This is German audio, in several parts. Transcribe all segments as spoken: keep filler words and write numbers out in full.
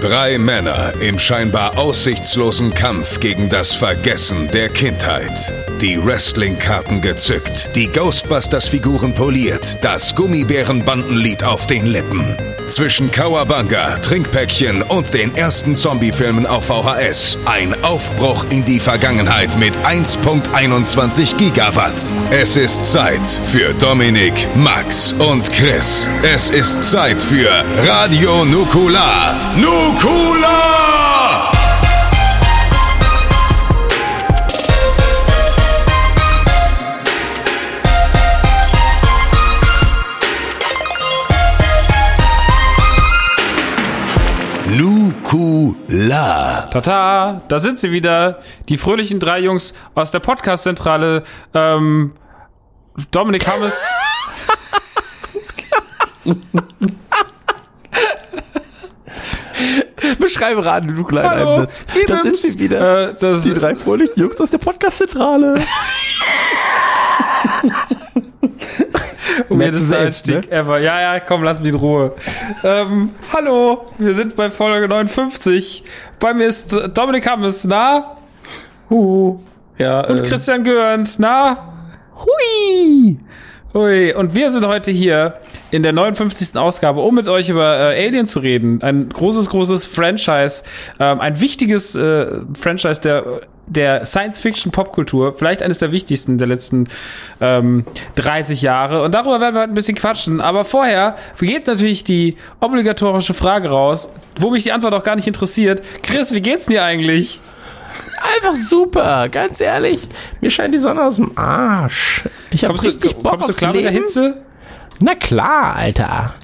Drei Männer im scheinbar aussichtslosen Kampf gegen das Vergessen der Kindheit. Die Wrestling-Karten gezückt, die Ghostbusters-Figuren poliert, das Gummibären-Bandenlied auf den Lippen. Zwischen Kawabanga, Trinkpäckchen und den ersten Zombie-Filmen auf V H S. Ein Aufbruch in die Vergangenheit mit eins Komma einundzwanzig Gigawatt. Es ist Zeit für Dominik, Max und Chris. Es ist Zeit für Radio Nukular. Nukular! Nukular. Tata, da sind sie wieder, die fröhlichen drei Jungs aus der Podcast-Zentrale. Ähm, Dominik Hammes. Beschreibe Radio Nukular in einem Satz. Da sind sie wieder, äh, das die drei fröhlichen Jungs aus der Podcast-Zentrale. Weirdester Einstieg ne? ever. Ja, ja, komm, lass mich in Ruhe. ähm, hallo, wir sind bei Folge neunundfünfzig. Bei mir ist Dominik Hammes, na? Huh. Ja, und äh, Christian Görnd, na? Hui. Hui. Und wir sind heute hier in der neunundfünfzigsten Ausgabe, um mit euch über äh, Alien zu reden. Ein großes, großes Franchise. Ähm, ein wichtiges äh, Franchise der der Science-Fiction-Popkultur, vielleicht eines der wichtigsten der letzten ähm, dreißig Jahre. Und darüber werden wir heute ein bisschen quatschen. Aber vorher geht natürlich die obligatorische Frage raus, wo mich die Antwort auch gar nicht interessiert. Chris, wie geht's dir eigentlich? Einfach super, ganz ehrlich. Mir scheint die Sonne aus dem Arsch. Ich hab richtig Bock Kommst du klar Leben. mit der Hitze? Na klar, Alter.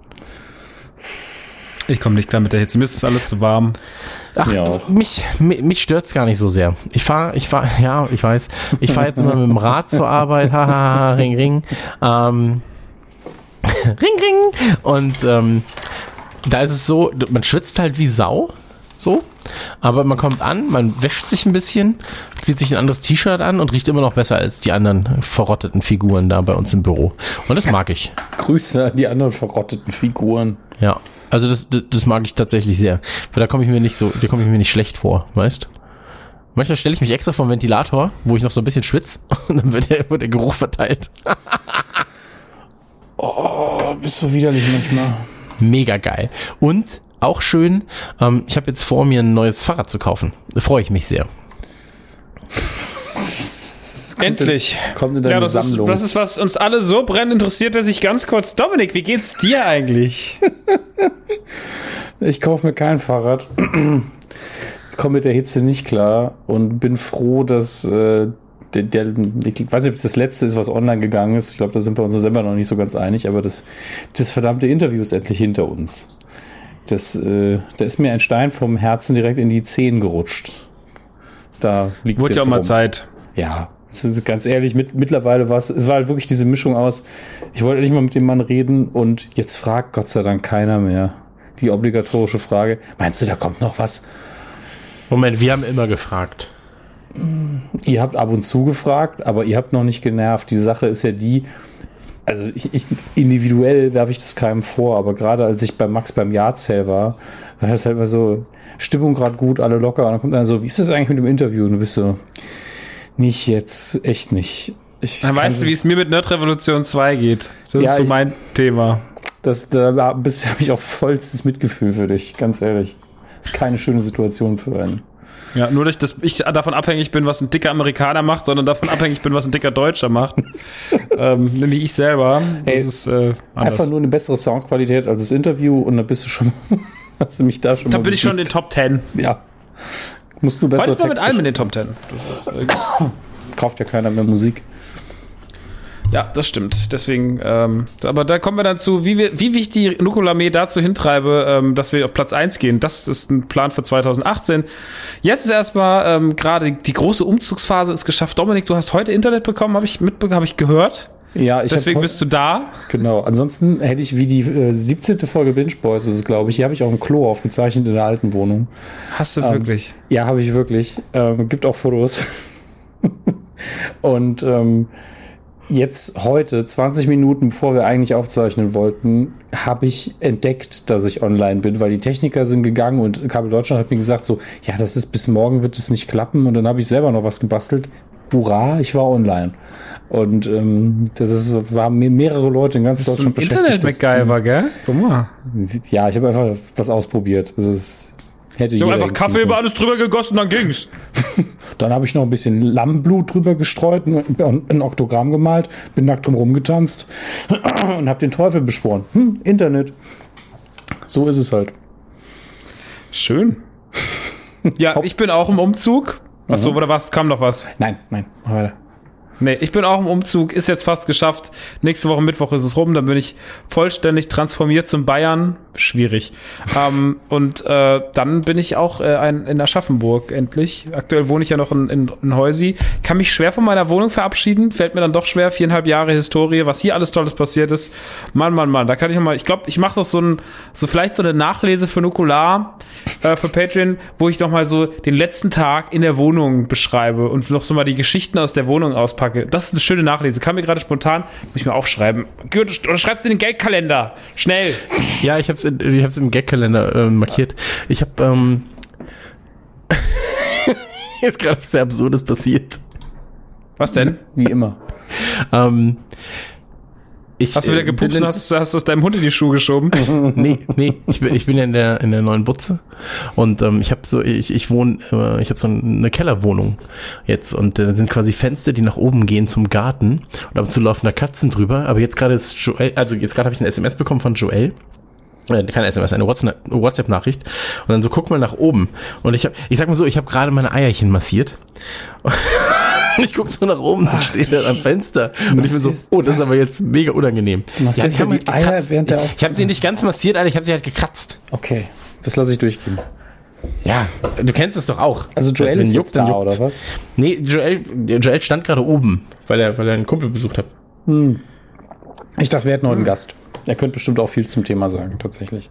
Ich komme nicht klar mit der Hitze. Mir ist das alles zu warm. Ach, ja. mich, mich, mich stört's gar nicht so sehr. Ich fahre, ich fahr, ja, ich weiß, ich fahre jetzt immer mit dem Rad zur Arbeit, haha, ring, ring, ähm, ring, ring, und ähm, da ist es so, man schwitzt halt wie Sau, so, aber man kommt an, man wäscht sich ein bisschen, zieht sich ein anderes T-Shirt an und riecht immer noch besser als die anderen verrotteten Figuren da bei uns im Büro. Und das mag ich. Grüße an die anderen verrotteten Figuren. Ja. Also das, das, das mag ich tatsächlich sehr. Weil da komme ich mir nicht so, da komme ich mir nicht schlecht vor, weißt? Manchmal stelle ich mich extra vor den Ventilator, wo ich noch so ein bisschen schwitze, und dann wird der, wird der Geruch verteilt. Oh, bist du widerlich manchmal. Mega geil. Und auch schön, ähm, ich habe jetzt vor, mir ein neues Fahrrad zu kaufen. Da freue ich mich sehr. Endlich. Kommt in deine ja, das Sammlung. Ist, das ist, was uns alle so brennend interessiert, dass ich ganz kurz... Dominik, wie geht's dir eigentlich? Ich kaufe mir kein Fahrrad. Ich komme mit der Hitze nicht klar und bin froh, dass äh, der, der, ich weiß nicht, ob es das letzte ist, was online gegangen ist. Ich glaube, da sind wir uns selber noch nicht so ganz einig, aber das, das verdammte Interview ist endlich hinter uns. Das, äh, da ist mir ein Stein vom Herzen direkt in die Zehen gerutscht. Da liegt es jetzt Wurde ja auch mal rum. Zeit. Ja, ganz ehrlich, mit, mittlerweile war es, es war halt wirklich diese Mischung aus, ich wollte nicht mal mit dem Mann reden und jetzt fragt Gott sei Dank keiner mehr. Die obligatorische Frage, meinst du, da kommt noch was? Moment, wir haben immer gefragt. Ihr habt ab und zu gefragt, aber ihr habt noch nicht genervt. Die Sache ist ja die, also ich, ich individuell werfe ich das keinem vor, aber gerade als ich bei Max beim Yard-Sale war, war das halt immer so, Stimmung gerade gut, alle locker, und dann kommt dann so, wie ist das eigentlich mit dem Interview? Und du bist so, nicht jetzt, echt nicht. Ich dann weißt du, wie es mir mit Nerd-Revolution zwei geht. Das ja, ist so ich, mein Thema. Das, da habe ich auch vollstes Mitgefühl für dich, ganz ehrlich. Das ist keine schöne Situation für einen. Ja, nur durch das ich davon abhängig bin, was ein dicker Amerikaner macht, sondern davon abhängig bin, was ein dicker Deutscher macht. ähm, nämlich ich selber. Das Ey, ist äh, anders. Einfach nur eine bessere Soundqualität als das Interview und dann bist du schon, hast du mich da schon Da mal bin ich schon in den Top Ten. Ja. Musst du besser. Heute ist man mit allem in den Top Ten. Das ist, äh, kauft ja keiner mehr Musik. Ja, das stimmt. Deswegen, ähm, aber da kommen wir dann zu, wie, wir, wie ich die Nukular-Armee dazu hintreibe, ähm, dass wir auf Platz eins gehen. Das ist ein Plan für zwanzig achtzehn. Jetzt ist erstmal ähm, gerade die große Umzugsphase ist geschafft. Dominik, du hast heute Internet bekommen, habe ich mitbekommen, habe ich gehört. Ja, ich Deswegen hab, bist du da. Genau. Ansonsten hätte ich wie die äh, siebzehnte Folge Binge Boys, ist es, glaube ich, hier habe ich auch ein Klo aufgezeichnet in der alten Wohnung. Hast du ähm, wirklich? Ja, habe ich wirklich. Ähm, gibt auch Fotos. Und ähm, jetzt heute, zwanzig Minuten bevor wir eigentlich aufzeichnen wollten, habe ich entdeckt, dass ich online bin, weil die Techniker sind gegangen und Kabel Deutschland hat mir gesagt so, ja, das ist bis morgen wird es nicht klappen und dann habe ich selber noch was gebastelt. Hurra, ich war online. Und ähm, das ist, waren mehrere Leute in ganz Deutschland beschäftigt. Internet-MacGyver, gell? Guck mal. Ja, ich habe einfach was ausprobiert. Also es hätte ich habe einfach Kaffee über alles drüber gegossen, dann ging's. Dann habe ich noch ein bisschen Lammblut drüber gestreut und ein Oktogramm gemalt, bin nackt drum rumgetanzt und habe den Teufel beschworen. Hm, Internet. So ist es halt. Schön. Ja, ich bin auch im Umzug. Achso, oder was? Kam noch was? Nein, nein, mach weiter. Nee, ich bin auch im Umzug, ist jetzt fast geschafft. Nächste Woche Mittwoch ist es rum, dann bin ich vollständig transformiert zum Bayern. Schwierig. ähm, und äh, dann bin ich auch äh, ein, in Aschaffenburg endlich. Aktuell wohne ich ja noch in, in, in Heusi. Kann mich schwer von meiner Wohnung verabschieden. Fällt mir dann doch schwer. Viereinhalb Jahre Historie, was hier alles Tolles passiert ist. Mann, Mann, Mann. Da kann ich noch mal, ich glaube, ich mache doch so ein, so vielleicht so eine Nachlese für Nukular, äh, für Patreon, wo ich noch mal so den letzten Tag in der Wohnung beschreibe und noch so mal die Geschichten aus der Wohnung auspacke. Das ist eine schöne Nachlese. Kam mir gerade spontan, muss ich mir aufschreiben. Oder schreibst du in den Geldkalender. Schnell. Ja, ich hab's in, ich hab's im Gagkalender äh, markiert. Ich hab, ähm, jetzt gerade was sehr Absurdes passiert. Was denn? Wie immer. ähm, ich, hast du wieder gepupst und hast, hast du aus deinem Hund in die Schuhe geschoben? nee, nee, ich bin, ich bin ja in der, in der neuen Butze und ähm, ich habe so, ich, ich wohne, äh, ich habe so eine Kellerwohnung jetzt und da äh, sind quasi Fenster, die nach oben gehen zum Garten und ab und zu laufen da Katzen drüber, aber jetzt gerade ist Joel, also jetzt gerade habe ich eine S M S bekommen von Joel. Äh, keine S M S, eine WhatsApp-Nachricht und dann so, guck mal nach oben und ich hab, ich sag mal so, ich habe gerade meine Eierchen massiert. Ich guck so nach oben, dann steht er am Fenster und ich bin so, oh, das ist aber jetzt mega unangenehm. Ja, ich habe die Eier während der Ich habe sie nicht ganz massiert, Alter, ich habe sie halt gekratzt. Okay, das lasse ich durchgehen. Ja, du kennst es doch auch. Also Joel ist jetzt da, oder was? Nee, Joel, Joel stand gerade oben, weil er, weil er einen Kumpel besucht hat. Hm. Ich dachte, wir hätten heute einen Gast. Er könnte bestimmt auch viel zum Thema sagen, tatsächlich.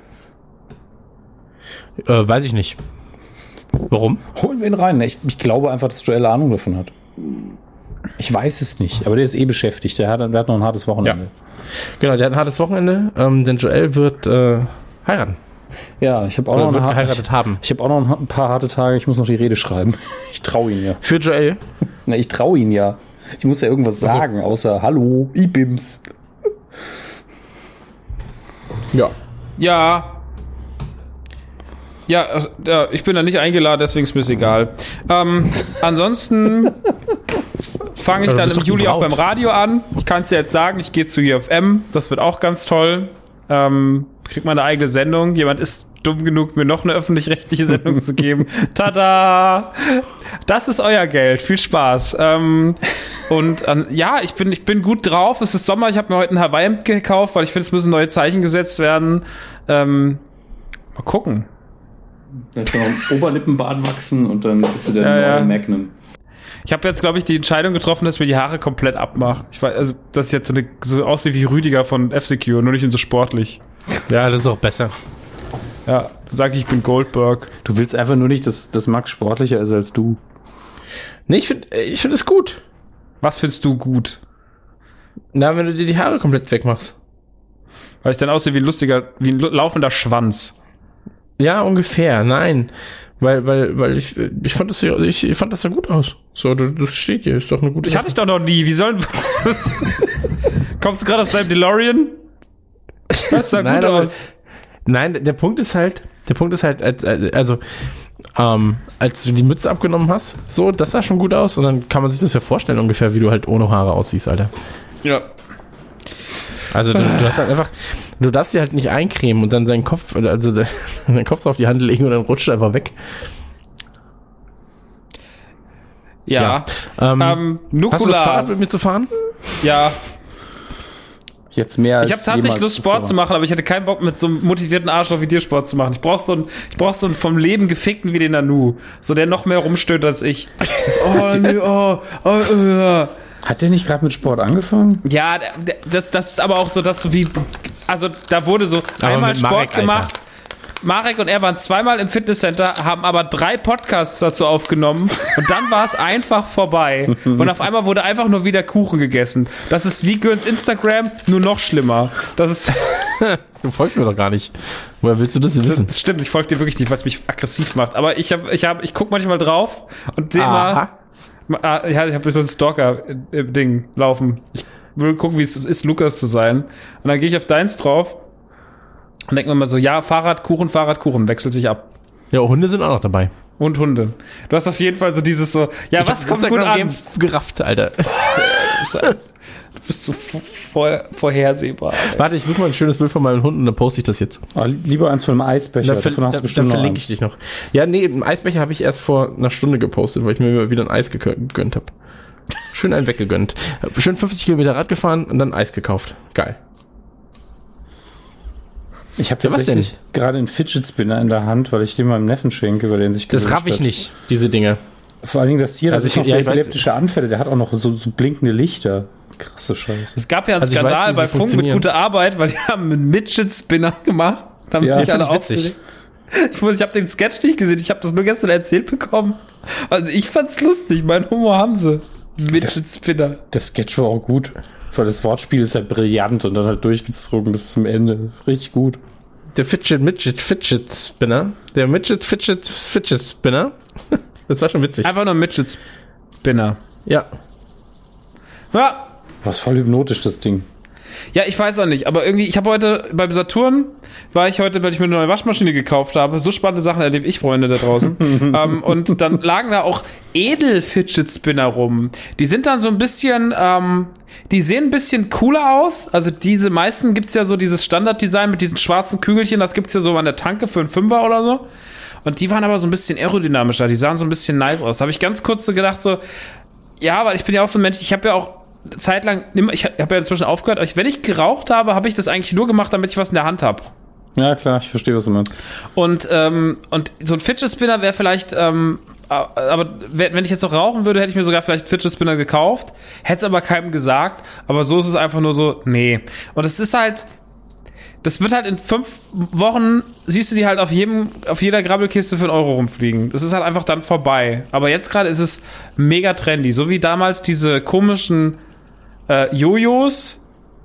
Äh, weiß ich nicht. Warum? Holen wir ihn rein. Ich, ich glaube einfach, dass Joel Ahnung davon hat. Ich weiß es nicht, aber der ist eh beschäftigt. Der hat, der hat noch ein hartes Wochenende. Ja. Genau, der hat ein hartes Wochenende, ähm, denn Joel wird äh, heiraten. Ja, ich habe auch, noch eine geheiratet haben. Ich habe auch noch ein paar harte Tage. Ich muss noch die Rede schreiben. Ich traue ihn ja. Für Joel? Na, ich traue ihn ja. Ich muss ja irgendwas sagen, also, außer Hallo, I-Bims. Ja. Ja. Ja, äh, ich bin da nicht eingeladen, deswegen ist mir das egal. Ähm, ansonsten fange ich dann im Juli auch beim Radio an. Ich kann es ja jetzt sagen, ich gehe zu U F M. Das wird auch ganz toll. Ähm, krieg mal eine eigene Sendung. Jemand ist dumm genug, mir noch eine öffentlich-rechtliche Sendung zu geben. Tada! Das ist euer Geld. Viel Spaß. Ähm, und ähm, ja, ich bin, ich bin gut drauf. Es ist Sommer. Ich habe mir heute ein Hawaii-Hemd gekauft, weil ich finde, es müssen neue Zeichen gesetzt werden. Ähm, mal gucken. Da ist noch ein Oberlippenbart wachsen und dann bist du der ja, neue ja. Magnum. Ich habe jetzt, glaube ich, die Entscheidung getroffen, dass ich mir die Haare komplett abmache. Ich weiß, also, dass ich jetzt so, eine, so aussehe wie Rüdiger von F-Secure, nur nicht so sportlich. Ja, das ist auch besser. Ja, dann sage ich, ich bin Goldberg. Du willst einfach nur nicht, dass, dass Max sportlicher ist als du. Nee, ich finde ich find es gut. Was findest du gut? Na, wenn du dir die Haare komplett wegmachst. Weil ich dann aussehe wie ein lustiger, wie ein laufender Schwanz. Ja, ungefähr, nein. Weil, weil, weil ich, ich fand das ja, ich, ich fand das ja gut aus. So, das steht hier, ist doch eine gute Ich hatte ich doch noch nie, wie sollen, kommst du gerade aus deinem DeLorean? Das sah nein, gut aber, aus. Nein, der Punkt ist halt, der Punkt ist halt, als, also, ähm, als du die Mütze abgenommen hast, so, das sah schon gut aus und dann kann man sich das ja vorstellen ungefähr, wie du halt ohne Haare aussiehst, Alter. Ja. Also du, du hast halt einfach, du darfst dir halt nicht eincremen und dann deinen Kopf, also deinen Kopf so auf die Hand legen und dann rutscht er einfach weg. Ja. ja. Ähm, ähm, hast du das Fahrrad mit mir zu fahren? Ja. Jetzt mehr als ich habe tatsächlich Lust, Sport zuvor. zu machen, aber ich hatte keinen Bock, mit so einem motivierten Arschloch wie dir Sport zu machen. Ich brauch so einen, ich brauch so einen vom Leben gefickten wie den Nanu. So, der noch mehr rumstöhnt als ich. oh, nee, oh, oh, oh. Hat der nicht gerade mit Sport angefangen? Ja, das, das ist aber auch so, dass so wie, also da wurde so aber einmal Sport Marek, gemacht, Marek und er waren zweimal im Fitnesscenter, haben aber drei Podcasts dazu aufgenommen und dann war es einfach vorbei. Und auf einmal wurde einfach nur wieder Kuchen gegessen. Das ist wie Göns Instagram, nur noch schlimmer. Das ist... Du folgst mir doch gar nicht. Woher willst du das denn wissen? Das stimmt, ich folge dir wirklich nicht, was mich aggressiv macht. Aber ich hab, ich hab, ich guck manchmal drauf und sehe mal... Ja, ich habe so ein Stalker-Ding laufen. Ich will gucken, wie es ist, Lukas zu sein. Und dann gehe ich auf deins drauf und denke mir mal so, ja, Fahrrad, Kuchen, Fahrrad, Kuchen, wechselt sich ab. Ja, Hunde sind auch noch dabei. Und Hunde. Du hast auf jeden Fall so dieses so, ja, ich was kommt gut an? Gerafft, Alter. Du bist so vor, vorhersehbar. Alter. Warte, ich suche mal ein schönes Bild von meinen Hunden, dann poste ich das jetzt. Oh, lieber eins von einem Eisbecher, da, davon hast da, du bestimmt da noch verlinke ich dich noch. Ja, nee, einen Eisbecher habe ich erst vor einer Stunde gepostet, weil ich mir wieder ein Eis gegönnt habe. Schön einen weggegönnt. Schön fünfzig Kilometer Rad gefahren und dann Eis gekauft. Geil. Ich habe tatsächlich ja, gerade einen Fidget Spinner in der Hand, weil ich den meinem Neffen schenke, weil den sich Das raff ich hat. nicht, diese Dinge. Vor allen Dingen das hier, das also ist noch ja, epileptische Anfälle, der hat auch noch so, so blinkende Lichter. Krasse Scheiße. Es gab ja einen also Skandal weiß, bei Funk mit guter Arbeit, weil die haben einen Midget Spinner gemacht. Haben ja, sich alle witzig. Ich muss, ich habe den Sketch nicht gesehen, ich habe das nur gestern erzählt bekommen. Also ich fand's lustig, mein Humor haben sie. Midget Spinner. Der Sketch war auch gut, weil das Wortspiel ist halt brillant und dann halt durchgezogen bis zum Ende. Richtig gut. Der Fidget Midget Fidget Spinner. Der Midget Fidget Fidget Spinner. Das war schon witzig. Einfach nur Midget Spinner. Ja. Ja. Was voll hypnotisch, das Ding. Ja, ich weiß auch nicht, aber irgendwie, ich habe heute beim Saturn, war ich heute, weil ich mir eine neue Waschmaschine gekauft habe. So spannende Sachen erlebe ich, Freunde da draußen. ähm, und dann lagen da auch Edel-Fidget-Spinner rum. Die sind dann so ein bisschen, ähm, die sehen ein bisschen cooler aus. Also diese meisten gibt's ja so dieses Standarddesign mit diesen schwarzen Kügelchen. Das gibt's ja so an der Tanke für einen Fünfer oder so. Und die waren aber so ein bisschen aerodynamischer. Die sahen so ein bisschen nice aus. Da habe ich ganz kurz so gedacht so, ja, weil ich bin ja auch so ein Mensch, ich habe ja auch zeitlang, ich habe ja inzwischen aufgehört, aber wenn ich geraucht habe, habe ich das eigentlich nur gemacht, damit ich was in der Hand habe. Ja, klar, ich verstehe, was du meinst. Und, ähm, und so ein Fidget Spinner wäre vielleicht, ähm, aber wenn ich jetzt noch rauchen würde, hätte ich mir sogar vielleicht Fidget Spinner gekauft, hätte es aber keinem gesagt, aber so ist es einfach nur so, nee. Und es ist halt, das wird halt in fünf Wochen, siehst du die halt auf jedem, auf jeder Grabbelkiste für einen Euro rumfliegen. Das ist halt einfach dann vorbei. Aber jetzt gerade ist es mega trendy, so wie damals diese komischen äh, Jojos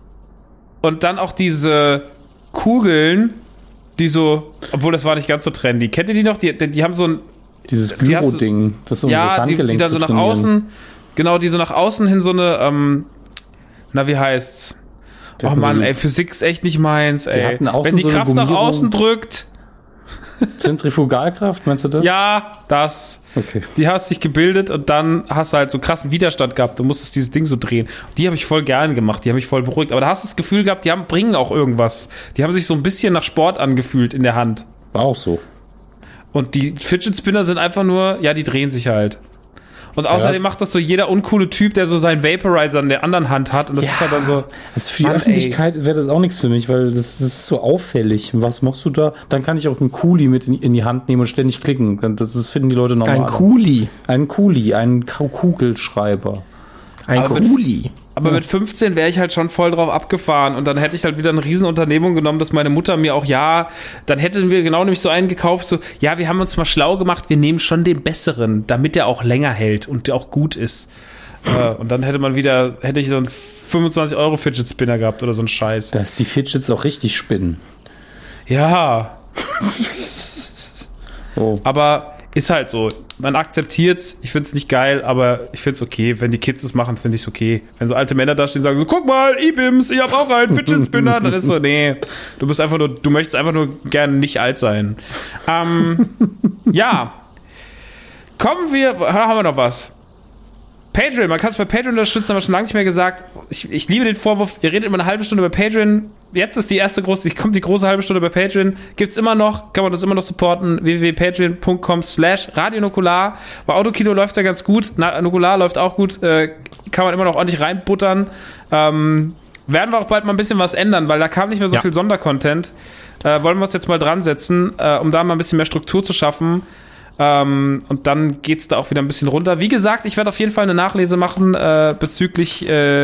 und dann auch diese Kugeln, die so, obwohl das war nicht ganz so trendy. Kennt ihr die noch? Die, die, die haben so ein dieses Gyro-Ding, das so um das Handgelenk die, die dann so nach trainieren. außen, genau, die so nach außen hin so eine, ähm, na wie heißt's? Die oh Mann, so ey, Physik ist echt nicht meins, ey. Wenn die so Kraft nach außen drückt. Zentrifugalkraft, meinst du das? Ja, das. Okay. Die hast dich gebildet und dann hast du halt so krassen Widerstand gehabt. Du musstest dieses Ding so drehen. Die habe ich voll gern gemacht, die haben mich voll beruhigt. Aber da hast du das Gefühl gehabt, die haben, bringen auch irgendwas. Die haben sich so ein bisschen nach Sport angefühlt in der Hand. War auch so. Und die Fidget Spinner sind einfach nur, ja, die drehen sich halt. Und außerdem ja, macht das so jeder uncoole Typ, der so seinen Vaporizer in der anderen Hand hat. Und das ja, ist halt dann so. Also für die Mann, Öffentlichkeit wäre das auch nichts für mich, weil das, das ist so auffällig. Was machst du da? Dann kann ich auch einen Kuli mit in, in die Hand nehmen und ständig klicken. Das, das finden die Leute normal. Ein Kuli. Ein Kuli, ein Kugelschreiber. Ein aber Kuli. Mit, aber ja. mit fünfzehn wäre ich halt schon voll drauf abgefahren und dann hätte ich halt wieder eine Riesenunternehmung genommen, dass meine Mutter mir auch, ja, dann hätten wir genau nämlich so einen gekauft, so, ja, wir haben uns mal schlau gemacht, wir nehmen schon den besseren, damit der auch länger hält und der auch gut ist. äh, und dann hätte man wieder, hätte ich so einen fünfundzwanzig Euro Fidget Spinner gehabt oder so einen Scheiß. Dass die Fidgets auch richtig spinnen. Ja. oh. Aber ist halt so. Man akzeptiert's. Ich find's nicht geil, aber ich find's okay. Wenn die Kids es machen, finde ich's okay. Wenn so alte Männer da stehen und sagen so, guck mal, I-Bims, ich hab auch einen Fidget Spinner, dann ist so, nee, du bist einfach nur, du möchtest einfach nur gerne nicht alt sein. Ähm, ja. Kommen wir, haben wir noch was? Patreon, man kann es bei Patreon unterstützen, haben wir schon lange nicht mehr gesagt. Ich, ich liebe den Vorwurf, ihr redet immer eine halbe Stunde bei Patreon. Jetzt ist die erste große, kommt die große halbe Stunde bei Patreon. Gibt's immer noch, kann man das immer noch supporten. w w w punkt patreon punkt com slash radio nukular. Bei Autokino läuft ja ganz gut. Na, Nukular läuft auch gut. Äh, kann man immer noch ordentlich reinbuttern. Ähm, werden wir auch bald mal ein bisschen was ändern, weil da kam nicht mehr so ja. viel Sondercontent. Äh, wollen wir uns jetzt mal dran setzen, äh, um da mal ein bisschen mehr Struktur zu schaffen. Ähm, und dann geht's da auch wieder ein bisschen runter. Wie gesagt, ich werde auf jeden Fall eine Nachlese machen äh, bezüglich äh,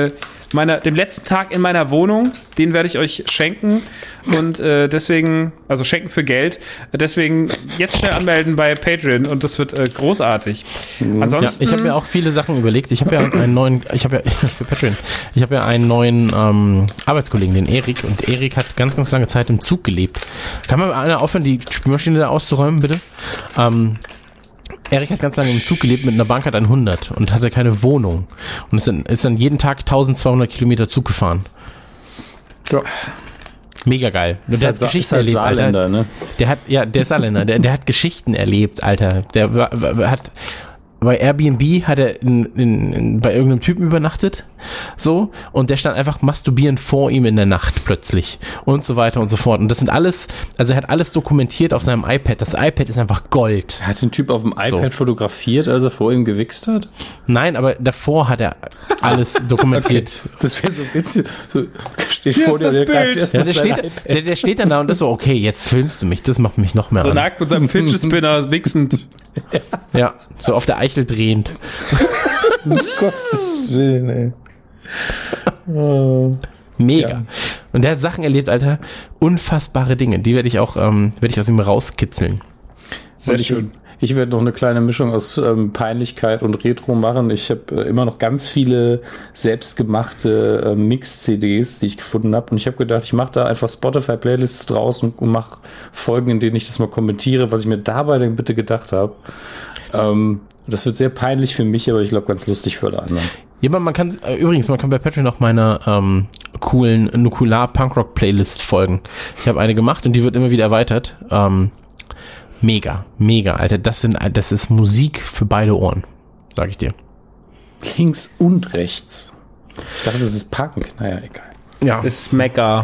meiner, dem letzten Tag in meiner Wohnung. Den werde ich euch schenken und äh, deswegen, also schenken für Geld. Deswegen jetzt schnell anmelden bei Patreon und das wird äh, großartig. Mhm. Ansonsten, ja, ich habe mir auch viele Sachen überlegt. Ich habe ja einen neuen, ich habe ja für Patreon, ich habe ja einen neuen ähm, Arbeitskollegen, den Erik, und Erik hat ganz, ganz lange Zeit im Zug gelebt. Kann man einer aufhören, die Spülmaschine da auszuräumen, bitte? Ähm, Erik hat ganz lange im Zug gelebt mit einer Bankart hundert und hatte keine Wohnung und ist dann, ist dann jeden Tag tausendzweihundert Kilometer Zug gefahren. Ja. Mega geil. Ist Der halt, hat Geschichten ist halt erlebt, Saarländer, Alter. Ne? Der hat, ja, der Saarländer, der, der hat Geschichten erlebt, Alter. Der war, war, hat bei Airbnb hat er in, in, in, bei irgendeinem Typen übernachtet, so, und der stand einfach masturbierend vor ihm in der Nacht plötzlich und so weiter und so fort. Und das sind alles, also er hat alles dokumentiert auf seinem iPad. Das iPad ist einfach Gold. Hat den Typ auf dem iPad so fotografiert, als er vor ihm gewichst hat? Nein, aber davor hat er alles dokumentiert. Okay. Das wäre so witzig. So, steht Hier vor dir, der greift erst ja, mal der, steht, der, der steht dann da und ist so, okay, jetzt filmst du mich, das macht mich noch mehr so an. So nackt mit seinem Fidget Spinner wichsend. Ja, so auf der Eichel drehend. Um Gottes Willen, ey. Oh. Mega. Ja. Und der hat Sachen erlebt, Alter. Unfassbare Dinge. Die werde ich auch, ähm, werde ich aus ihm rauskitzeln. Sehr ich, schön. Ich werde noch eine kleine Mischung aus ähm, Peinlichkeit und Retro machen. Ich habe äh, immer noch ganz viele selbstgemachte äh, Mix-C Ds, die ich gefunden habe. Und ich habe gedacht, ich mache da einfach Spotify-Playlists draus und, und mache Folgen, in denen ich das mal kommentiere, was ich mir dabei denn bitte gedacht habe. Ähm, das wird sehr peinlich für mich, aber ich glaube ganz lustig für alle anderen. Ja, man kann, äh, übrigens, man kann bei Patreon auch meiner ähm, coolen Nukular-Punkrock-Playlist folgen. Ich habe eine gemacht und die wird immer wieder erweitert. Ähm, mega, mega, Alter. Das sind, das ist Musik für beide Ohren, sag ich dir. Links und rechts. Ich dachte, das ist Punk. Naja, egal. Ja. Das ist Mecca.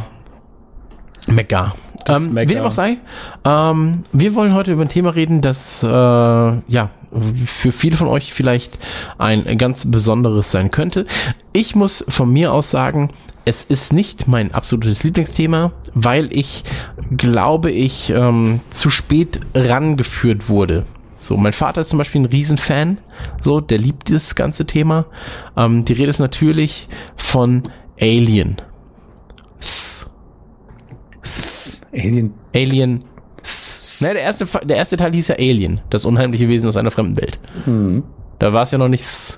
Mecca. Ähm, wie dem auch sei, ähm, wir wollen heute über ein Thema reden, das äh, ja für viele von euch vielleicht ein ganz besonderes sein könnte. Ich muss von mir aus sagen, es ist nicht mein absolutes Lieblingsthema, weil ich glaube, ich ähm, zu spät rangeführt wurde. So, mein Vater ist zum Beispiel ein Riesenfan, so, der liebt dieses ganze Thema. Ähm, die Rede ist natürlich von Alien. S. S. Alien. Alien. S. Ne, der erste, der erste Teil hieß ja Alien, das unheimliche Wesen aus einer fremden Welt. Mhm. Da war es ja noch nicht S.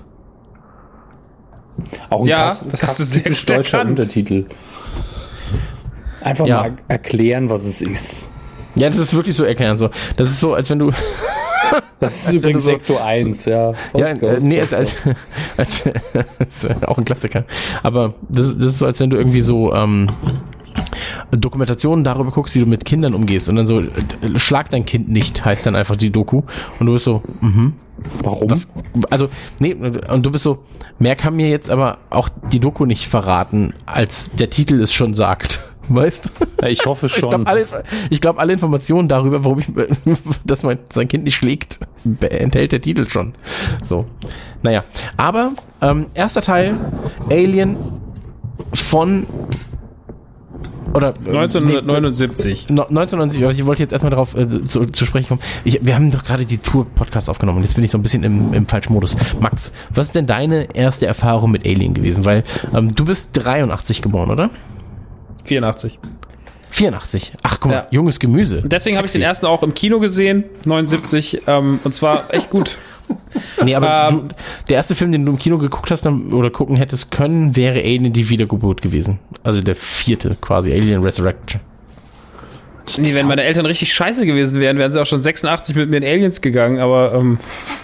Auch ein ja, krass, das krass hast du sehr typisch gut deutscher erkannt. Untertitel. Einfach Ja. mal erklären, was es ist. Ja, das ist wirklich so erklären so. Das ist so, als wenn du Das ist übrigens so- Sektor eins, ja. ja, äh, nee, als, als, als, als äh, auch ein Klassiker. Aber das, das ist so, als wenn du irgendwie so ähm, Dokumentationen darüber guckst, wie du mit Kindern umgehst und dann so, äh, schlag dein Kind nicht, heißt dann einfach die Doku und du bist so, mhm. Warum? Was, also, nee, und du bist so, mehr kann mir jetzt aber auch die Doku nicht verraten, als der Titel es schon sagt. Weißt du? Ja, ich hoffe Ich schon. glaube, alle, ich glaub, alle Informationen darüber, warum ich, dass mein, sein Kind nicht schlägt, enthält der Titel schon. So. Naja. Aber, ähm, erster Teil, Alien von, oder, äh, neunzehnhundertneunundsiebzig. nee, neunzehnhundertneunundsiebzig, aber ich wollte jetzt erstmal darauf äh, zu, zu sprechen kommen. Ich, wir haben doch gerade die Tour-Podcast aufgenommen und jetzt bin ich so ein bisschen im, im falschen Modus. Max, was ist denn deine erste Erfahrung mit Alien gewesen? Weil ähm, du bist dreiundachtzig geboren, oder? vierundachtzig. vierundachtzig. Ach, guck mal, Ja. junges Gemüse. Und deswegen habe ich den Sexy. ersten auch im Kino gesehen, neunundsiebzig, ähm, und zwar echt gut. Nee, aber Ähm, du, der erste Film, den du im Kino geguckt hast dann, oder gucken hättest können, wäre Alien die Wiedergeburt gewesen. Also der vierte quasi, Alien Resurrection. Nee, wenn meine Eltern richtig scheiße gewesen wären, wären sie auch schon sechsundachtzig mit mir in Aliens gegangen, aber ähm,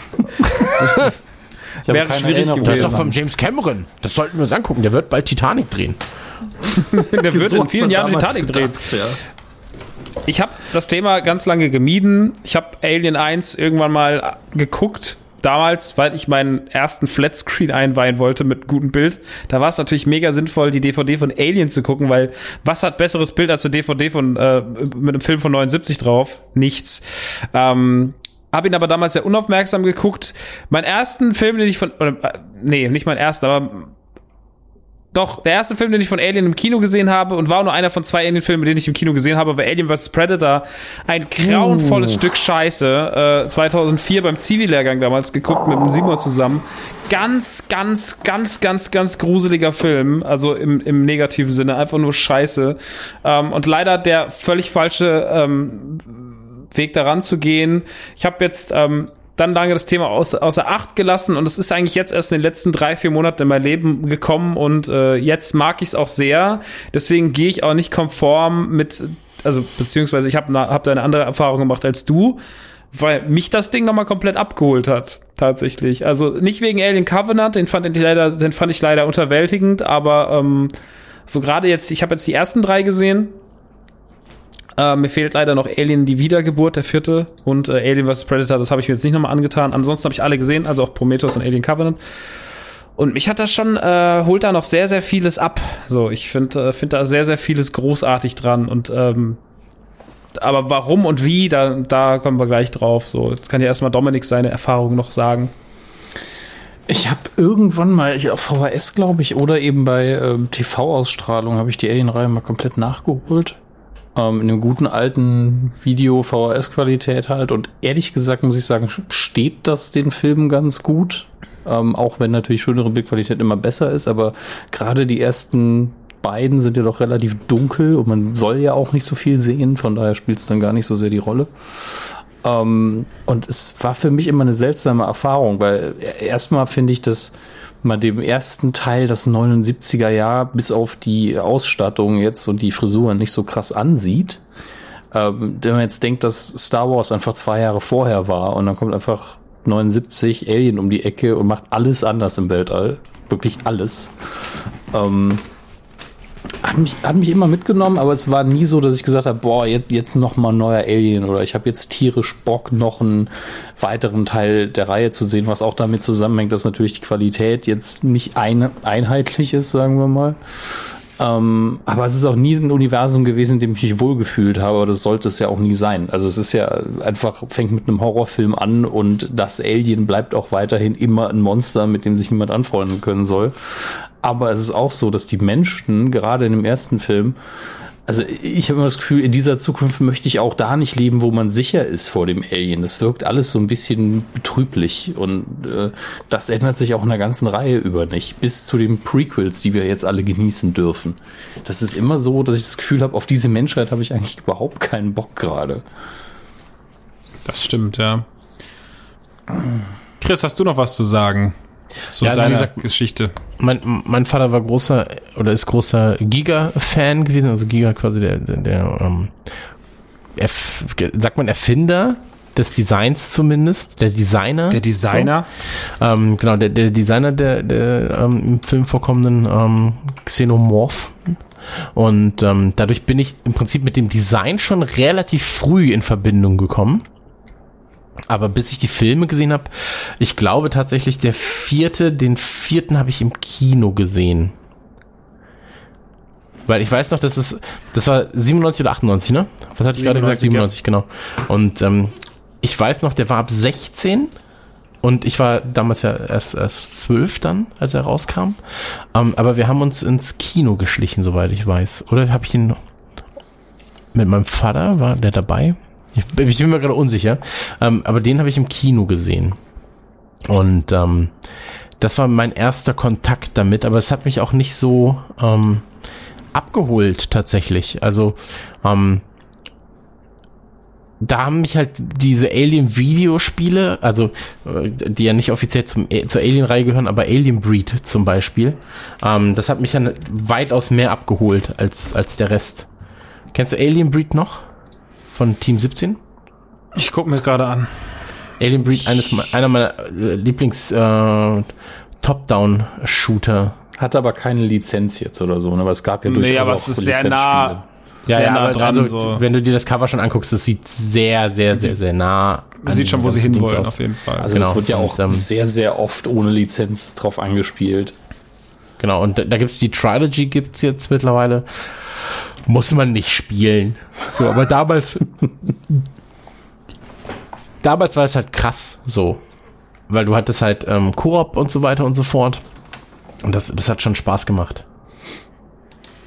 Ich habe wäre keine schwierig Erinnerung Das ist gewesen. doch von James Cameron. Das sollten wir uns angucken. Der wird bald Titanic drehen. der wird in vielen Jahren Titanic drehen. Ich habe das Thema ganz lange gemieden. Ich habe Alien eins irgendwann mal geguckt. Damals, weil ich meinen ersten Flatscreen einweihen wollte mit gutem Bild. Da war es natürlich mega sinnvoll, die D V D von Alien zu gucken, weil was hat besseres Bild als eine D V D von äh, mit einem Film von neunundsiebzig drauf? Nichts. Ähm, Habe ihn aber damals sehr unaufmerksam geguckt. Meinen ersten Film, den ich von, oder, äh, nee, nicht meinen ersten, aber Doch, der erste Film, den ich von Alien im Kino gesehen habe und war nur einer von zwei Alien-Filmen, den ich im Kino gesehen habe, war Alien versus. Predator. Ein grauenvolles uh. Stück Scheiße. Äh, zweitausendvier beim Zivi-Lehrgang damals geguckt mit dem Simon zusammen. Ganz, ganz, ganz, ganz, ganz gruseliger Film. Also im, im negativen Sinne. Einfach nur Scheiße. Ähm, und leider der völlig falsche ähm, Weg daran zu gehen. Ich habe jetzt ähm, dann lange das Thema aus, außer Acht gelassen und es ist eigentlich jetzt erst in den letzten drei, vier Monaten in mein Leben gekommen und äh, jetzt mag ich es auch sehr. Deswegen gehe ich auch nicht konform mit, also beziehungsweise ich habe hab da eine andere Erfahrung gemacht als du, weil mich das Ding nochmal komplett abgeholt hat, tatsächlich. Also nicht wegen Alien Covenant, den fand ich leider, den fand ich leider unterwältigend, aber ähm, so gerade jetzt, ich habe jetzt die ersten drei gesehen. Uh, mir fehlt leider noch Alien die Wiedergeburt, der vierte, und uh, Alien versus. Predator, das habe ich mir jetzt nicht nochmal angetan. Ansonsten habe ich alle gesehen, also auch Prometheus und Alien Covenant. Und mich hat das schon, uh, holt da noch sehr, sehr vieles ab. So, ich finde uh, find da sehr, sehr vieles großartig dran. Und ähm, aber warum und wie, da, da kommen wir gleich drauf. So, jetzt kann ja erstmal Dominik seine Erfahrungen noch sagen. Ich habe irgendwann mal, ich, auf V H S, glaube ich, oder eben bei ähm, T V-Ausstrahlung habe ich die Alien-Reihe mal komplett nachgeholt. Ähm, in einem guten alten Video-V H S-Qualität halt. Und ehrlich gesagt muss ich sagen, steht das den Filmen ganz gut. Ähm, auch wenn natürlich schönere Bildqualität immer besser ist. Aber gerade die ersten beiden sind ja doch relativ dunkel. Und man soll ja auch nicht so viel sehen. Von daher spielt es dann gar nicht so sehr die Rolle. Ähm, und es war für mich immer eine seltsame Erfahrung. Weil erstmal finde ich, dass man dem ersten Teil, das neunundsiebziger Jahr, bis auf die Ausstattung jetzt und die Frisuren nicht so krass ansieht. Ähm, wenn man jetzt denkt, dass Star Wars einfach zwei Jahre vorher war und dann kommt einfach neunundsiebzig Alien um die Ecke und macht alles anders im Weltall. Wirklich alles. Ähm, hat mich, hat mich immer mitgenommen, aber es war nie so, dass ich gesagt habe, boah, jetzt, jetzt noch mal ein neuer Alien oder ich habe jetzt tierisch Bock, noch einen weiteren Teil der Reihe zu sehen, was auch damit zusammenhängt, dass natürlich die Qualität jetzt nicht ein, einheitlich ist, sagen wir mal. Ähm, aber es ist auch nie ein Universum gewesen, in dem ich mich wohlgefühlt habe, aber das sollte es ja auch nie sein. Also es ist ja einfach, fängt mit einem Horrorfilm an und das Alien bleibt auch weiterhin immer ein Monster, mit dem sich niemand anfreunden können soll. Aber es ist auch so, dass die Menschen, gerade in dem ersten Film, also ich habe immer das Gefühl, in dieser Zukunft möchte ich auch da nicht leben, wo man sicher ist vor dem Alien. Das wirkt alles so ein bisschen betrüblich und äh, das ändert sich auch in der ganzen Reihe über nicht. Bis zu den Prequels, die wir jetzt alle genießen dürfen. Das ist immer so, dass ich das Gefühl habe, auf diese Menschheit habe ich eigentlich überhaupt keinen Bock gerade. Das stimmt, ja. Chris, hast du noch was zu sagen? Zu ja, also deiner wie gesagt, Geschichte. Mein, mein Vater war großer oder ist großer Giga-Fan gewesen, also Giga quasi der, der, der ähm, Erf, sagt man Erfinder des Designs zumindest, der Designer. Der Designer? So. Ähm, genau, der, der Designer der, der ähm, im Film vorkommenden ähm, Xenomorph. Und ähm, dadurch bin ich im Prinzip mit dem Design schon relativ früh in Verbindung gekommen. Aber bis ich die Filme gesehen habe, ich glaube tatsächlich der vierte, den vierten habe ich im Kino gesehen. Weil ich weiß noch, das ist, das war siebenundneunzig oder achtundneunzig, ne? Was hatte ich gerade gesagt? siebenundneunzig, ja. Genau. Und ähm, ich weiß noch, der war ab sechzehn und ich war damals ja erst, erst zwölf dann, als er rauskam. Ähm, aber wir haben uns ins Kino geschlichen, soweit ich weiß. Oder habe ich ihn mit meinem Vater, war der dabei? Ich, ich bin mir gerade unsicher, ähm, aber den habe ich im Kino gesehen. Und ähm, das war mein erster Kontakt damit, aber es hat mich auch nicht so ähm, abgeholt tatsächlich. Also ähm, da haben mich halt diese Alien-Videospiele, also äh, die ja nicht offiziell zum, zur Alien-Reihe gehören, aber Alien Breed zum Beispiel, ähm, das hat mich dann weitaus mehr abgeholt als, als der Rest. Kennst du Alien Breed noch? Von Team siebzehn? Ich gucke mir gerade an. Alien Breed, eines, einer meiner Lieblings äh, Top-Down-Shooter. Hat aber keine Lizenz jetzt oder so, ne? Aber es gab ja durchaus nee, aber auch es ist sehr nah, ja, sehr ja, nah aber dran. Also, so. Wenn du dir das Cover schon anguckst, das sieht sehr, sehr, sehr, sehr nah. Man sieht schon, wo sie hinwollen, auf jeden Fall. Also genau. Das wird ja auch und, ähm, sehr, sehr oft ohne Lizenz drauf angespielt. Genau, und da, da gibt's die Trilogy, gibt's jetzt mittlerweile. Muss man nicht spielen. So, aber damals damals war es halt krass so. Weil du hattest halt ähm, Koop und so weiter und so fort. Und das, das hat schon Spaß gemacht.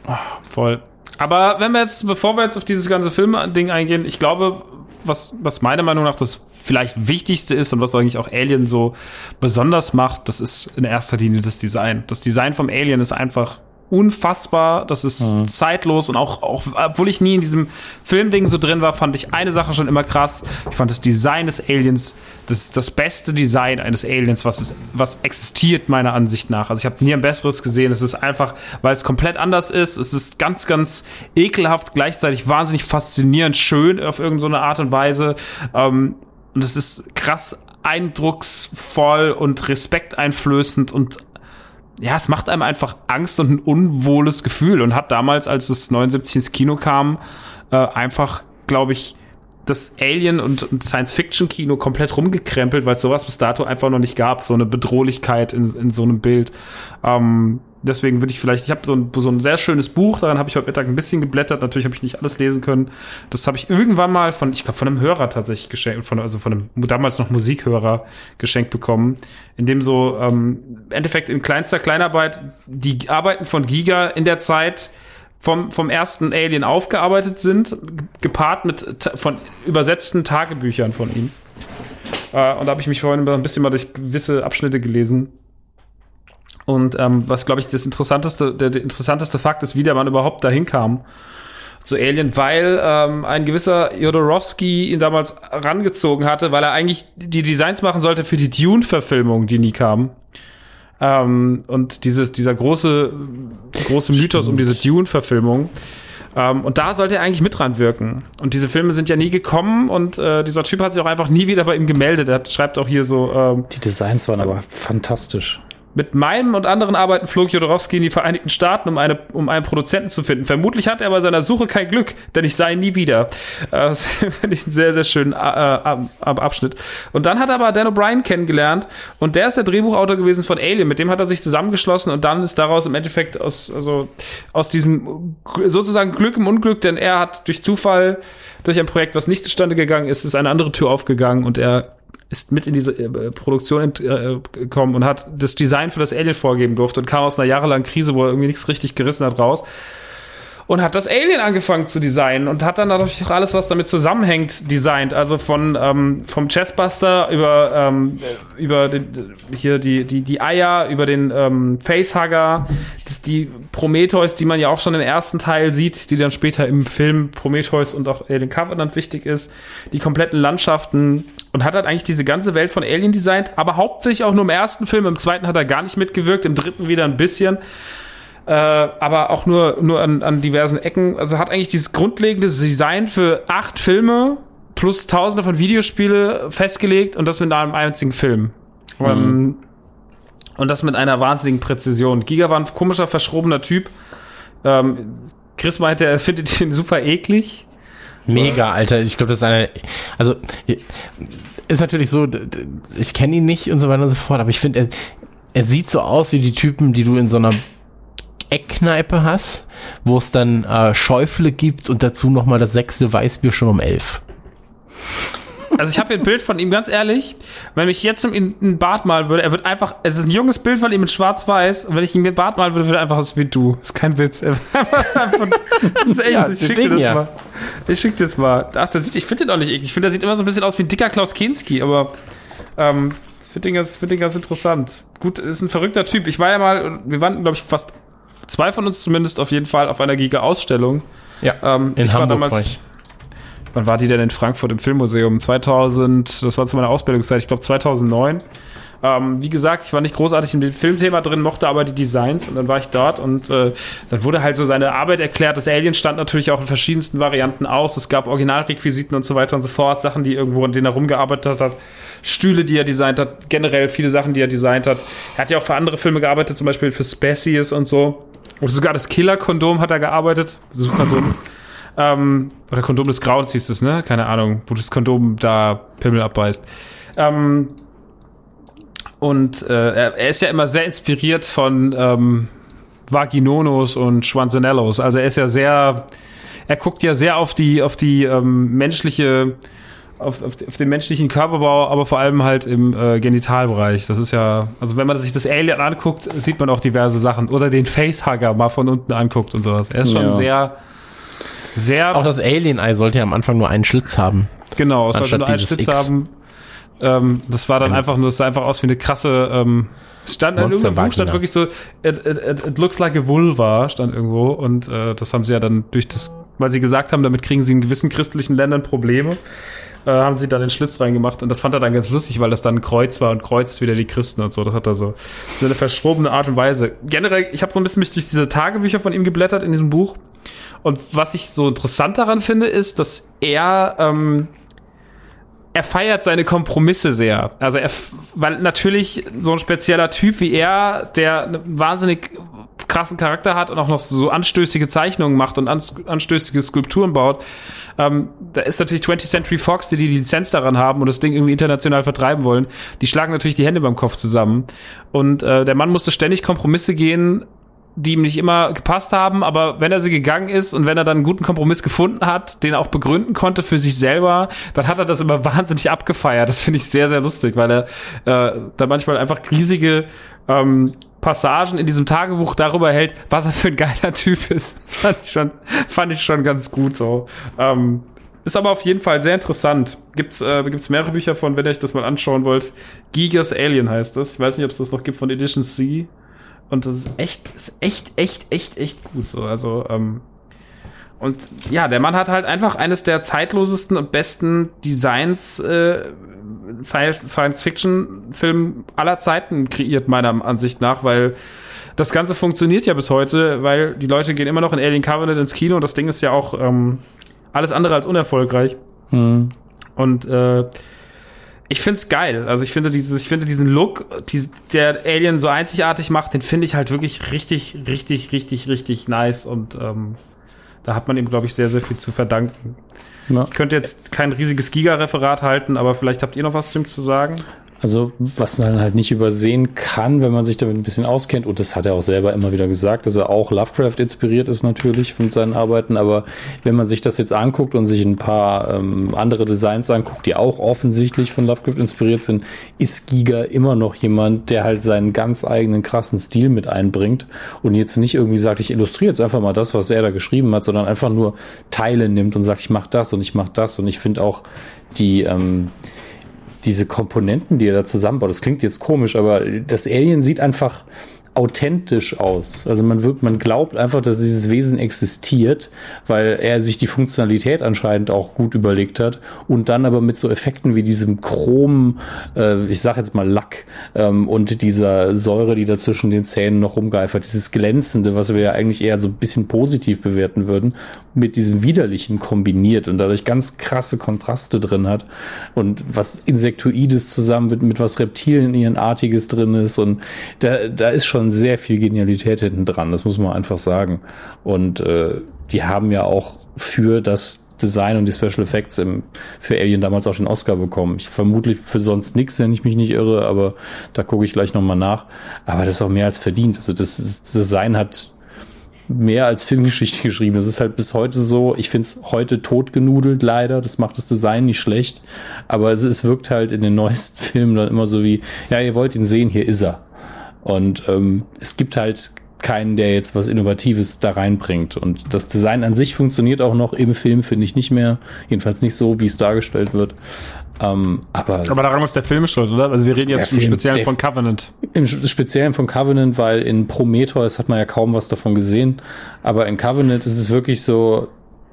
Voll. Aber wenn wir jetzt, bevor wir jetzt auf dieses ganze Film-Ding eingehen, ich glaube, was, was meiner Meinung nach das vielleicht Wichtigste ist und was eigentlich auch Alien so besonders macht, das ist in erster Linie das Design. Das Design vom Alien ist einfach unfassbar, das ist mhm. zeitlos und auch, auch, obwohl ich nie in diesem Filmding so drin war, fand ich eine Sache schon immer krass. Ich fand das Design des Aliens, das ist das beste Design eines Aliens, was es, was existiert, meiner Ansicht nach. Also ich habe nie ein besseres gesehen. Es ist einfach, weil es komplett anders ist. Es ist ganz, ganz ekelhaft, gleichzeitig wahnsinnig faszinierend schön auf irgendeine Art und Weise. Ähm, und es ist krass eindrucksvoll und respekteinflößend und ja, es macht einem einfach Angst und ein unwohles Gefühl und hat damals, als es neunundsiebzig ins Kino kam, äh, einfach, glaube ich, das Alien- und, und Science-Fiction-Kino komplett rumgekrempelt, weil es sowas bis dato einfach noch nicht gab, so eine Bedrohlichkeit in, in so einem Bild. Ähm, deswegen würde ich vielleicht, ich habe so ein, so ein sehr schönes Buch, daran habe ich heute Mittag ein bisschen geblättert, natürlich habe ich nicht alles lesen können. Das habe ich irgendwann mal von, ich glaube, von einem Hörer tatsächlich geschenkt, von, also von einem damals noch Musikhörer geschenkt bekommen, in dem so ähm, im Endeffekt in kleinster Kleinarbeit die Arbeiten von Giger in der Zeit vom, vom ersten Alien aufgearbeitet sind, gepaart mit ta- von übersetzten Tagebüchern von ihm. Äh, und da habe ich mich vorhin ein bisschen mal durch gewisse Abschnitte gelesen. Und ähm, was, glaube ich, das interessanteste, der, der interessanteste Fakt ist, wie der Mann überhaupt dahin kam zu Alien, weil ähm, ein gewisser Jodorowsky ihn damals rangezogen hatte, weil er eigentlich die Designs machen sollte für die Dune-Verfilmung, die nie kam. Ähm, und dieses, dieser große, große Mythos um diese Dune-Verfilmung. Ähm, und da sollte er eigentlich mit dran wirken. Und diese Filme sind ja nie gekommen und äh, dieser Typ hat sich auch einfach nie wieder bei ihm gemeldet. Er hat, schreibt auch hier so. Ähm, die Designs waren aber fantastisch. Mit meinem und anderen Arbeiten flog Jodorowsky in die Vereinigten Staaten, um, eine, um einen Produzenten zu finden. Vermutlich hat er bei seiner Suche kein Glück, denn ich sah ihn nie wieder. Äh, das finde ich einen sehr, sehr schönen äh, Abschnitt. Und dann hat er aber Dan O'Brien kennengelernt und der ist der Drehbuchautor gewesen von Alien. Mit dem hat er sich zusammengeschlossen und dann ist daraus im Endeffekt aus, also, aus diesem sozusagen Glück im Unglück, denn er hat durch Zufall, durch ein Projekt, was nicht zustande gegangen ist, ist eine andere Tür aufgegangen und er ist mit in diese äh, Produktion ent- äh, gekommen und hat das Design für das Alien vorgeben durfte und kam aus einer jahrelangen Krise, wo er irgendwie nichts richtig gerissen hat, raus und hat das Alien angefangen zu designen und hat dann natürlich auch alles, was damit zusammenhängt, designt. Also von ähm, vom Chestbuster über ähm, über den, hier die die die Eier, über den ähm, Facehugger, das, die Prometheus, die man ja auch schon im ersten Teil sieht, die dann später im Film Prometheus und auch Alien Covenant wichtig ist, die kompletten Landschaften und hat halt eigentlich diese ganze Welt von Alien designt, aber hauptsächlich auch nur im ersten Film, im zweiten hat er gar nicht mitgewirkt, im dritten wieder ein bisschen. Äh, aber auch nur, nur an, an diversen Ecken. Also hat eigentlich dieses grundlegende Design für acht Filme plus tausende von Videospiele festgelegt und das mit einem einzigen Film. Mhm. Um, und das mit einer wahnsinnigen Präzision. Giga war ein komischer, verschrobener Typ. Ähm, Chris meinte, er findet ihn super eklig. Mega, Alter. Ich glaube, das ist eine, also, ist natürlich so, ich kenne ihn nicht und so weiter und so fort, aber ich finde, er, er sieht so aus wie die Typen, die du in so einer Eckkneipe hast, wo es dann äh, Schäufele gibt und dazu nochmal das sechste Weißbier schon um elf. Also ich habe hier ein Bild von ihm, ganz ehrlich, wenn ich jetzt in ein Bart malen würde, er wird einfach, es ist ein junges Bild von ihm in schwarz-weiß und wenn ich ihm ein Bart malen würde, würde er einfach aus wie du. Das ist kein Witz. Das ist echt, ja, ich schick dir das ja. mal. Ich schick dir das mal. Ach, das sieht, ich finde den auch nicht eklig. Ich finde, der sieht immer so ein bisschen aus wie ein dicker Klaus Kinski, aber ähm, ich finde den, ganz, find den ganz interessant. Gut, ist ein verrückter Typ. Ich war ja mal, wir waren, glaube ich, fast zwei von uns zumindest auf jeden Fall auf einer Giga-Ausstellung. Ja, ähm, in ich Hamburg war damals, war ich. Wann war die denn in Frankfurt im Filmmuseum? zweitausend, das war zu meiner Ausbildungszeit, ich glaube zweitausendneun. Ähm, wie gesagt, ich war nicht großartig in dem Filmthema drin, mochte aber die Designs und dann war ich dort und äh, dann wurde halt so seine Arbeit erklärt. Das Alien stand natürlich auch in verschiedensten Varianten aus. Es gab Originalrequisiten und so weiter und so fort, Sachen, die irgendwo, an denen er rumgearbeitet hat. Stühle, die er designt hat, generell viele Sachen, die er designt hat. Er hat ja auch für andere Filme gearbeitet, zum Beispiel für Species und so. Und sogar das Killer-Kondom hat er gearbeitet. Besuchkondom. ähm, oder Kondom des Grauens hieß es, ne? Keine Ahnung, wo das Kondom da Pimmel abbeißt. Ähm, und äh, er, er ist ja immer sehr inspiriert von ähm, Vaginonos und Schwanzanellos. Also er ist ja sehr, er guckt ja sehr auf die, auf die ähm, menschliche auf, auf, auf den menschlichen Körperbau, aber vor allem halt im äh, Genitalbereich. Das ist ja, also wenn man sich das Alien anguckt, sieht man auch diverse Sachen. Oder den Facehugger mal von unten anguckt und sowas. Er ist schon Ja. sehr, sehr... Auch das Alien-Ei sollte ja am Anfang nur einen Schlitz haben. Genau, es sollte Anstatt nur einen dieses Schlitz X. haben. Ähm, das war dann Ja. einfach nur, es sah einfach aus wie eine krasse... Ähm, es stand in irgendeinem Buch stand Monster-Vagina. wirklich so, it, it, it, it looks like a vulva, stand irgendwo. Und äh, das haben sie ja dann durch das, weil sie gesagt haben, damit kriegen sie in gewissen christlichen Ländern Probleme, äh, haben sie dann den Schlitz reingemacht. Und das fand er dann ganz lustig, weil das dann ein Kreuz war und kreuzt wieder die Christen und so. Das hat er so, so eine verschrobene Art und Weise. Generell, ich habe so ein bisschen mich durch diese Tagebücher von ihm geblättert in diesem Buch. Und was ich so interessant daran finde, ist, dass er... Ähm, er feiert seine Kompromisse sehr. Also er, weil natürlich so ein spezieller Typ wie er, der einen wahnsinnig krassen Charakter hat und auch noch so anstößige Zeichnungen macht und anstößige Skulpturen baut, ähm, da ist natürlich twentieth Century Fox, die die Lizenz daran haben und das Ding irgendwie international vertreiben wollen, die schlagen natürlich die Hände beim Kopf zusammen. Und äh, der Mann musste ständig Kompromisse gehen, die ihm nicht immer gepasst haben, aber wenn er sie gegangen ist und wenn er dann einen guten Kompromiss gefunden hat, den er auch begründen konnte für sich selber, dann hat er das immer wahnsinnig abgefeiert. Das finde ich sehr, sehr lustig, weil er äh, da manchmal einfach riesige ähm, Passagen in diesem Tagebuch darüber hält, was er für ein geiler Typ ist. Das fand ich schon, fand ich schon ganz gut so. Ähm, ist aber auf jeden Fall sehr interessant. Gibt's, äh, gibt's mehrere Bücher von, wenn ihr euch das mal anschauen wollt. Gigas Alien heißt das. Ich weiß nicht, ob es das noch gibt von Edition C. Und das ist echt, ist echt, echt, echt, echt gut so. Also, ähm, und ja, der Mann hat halt einfach eines der zeitlosesten und besten Designs äh, Science-Fiction-Film aller Zeiten kreiert, meiner Ansicht nach, weil das Ganze funktioniert ja bis heute, weil die Leute gehen immer noch in Alien Covenant ins Kino und das Ding ist ja auch ähm, alles andere als unerfolgreich. Hm. Und äh, ich find's geil. Also ich finde dieses, ich finde diesen Look, die, der Alien so einzigartig macht, den finde ich halt wirklich richtig, richtig, richtig, richtig nice. Und ähm, da hat man ihm, glaube ich, sehr, sehr viel zu verdanken. Ja. Ich könnte jetzt kein riesiges Giga-Referat halten, aber vielleicht habt ihr noch was zu ihm zu sagen? Also, was man halt nicht übersehen kann, wenn man sich damit ein bisschen auskennt, und das hat er auch selber immer wieder gesagt, dass er auch Lovecraft inspiriert ist natürlich von seinen Arbeiten, aber wenn man sich das jetzt anguckt und sich ein paar ähm, andere Designs anguckt, die auch offensichtlich von Lovecraft inspiriert sind, ist Giga immer noch jemand, der halt seinen ganz eigenen krassen Stil mit einbringt und jetzt nicht irgendwie sagt, ich illustriere jetzt einfach mal das, was er da geschrieben hat, sondern einfach nur Teile nimmt und sagt, ich mach das und ich mach das, und ich finde auch die ähm, diese Komponenten, die er da zusammenbaut, das klingt jetzt komisch, aber das Alien sieht einfach authentisch aus. Also man wird, man glaubt einfach, dass dieses Wesen existiert, weil er sich die Funktionalität anscheinend auch gut überlegt hat und dann aber mit so Effekten wie diesem Chrom, äh, ich sag jetzt mal Lack, ähm, und dieser Säure, die da zwischen den Zähnen noch rumgeifert, dieses Glänzende, was wir ja eigentlich eher so ein bisschen positiv bewerten würden, mit diesem Widerlichen kombiniert und dadurch ganz krasse Kontraste drin hat und was Insektoides zusammen mit, mit was Reptilienartiges drin ist, und da, da ist schon sehr viel Genialität hinten dran, das muss man einfach sagen. Und äh, die haben ja auch für das Design und die Special Effects im, für Alien damals auch den Oscar bekommen. Ich vermutlich für sonst nichts, wenn ich mich nicht irre, aber da gucke ich gleich nochmal nach. Aber das ist auch mehr als verdient. Also das, das Design hat mehr als Filmgeschichte geschrieben. Das ist halt bis heute so. Ich finde es heute totgenudelt, leider. Das macht das Design nicht schlecht. Aber es, es wirkt halt in den neuesten Filmen dann immer so wie, ja, ihr wollt ihn sehen, hier ist er. Und ähm, es gibt halt keinen, der jetzt was Innovatives da reinbringt. Und das Design an sich funktioniert auch noch im Film, finde ich nicht mehr. Jedenfalls nicht so, wie es dargestellt wird. Ähm, aber, aber daran ist der Film schuld, oder? Also wir reden jetzt im Film, Speziellen von Covenant. Im Speziellen von Covenant, weil in Prometheus hat man ja kaum was davon gesehen. Aber in Covenant ist es wirklich so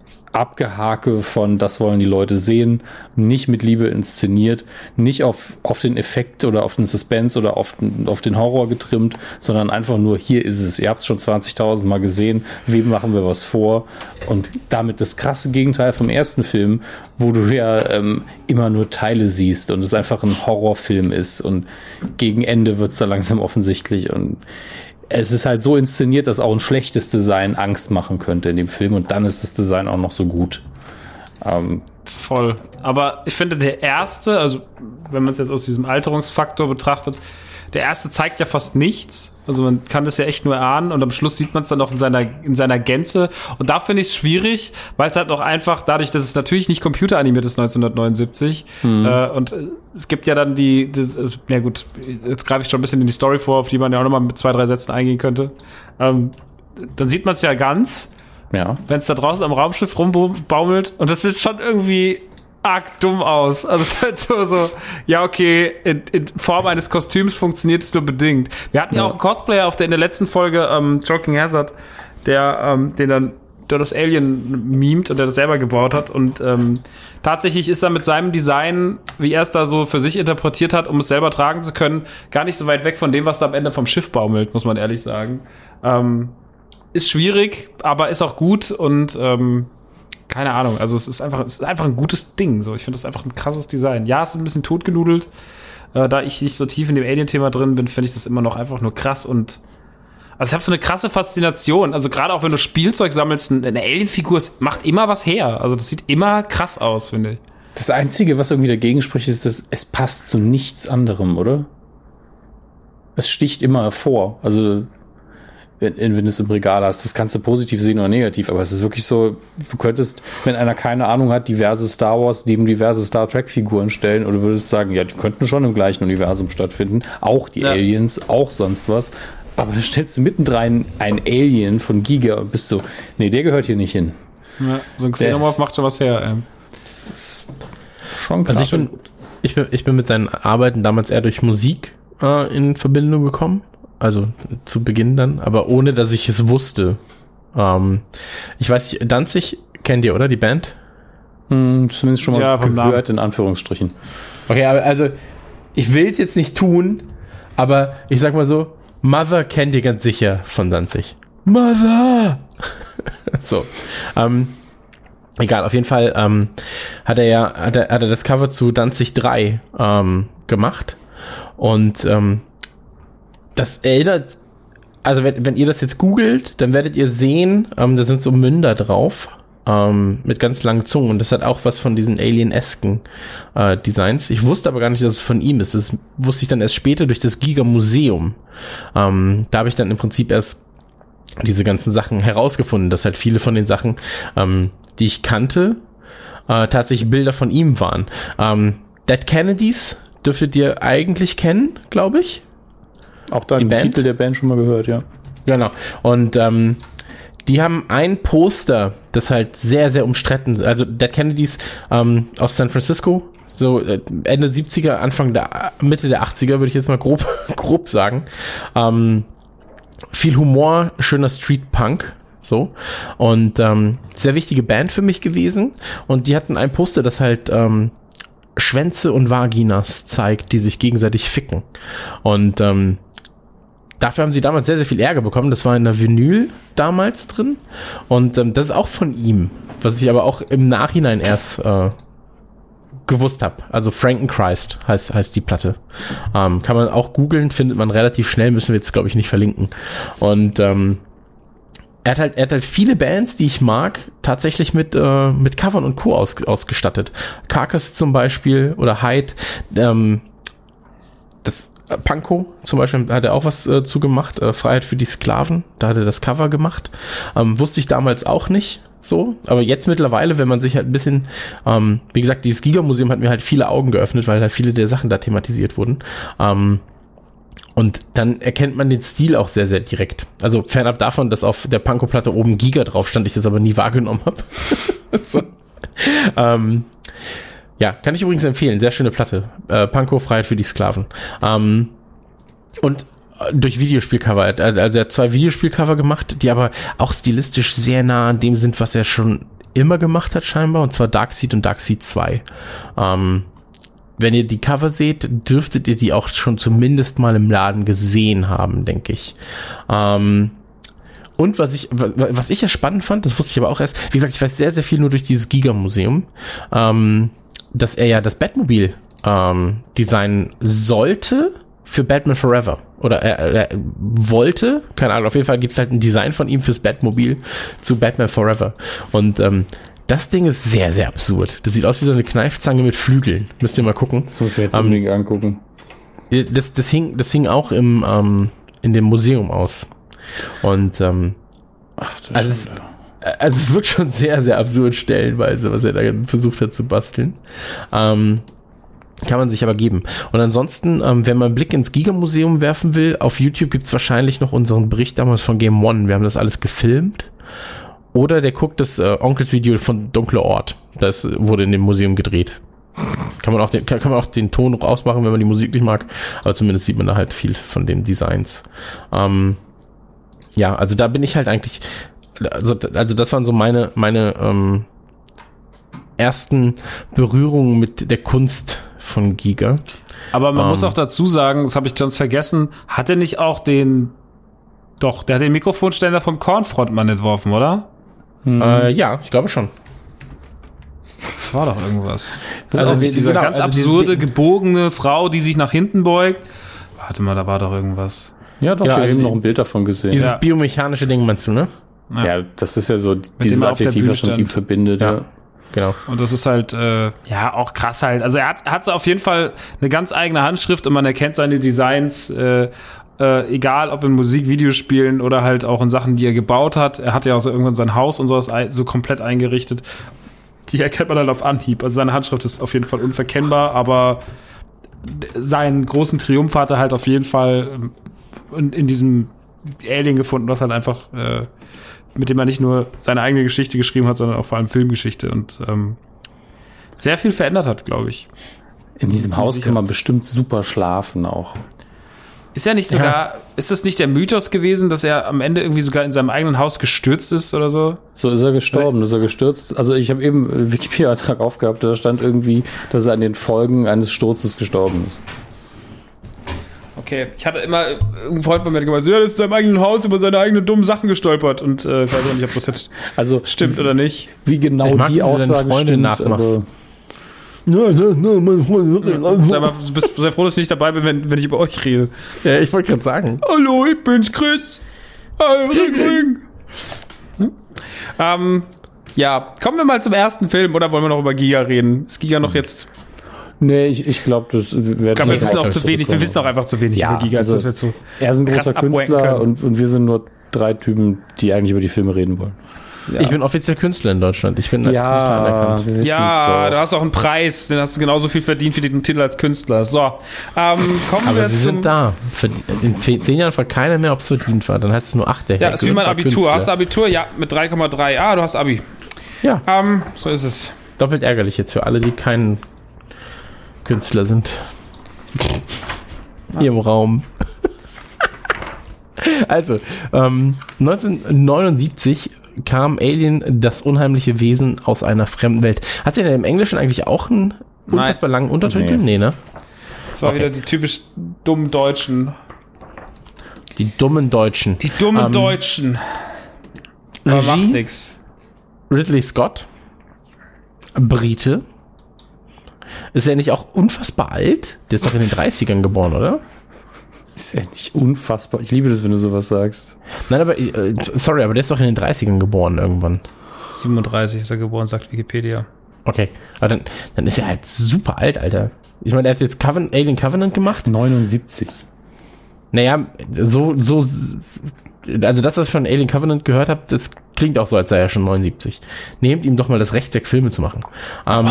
Abgehake von, das wollen die Leute sehen, nicht mit Liebe inszeniert, nicht auf, auf den Effekt oder auf den Suspense oder auf den, auf den Horror getrimmt, sondern einfach nur, hier ist es, ihr habt es schon zwanzigtausend Mal gesehen, wem machen wir was vor? Und damit das krasse Gegenteil vom ersten Film, wo du ja ähm, immer nur Teile siehst und es einfach ein Horrorfilm ist und gegen Ende wird es da langsam offensichtlich, und es ist halt so inszeniert, dass auch ein schlechtes Design Angst machen könnte in dem Film, und dann ist das Design auch noch so gut. Ähm, Voll. Aber ich finde, der erste, also wenn man es jetzt aus diesem Alterungsfaktor betrachtet, der erste zeigt ja fast nichts. Also man kann das ja echt nur erahnen und am Schluss sieht man es dann auch in seiner, in seiner Gänze. Und da finde ich es schwierig, weil es halt auch einfach, dadurch, dass es natürlich nicht computeranimiert ist neunzehnhundertneunundsiebzig, mhm. äh, und äh, es gibt ja dann die, das, äh, ja gut, jetzt greife ich schon ein bisschen in die Story vor, auf die man ja auch nochmal mit zwei, drei Sätzen eingehen könnte. Ähm, dann sieht man es ja ganz, ja. wenn es da draußen am Raumschiff rumbaumelt und das sieht schon irgendwie arg dumm aus. Also es ist halt so, so ja okay, in, in Form eines Kostüms funktioniert es nur bedingt. Wir hatten ja, ja auch einen Cosplayer auf der, in der letzten Folge, ähm, Joking Hazard, der ähm, den dann der das Alien mimt und der das selber gebaut hat und ähm, tatsächlich ist er mit seinem Design, wie er es da so für sich interpretiert hat, um es selber tragen zu können, gar nicht so weit weg von dem, was da am Ende vom Schiff baumelt, muss man ehrlich sagen. Ähm, ist schwierig, aber ist auch gut und ähm, keine Ahnung, also es ist einfach, es ist einfach ein gutes Ding. So, ich finde das einfach ein krasses Design. Ja, es ist ein bisschen totgenudelt. Äh, da ich nicht so tief in dem Alien-Thema drin bin, finde ich das immer noch einfach nur krass und also ich habe so eine krasse Faszination. Also gerade auch wenn du Spielzeug sammelst, eine Alien-Figur macht immer was her. Also das sieht immer krass aus, finde ich. Das Einzige, was irgendwie dagegen spricht, ist, dass es passt zu nichts anderem, oder? Es sticht immer hervor. Also wenn, wenn du es im Regal hast, das kannst du positiv sehen oder negativ, aber es ist wirklich so, du könntest, wenn einer keine Ahnung hat, diverse Star Wars neben diverse Star Trek Figuren stellen oder würdest sagen, ja, die könnten schon im gleichen Universum stattfinden, auch die ja. Aliens, auch sonst was, aber dann stellst du mittendrin ein Alien von Giga und bist so, nee, der gehört hier nicht hin. Ja, so ein Xenomorph macht schon was her. Ey. Das ist schon krass. Also ich bin, ich bin, ich bin mit seinen Arbeiten damals eher durch Musik äh, in Verbindung gekommen. Also zu Beginn dann, aber ohne, dass ich es wusste. Ähm, ich weiß nicht, Danzig kennt ihr, oder? Die Band? Hm, zumindest schon mal ja, gehört, in Anführungsstrichen. Okay, aber also, ich will es jetzt nicht tun, aber ich sag mal so, Mother kennt ihr ganz sicher von Danzig. Mother! so. Ähm, egal, auf jeden Fall ähm, hat er ja, hat er, hat er das Cover zu Danzig drei ähm, gemacht. Und ähm, das erinnert, also wenn, wenn ihr das jetzt googelt, dann werdet ihr sehen, ähm, da sind so Münder drauf, ähm, mit ganz langen Zungen und das hat auch was von diesen Alien-esken äh, Designs. Ich wusste aber gar nicht, dass es von ihm ist. Das wusste ich dann erst später durch das Giga-Museum. Ähm, da habe ich dann im Prinzip erst diese ganzen Sachen herausgefunden, dass halt viele von den Sachen, ähm, die ich kannte, äh, tatsächlich Bilder von ihm waren. Ähm, Dead Kennedys dürftet ihr eigentlich kennen, glaube ich. Auch da den Titel der Band schon mal gehört, ja. Genau. Und ähm, die haben ein Poster, das halt sehr, sehr umstritten ist. Also Dead Kennedys ähm, aus San Francisco, so äh, Ende siebziger, Anfang der, Mitte der achtziger, würde ich jetzt mal grob, grob sagen. Ähm, viel Humor, schöner Street-Punk, so. Und ähm, sehr wichtige Band für mich gewesen. Und die hatten ein Poster, das halt ähm, Schwänze und Vaginas zeigt, die sich gegenseitig ficken. Und ähm, dafür haben sie damals sehr, sehr viel Ärger bekommen. Das war in der Vinyl damals drin. Und ähm, das ist auch von ihm, was ich aber auch im Nachhinein erst äh, gewusst habe. Also Frankenchrist heißt, heißt die Platte. Ähm, kann man auch googeln, findet man relativ schnell, müssen wir jetzt, glaube ich, nicht verlinken. Und ähm, er hat halt, er hat halt viele Bands, die ich mag, tatsächlich mit, äh, mit Covern und Co. Aus, ausgestattet. Carcass zum Beispiel oder Hyde. Ähm, das äh, Pankow zum Beispiel hat er auch was äh, zugemacht. Äh, Freiheit für die Sklaven. Da hat er das Cover gemacht. Ähm, wusste ich damals auch nicht so. Aber jetzt mittlerweile, wenn man sich halt ein bisschen, ähm, wie gesagt, dieses Giga-Museum hat mir halt viele Augen geöffnet, weil halt viele der Sachen da thematisiert wurden. Ähm, Und dann erkennt man den Stil auch sehr, sehr direkt. Also fernab davon, dass auf der Pankow-Platte oben Giga drauf stand, ich das aber nie wahrgenommen habe. so. ähm, ja, kann ich übrigens empfehlen. Sehr schöne Platte. Äh, Pankow, Freiheit für die Sklaven. Ähm, und durch Videospielcover. Also er hat zwei Videospielcover gemacht, die aber auch stilistisch sehr nah an dem sind, was er schon immer gemacht hat scheinbar. Und zwar Darkseid und Darkseid zwei. Ähm, Wenn ihr die Cover seht, dürftet ihr die auch schon zumindest mal im Laden gesehen haben, denke ich. Ähm, und was ich, was ich ja spannend fand, das wusste ich aber auch erst, wie gesagt, ich weiß sehr, sehr viel nur durch dieses Giga-Museum, ähm, dass er ja das Batmobil ähm, designen sollte für Batman Forever. Oder er, er wollte, keine Ahnung, auf jeden Fall gibt es halt ein Design von ihm fürs Batmobil zu Batman Forever. Und ähm, das Ding ist sehr, sehr absurd. Das sieht aus wie so eine Kneifzange mit Flügeln. Müsst ihr mal gucken. Das muss ich mir jetzt unbedingt um, angucken. Das, das, hing, das hing auch im, ähm, in dem Museum aus. Und ähm, Ach, das also, es, also es wirkt schon sehr, sehr absurd stellenweise, was er da versucht hat zu basteln. Ähm, kann man sich aber geben. Und ansonsten, ähm, wenn man einen Blick ins Giga-Museum werfen will, auf YouTube gibt es wahrscheinlich noch unseren Bericht damals von Game One. Wir haben das alles gefilmt. Oder der guckt das äh, Onkels-Video von Dunkler Ort. Das wurde in dem Museum gedreht. Kann man auch den, kann, kann man auch den Ton ausmachen, wenn man die Musik nicht mag. Aber zumindest sieht man da halt viel von den Designs. Ähm, ja, also da bin ich halt eigentlich, also, also das waren so meine, meine ähm, ersten Berührungen mit der Kunst von Giga. Aber man ähm, muss auch dazu sagen, das habe ich sonst vergessen, hat er nicht auch den, doch, der hat den Mikrofonständer vom Korn-Frontmann entworfen, oder? Mhm. Äh, ja, ich glaube schon. War doch irgendwas. Das also ist auch, diese genau, ganz also absurde, diese, gebogene Frau, die sich nach hinten beugt. Warte mal, da war doch irgendwas. Ja, doch, ja, wir also haben die, noch ein Bild davon gesehen. Dieses ja. biomechanische Ding meinst du, ne? Ja, ja, das ist ja so dieses dem er auf der Adjektiv, Bühne was man stand. ihm verbindet. Ja. Ja. Genau. Und das ist halt, äh, ja, auch krass halt. Also er hat, hat auf jeden Fall eine ganz eigene Handschrift und man erkennt seine Designs, äh, äh, egal ob in Musik, Videospielen oder halt auch in Sachen, die er gebaut hat. Er hat ja auch so irgendwann sein Haus und sowas so komplett eingerichtet. Die erkennt man dann auf Anhieb. Also seine Handschrift ist auf jeden Fall unverkennbar, aber seinen großen Triumph hat er halt auf jeden Fall in, in diesem Alien gefunden, was halt einfach, äh, mit dem er nicht nur seine eigene Geschichte geschrieben hat, sondern auch vor allem Filmgeschichte und ähm, sehr viel verändert hat, glaube ich. In diesem Ziemlich Haus sicher. kann man bestimmt super schlafen auch. Ist ja nicht sogar, ja. Ist das nicht der Mythos gewesen, dass er am Ende irgendwie sogar in seinem eigenen Haus gestürzt ist oder so? So ist er gestorben, ist er gestürzt. Also ich habe eben einen Wikipedia-Eintrag aufgehabt, da stand irgendwie, dass er an den Folgen eines Sturzes gestorben ist. Okay, ich hatte immer einen Freund von mir, der gemeint, ja, der ist in seinem eigenen Haus über seine eigenen dummen Sachen gestolpert und äh, ich weiß auch nicht, ob das jetzt also, stimmt oder nicht. Wie genau ich mag, die wie du deine Aussage Freunde stimmt, nachmachst. aber Sei mal, du bist sehr froh, dass ich nicht dabei bin, wenn, wenn ich über euch rede. Ja, ich wollte gerade sagen. Hallo, ich bin's, Chris. Hey, ring, ring. Hm? Ähm, ja, kommen wir mal zum ersten Film, oder wollen wir noch über Giga reden? Ist Giga noch jetzt... nee, ich, ich glaube, das wird Ich glaub, wir wissen auch zu wenig, wir wissen auch einfach zu wenig Ja, über Giga. also, dass wir zu er ist ein krass großer abwanken Künstler können. und, und wir sind nur drei Typen, die eigentlich über die Filme reden wollen. Ja. Ich bin offiziell Künstler in Deutschland. Ich bin als Ja, Künstler anerkannt. wir wissen's Ja, doch. du hast auch einen Preis, den hast du genauso viel verdient für den Titel als Künstler. So, ähm, kommen Aber wir sie zum... sind da. Verd- In fe- zehn Jahren fragt keiner mehr, ob es verdient war. Dann heißt es nur, ach, der Ja, Herr ist wie mein Glück war Abitur. Künstler. Hast du Abitur? Ja, mit drei Komma drei. Ah, du hast Abi. Ja, Ähm, so ist es. doppelt ärgerlich jetzt für alle, die kein Künstler sind. Hier im Raum. Also, ähm, neunzehnhundertneunundsiebzig kam Alien, das unheimliche Wesen aus einer fremden Welt. Hat der im Englischen eigentlich auch einen unfassbar langen Untertitel? Nee, Nee. ne? Das war Okay. wieder die typisch dummen Deutschen. Die dummen Deutschen. Die dummen Ähm, Deutschen. Aber macht Regie nix. Ridley Scott. Brite. Ist er nicht auch unfassbar alt? Der ist doch in den dreißigern geboren, oder? Ist ja nicht unfassbar. Ich liebe das, wenn du sowas sagst. Nein, aber, äh, sorry, aber der ist doch in den dreißigern geboren irgendwann. siebenunddreißig ist er geboren, sagt Wikipedia. Okay, aber dann, dann ist er halt super alt, Alter. Ich meine, er hat jetzt Coven- Alien Covenant gemacht. neunundsiebzig. Naja, so, so, also das, was ich von Alien Covenant gehört habe, das klingt auch so, als sei er schon neunundsiebzig. Nehmt ihm doch mal das Recht weg, Filme zu machen. Ähm,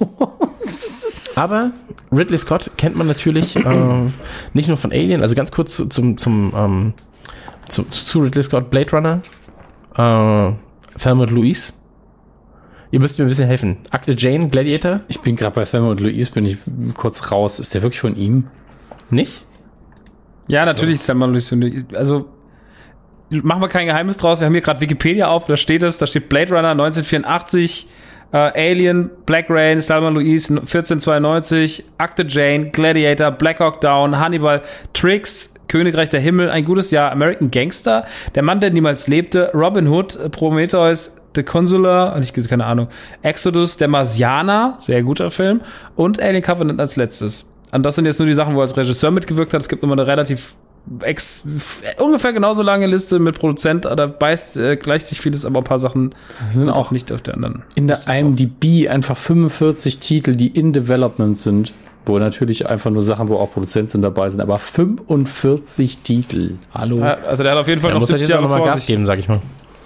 aber Ridley Scott kennt man natürlich äh, nicht nur von Alien, also ganz kurz zu, zum, zum, ähm, zu, zu Ridley Scott, Blade Runner, äh, Thelma und Louise. Ihr müsst mir ein bisschen helfen. Akte Jane, Gladiator? Ich bin gerade bei Thelma und Louise, bin ich kurz raus. Ist der wirklich von ihm? Nicht? Ja, natürlich ist der Mann, also machen wir kein Geheimnis draus. Wir haben hier gerade Wikipedia auf, da steht es, da steht Blade Runner neunzehnhundertvierundachtzig, äh, Alien, Black Rain, Thelma und Louise vierzehnhundertzweiundneunzig, Akte Jane, Gladiator, Black Hawk Down, Hannibal, Tricks, Königreich der Himmel, ein gutes Jahr, American Gangster, Der Mann, der niemals lebte, Robin Hood, Prometheus, The Consular, und ich keine Ahnung, Exodus, Der Marsianer, sehr guter Film, und Alien Covenant als letztes. Und das sind jetzt nur die Sachen, wo er als Regisseur mitgewirkt hat. Es gibt immer eine relativ ex, ungefähr genauso lange Liste mit Produzent, da beißt, äh, gleicht sich vieles, aber ein paar Sachen sind sind auch auch nicht auf der anderen. In der I M D B einfach fünfundvierzig Titel, die in Development sind, wo natürlich einfach nur Sachen, wo auch Produzenten dabei sind, aber fünfundvierzig Titel. Hallo. Ja, also der hat auf jeden Fall Da noch muss er siebzig jetzt auch Jahre nochmal vor Gas sich. geben, sag ich mal.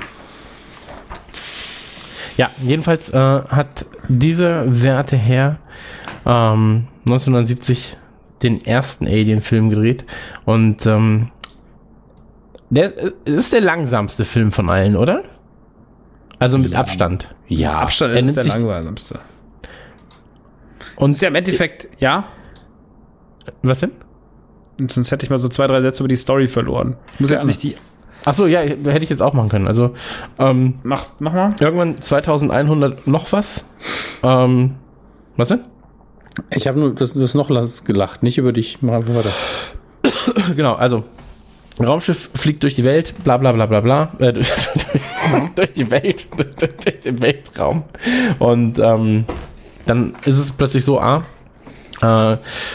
Ja, jedenfalls äh, hat dieser werte Herr ähm, neunzehnhundertsiebzig den ersten Alien-Film gedreht und ähm, der ist der langsamste Film von allen, oder? Also mit Ja. Abstand. Ja, Abstand Er ist nimmt der sich- langsamste. Und Ist ja im Endeffekt, ja, was denn? sonst hätte ich mal so zwei, drei Sätze über die Story verloren. Ich muss jetzt Gerne. nicht die, Ach so, ja, hätte ich jetzt auch machen können. Also ähm, mach, mach mal. irgendwann zweitausendeinhundert noch was. Ähm, was denn? ich habe nur das, das noch gelacht, nicht über dich. Mach einfach weiter. Genau, also ein Raumschiff fliegt durch die Welt, bla bla bla bla bla, äh, durch, durch die Welt, durch, durch den Weltraum. Und ähm, dann ist es plötzlich so, ah, äh,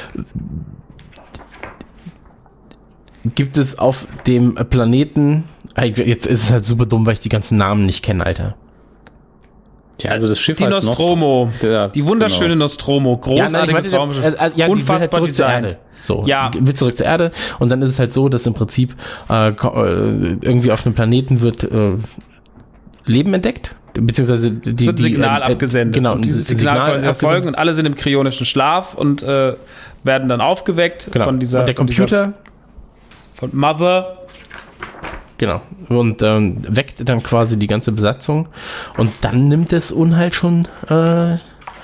gibt es auf dem Planeten, äh, jetzt ist es halt super dumm, weil ich die ganzen Namen nicht kenne, Alter. Ja, also das Schiff Die heißt Nostromo. Nostro- Ja, die wunderschöne genau. Nostromo. Großartiges Ja, nein, ich meinte, Raumschiff. äh, äh, ja, die will halt Unfassbar zurück zur designt. Erde. So, Ja. die will zurück zur Erde und dann ist es halt so, dass im Prinzip äh, ko- äh, irgendwie auf einem Planeten wird äh, Leben entdeckt, beziehungsweise die, Es wird ein die, Signal äh, äh, abgesendet. Genau, und dieses ein Signal, Signal folgt erfolgen abgesendet. und alle sind im kryonischen Schlaf und äh, werden dann aufgeweckt Genau. von dieser und der von dieser- Computer, von Mother. genau, und ähm, weckt dann quasi die ganze Besatzung und dann nimmt das Unheil schon äh,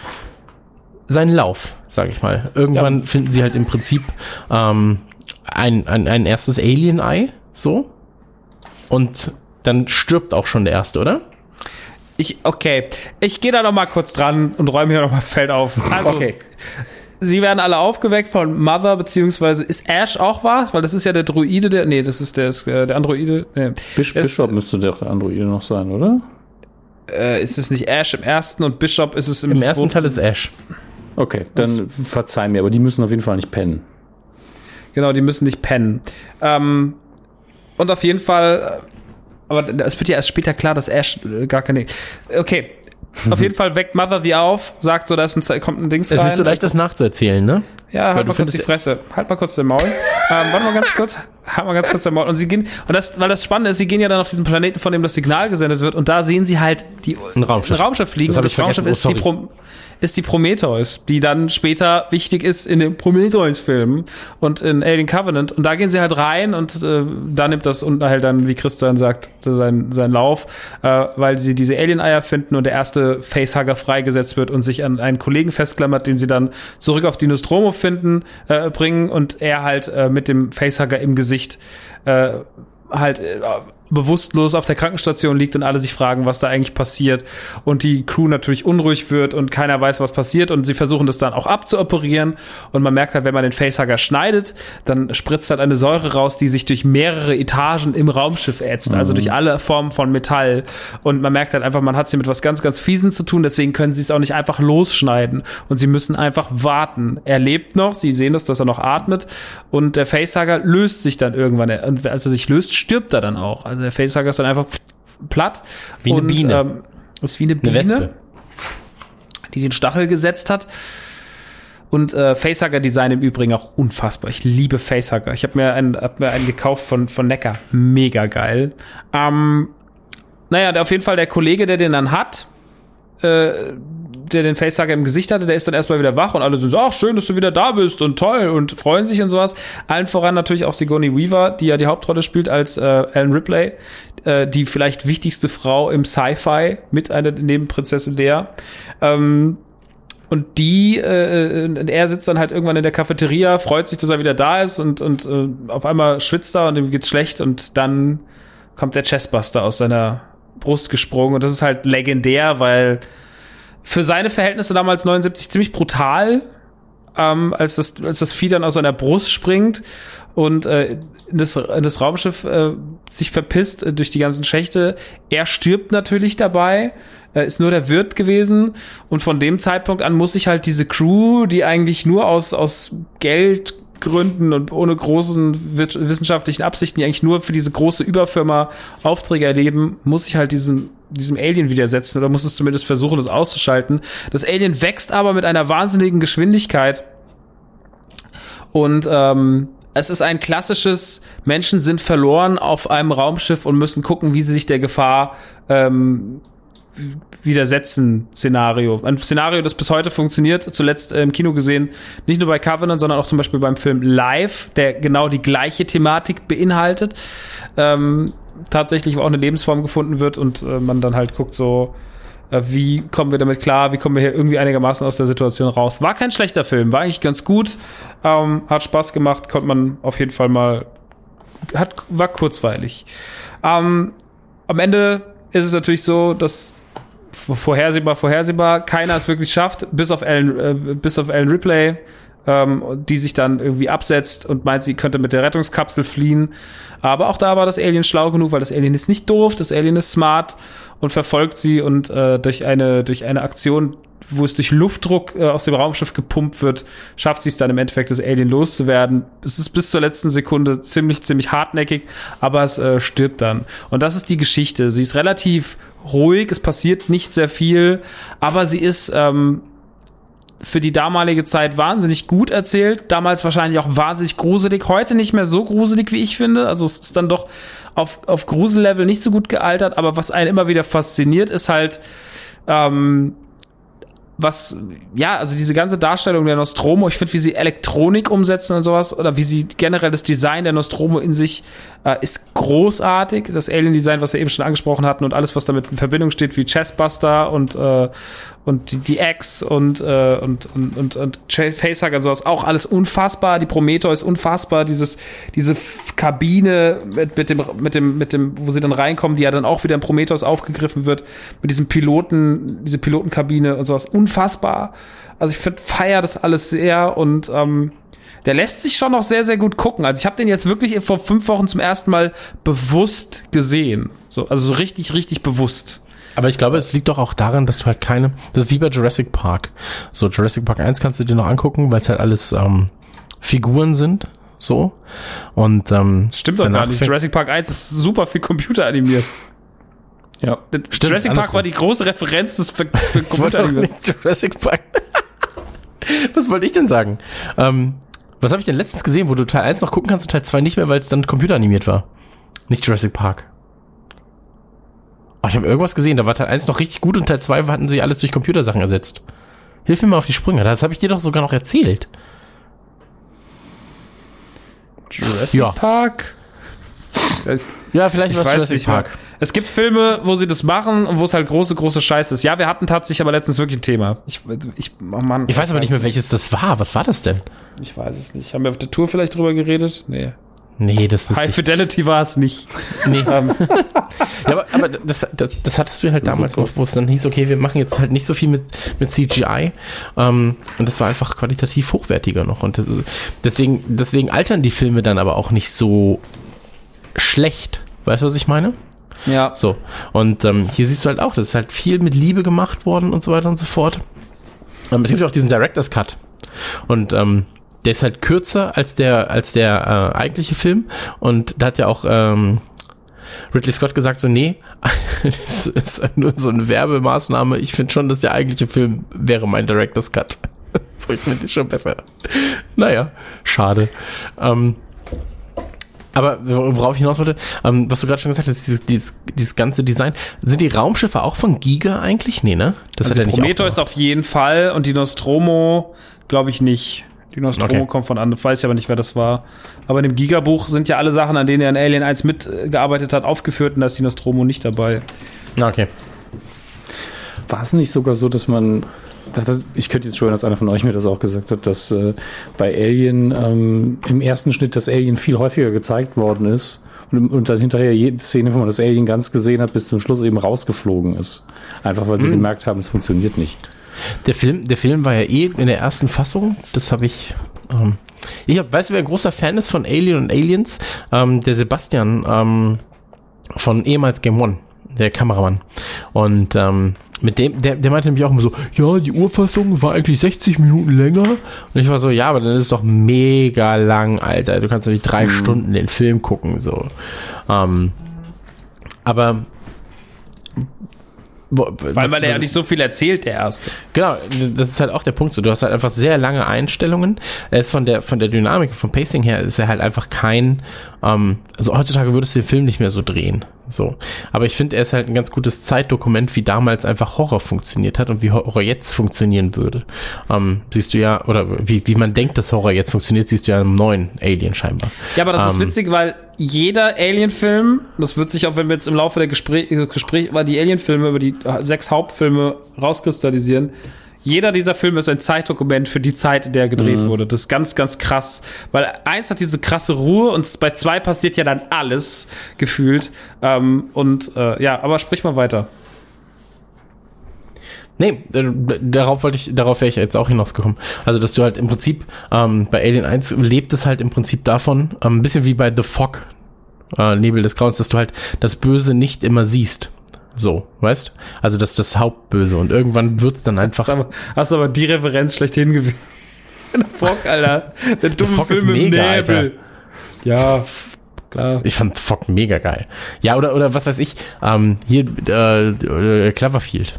seinen Lauf, sage ich mal. Irgendwann finden sie halt im Prinzip ähm, ein, ein, ein erstes Alien-Ei, so, und dann stirbt auch schon der erste, oder? Ich, okay, ich gehe da noch mal kurz dran und räume hier noch mal das Feld auf. Also, Okay. sie werden alle aufgeweckt von Mother, beziehungsweise ist Ash auch wahr? Weil das ist ja der Droide, der, nee, das ist der, ist, äh, der Androide. Nee. Bisch, Es- Bishop müsste der Androide noch sein, oder? Äh, ist es nicht Ash im ersten und Bishop ist es im, Im ersten zweiten? Teil ist Ash. Okay, dann verzeih mir, aber die müssen auf jeden Fall nicht pennen. Genau, die müssen nicht pennen. Ähm, und auf jeden Fall, äh, aber es wird ja erst später klar, dass Ash äh, gar keine. Okay. Auf jeden Fall weckt Mother die auf, sagt so, da ist ein, Ze- kommt ein Dings Es ist rein. nicht so leicht, das nachzuerzählen, ne? Ja, Weil halt du mal kurz die findest- Fresse. Halt mal kurz den Maul. ähm, warte mal ganz kurz. Halt mal ganz kurz den Maul. Und sie gehen, und das, weil das Spannende ist, sie gehen ja dann auf diesen Planeten, von dem das Signal gesendet wird, und da sehen sie halt die, Ein Raumschiff. ein Raumschiff fliegen. Das Und hab ich das Raumschiff vergessen. ist, Oh, die Pro, ist die Prometheus, die dann später wichtig ist in den Prometheus-Filmen und in Alien Covenant. Und da gehen sie halt rein und äh, da nimmt das Unterhalt dann, wie Christian sagt, seinen sein Lauf, äh, weil sie diese Alien-Eier finden und der erste Facehugger freigesetzt wird und sich an einen Kollegen festklammert, den sie dann zurück auf die Nostromo finden, äh, bringen und er halt äh, mit dem Facehugger im Gesicht äh, halt äh, bewusstlos auf der Krankenstation liegt und alle sich fragen, was da eigentlich passiert und die Crew natürlich unruhig wird und keiner weiß, was passiert und sie versuchen das dann auch abzuoperieren und man merkt halt, wenn man den Facehugger schneidet, dann spritzt halt eine Säure raus, die sich durch mehrere Etagen im Raumschiff ätzt, also durch alle Formen von Metall und man merkt halt einfach, man hat sie mit was ganz, ganz Fiesen zu tun, deswegen können sie es auch nicht einfach losschneiden und sie müssen einfach warten. Er lebt noch, sie sehen das, dass er noch atmet und der Facehugger löst sich dann irgendwann und als er sich löst, stirbt er dann auch. Also der Facehugger ist dann einfach platt. Wie eine und, Biene. Ähm, ist wie eine Eine Biene, Wespe. die den Stachel gesetzt hat. Und äh, Facehugger-Design im Übrigen auch unfassbar. Ich liebe Facehugger. Ich habe mir einen, hab mir einen gekauft von, von Neckar. Mega geil. Ähm, naja, der, auf jeden Fall der Kollege, der den dann hat, äh, der den Facehugger im Gesicht hatte, der ist dann erstmal wieder wach und alle so, ach, schön, dass du wieder da bist und toll und freuen sich und sowas. Allen voran natürlich auch Sigourney Weaver, die ja die Hauptrolle spielt als äh, Ellen Ripley, äh, die vielleicht wichtigste Frau im Sci-Fi mit einer Nebenprinzessin Lea. Ähm, Und die, äh, er sitzt dann halt irgendwann in der Cafeteria, freut sich, dass er wieder da ist und, und äh, auf einmal schwitzt er und ihm geht's schlecht und dann kommt der Chestbuster aus seiner Brust gesprungen und das ist halt legendär, weil für seine Verhältnisse damals neunundsiebzig ziemlich brutal, ähm, als das, als das Vieh dann aus seiner Brust springt und äh, in, das, in das Raumschiff äh, sich verpisst äh, durch die ganzen Schächte. Er stirbt natürlich dabei, äh, ist nur der Wirt gewesen und von dem Zeitpunkt an muss sich halt diese Crew, die eigentlich nur aus, aus Geld, Gründen und ohne großen wissenschaftlichen Absichten, die eigentlich nur für diese große Überfirma Aufträge erleben, muss sich halt diesem, diesem Alien widersetzen oder muss es zumindest versuchen, das auszuschalten. Das Alien wächst aber mit einer wahnsinnigen Geschwindigkeit und ähm, es ist ein klassisches Menschen sind verloren auf einem Raumschiff und müssen gucken, wie sie sich der Gefahr ähm, widersetzen Szenario. Ein Szenario, das bis heute funktioniert, zuletzt im Kino gesehen, nicht nur bei Covenant, sondern auch zum Beispiel beim Film Live, der genau die gleiche Thematik beinhaltet. Ähm, tatsächlich auch eine Lebensform gefunden wird und äh, man dann halt guckt so, äh, wie kommen wir damit klar, wie kommen wir hier irgendwie einigermaßen aus der Situation raus. War kein schlechter Film, war eigentlich ganz gut, ähm, hat Spaß gemacht, konnte man auf jeden Fall mal, hat, war kurzweilig. Ähm, am Ende ist es natürlich so, dass vorhersehbar, vorhersehbar, keiner es wirklich schafft, bis auf Ellen, äh, bis auf Ellen Ripley, ähm, die sich dann irgendwie absetzt und meint, sie könnte mit der Rettungskapsel fliehen. Aber auch da war das Alien schlau genug, weil das Alien ist nicht doof, das Alien ist smart und verfolgt sie und äh, durch eine, durch eine Aktion, wo es durch Luftdruck äh, aus dem Raumschiff gepumpt wird, schafft sie es dann im Endeffekt, das Alien loszuwerden. Es ist bis zur letzten Sekunde ziemlich, ziemlich hartnäckig, aber es äh, stirbt dann. Und das ist die Geschichte. Sie ist relativ ruhig, es passiert nicht sehr viel, aber sie ist ähm, für die damalige Zeit wahnsinnig gut erzählt. Damals wahrscheinlich auch wahnsinnig gruselig. Heute nicht mehr so gruselig, wie ich finde. Also es ist dann doch auf, auf Grusellevel nicht so gut gealtert, aber was einen immer wieder fasziniert, ist halt ähm, was, ja, also diese ganze Darstellung der Nostromo, ich finde, wie sie Elektronik umsetzen und sowas, oder wie sie generell das Design der Nostromo in sich äh, ist großartig. Das Alien-Design, was wir eben schon angesprochen hatten und alles, was damit in Verbindung steht, wie Chestbuster und äh, und die, die X und, äh, und, und, und, und Facehugger und sowas, auch alles unfassbar. Die Prometheus unfassbar, dieses, diese Kabine mit, mit dem, mit dem, mit dem, wo sie dann reinkommen, die ja dann auch wieder in Prometheus aufgegriffen wird, mit diesem Piloten, diese Pilotenkabine und sowas, unfassbar. Also ich feiere das alles sehr und ähm, der lässt sich schon noch sehr, sehr gut gucken. Also ich habe den jetzt wirklich vor fünf Wochen zum ersten Mal bewusst gesehen. So, also so richtig, richtig bewusst. Aber ich glaube, es liegt doch auch daran, dass du halt keine, das ist wie bei Jurassic Park. So, Jurassic Park eins kannst du dir noch angucken, weil es halt alles ähm, Figuren sind, so. Und ähm, stimmt doch gar nicht. Jurassic Park eins ist super viel computeranimiert. Ja, stimmt, Jurassic Park war die große Referenz des für, für computeranimiert. Jurassic Park. Was wollte ich denn sagen? Ähm, was habe ich denn letztens gesehen, wo du Teil eins noch gucken kannst und Teil zwei nicht mehr, weil es dann computeranimiert war? Nicht Jurassic Park. Oh, ich habe irgendwas gesehen, da war Teil eins noch richtig gut und Teil zwei hatten sie alles durch Computersachen ersetzt. Hilf mir mal auf die Sprünge, das habe ich dir doch sogar noch erzählt. Jurassic ja. Park? Ja, vielleicht war es Jurassic nicht, Park. Es gibt Filme, wo sie das machen und wo es halt große, große Scheiße ist. Ja, wir hatten tatsächlich aber letztens wirklich ein Thema. Ich, ich, oh Mann, ich weiß aber nicht mehr, welches das war. Was war das denn? Ich weiß es nicht. Haben wir auf der Tour vielleicht drüber geredet? Nee. Nee, das wusste High ich. Fidelity war es nicht. Nee. ähm. Ja, aber, aber das, das, das hattest du halt damals noch, wo es dann hieß, okay, wir machen jetzt halt nicht so viel mit, mit C G I. Ähm, und das war einfach qualitativ hochwertiger noch. Und das ist, deswegen, deswegen altern die Filme dann aber auch nicht so schlecht. Weißt du, was ich meine? Ja. So. Und ähm, hier siehst du halt auch, das ist halt viel mit Liebe gemacht worden und so weiter und so fort. Ähm, es gibt ja auch diesen Director's Cut. Und ähm, der ist halt kürzer als der als der äh, eigentliche Film. Und da hat ja auch ähm, Ridley Scott gesagt so, nee, das ist nur so eine Werbemaßnahme. Ich finde schon, dass der eigentliche Film wäre mein Director's Cut. So, ich finde das schon besser. Naja, schade. Ähm, aber worauf ich hinaus wollte, ähm, was du gerade schon gesagt hast, dieses, dieses, dieses ganze Design, sind die Raumschiffe auch von Giga eigentlich? Nee, ne? Das also hat er nicht Prometheus auf jeden Fall und die Nostromo glaube ich nicht. Die Nostromo okay. kommt von an, weiß ja aber nicht, wer das war. Aber in dem Giga-Buch sind ja alle Sachen, an denen er in Alien eins mitgearbeitet hat, aufgeführt und da ist die Nostromo nicht dabei. Okay. War es nicht sogar so, dass man, ich könnte jetzt schwören, dass einer von euch mir das auch gesagt hat, dass äh, bei Alien ähm, im ersten Schnitt das Alien viel häufiger gezeigt worden ist und, und dann hinterher jede Szene, wo man das Alien ganz gesehen hat, bis zum Schluss eben rausgeflogen ist. Einfach, weil sie hm. gemerkt haben, es funktioniert nicht. Der Film, der Film war ja eh in der ersten Fassung, das habe ich, ähm, ich hab, weißt du, wer ein großer Fan ist von Alien und Aliens? Ähm, der Sebastian ähm, von ehemals Game One, der Kameramann. Und ähm, mit dem, der, der meinte nämlich auch immer so, ja, die Urfassung war eigentlich sechzig Minuten länger. Und ich war so, ja, aber dann ist es doch mega lang, Alter. Du kannst doch nicht drei mhm. Stunden den Film gucken, so. Ähm, aber Wo, Weil man ja nicht so viel erzählt, der erste. Genau, das ist halt auch der Punkt so. Du hast halt einfach sehr lange Einstellungen. Er ist von der, von der Dynamik, vom Pacing her, ist er halt einfach kein, ähm, also heutzutage würdest du den Film nicht mehr so drehen. So. Aber ich finde, er ist halt ein ganz gutes Zeitdokument, wie damals einfach Horror funktioniert hat und wie Horror jetzt funktionieren würde. Ähm, siehst du ja, oder wie, wie man denkt, dass Horror jetzt funktioniert, siehst du ja im neuen Alien scheinbar. Ja, aber das ähm, ist witzig, weil jeder Alien-Film, das wird sich auch, wenn wir jetzt im Laufe der Gespräch, Gespräch über die Alien-Filme, über die sechs Hauptfilme rauskristallisieren, jeder dieser Filme ist ein Zeitdokument für die Zeit, in der er gedreht mhm. wurde. Das ist ganz, ganz krass. Weil eins hat diese krasse Ruhe und bei zwei passiert ja dann alles gefühlt. Ähm, und äh, ja, aber sprich mal weiter. Nee, darauf wollte ich, darauf wäre ich jetzt auch hinausgekommen. Also, dass du halt im Prinzip, ähm, bei Alien eins lebt es halt im Prinzip davon, ähm, ein bisschen wie bei The Fog, äh, Nebel des Grauens, dass du halt das Böse nicht immer siehst. So, weißt? Also das ist das Hauptböse und irgendwann wird's dann einfach... Hast aber, hast aber die Referenz schlechthin gewählt. Fog, Alter. Der dumme Fog Film ist mega, im Nebel. Alter. Ja, klar. Ich fand Fog mega geil. Ja, oder oder was weiß ich, ähm, hier äh, Cloverfield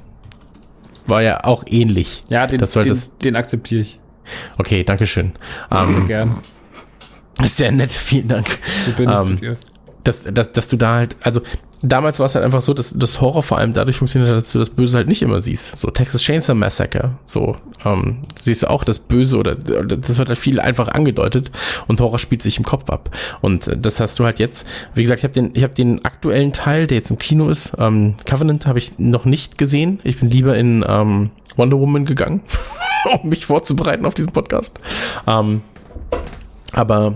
war ja auch ähnlich. Ja, den, das soll den, das, den akzeptiere ich. Okay, dankeschön. Ähm, Gern. Sehr nett, vielen Dank. Ich bin ähm, dir. Dass, dass, dass du da halt, also damals war es halt einfach so, dass das Horror vor allem dadurch funktioniert hat, dass du das Böse halt nicht immer siehst. So Texas Chainsaw Massacre, so ähm, siehst du auch das Böse oder das wird halt viel einfach angedeutet und Horror spielt sich im Kopf ab. Und das hast du halt jetzt, wie gesagt, ich habe den, ich habe den aktuellen Teil, der jetzt im Kino ist, ähm, Covenant, habe ich noch nicht gesehen. Ich bin lieber in ähm, Wonder Woman gegangen, um mich vorzubereiten auf diesen Podcast. Ähm, aber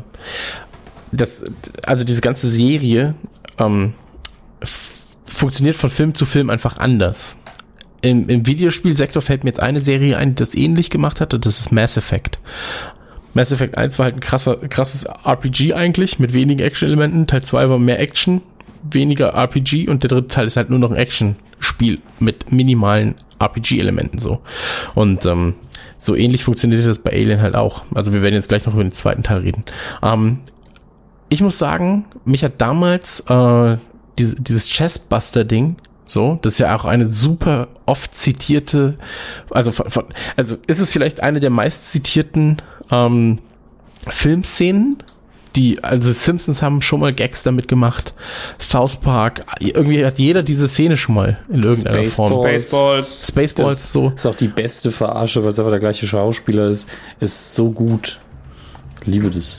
das, also diese ganze Serie ähm, f- funktioniert von Film zu Film einfach anders. Im, im Videospielsektor fällt mir jetzt eine Serie ein, die das ähnlich gemacht hat, und das ist Mass Effect. Mass Effect eins war halt ein krasser, krasses R P G eigentlich, mit wenigen Action-Elementen. Teil zwei war mehr Action, weniger R P G, und der dritte Teil ist halt nur noch ein Action-Spiel mit minimalen R P G-Elementen so. Und ähm, so ähnlich funktioniert das bei Alien halt auch. Also wir werden jetzt gleich noch über den zweiten Teil reden. Ähm, Ich muss sagen, mich hat damals äh, diese, dieses Chestbuster-Ding, so, das ist ja auch eine super oft zitierte, also von, von, also ist es vielleicht eine der meist zitierten ähm, Filmszenen, die, also Simpsons haben schon mal Gags damit gemacht, South Park, irgendwie hat jeder diese Szene schon mal in irgendeiner Spaceballs. Form. Spaceballs. Spaceballs, das so. Ist auch die beste Verarsche, weil es einfach der gleiche Schauspieler ist. Ist so gut. Liebe das.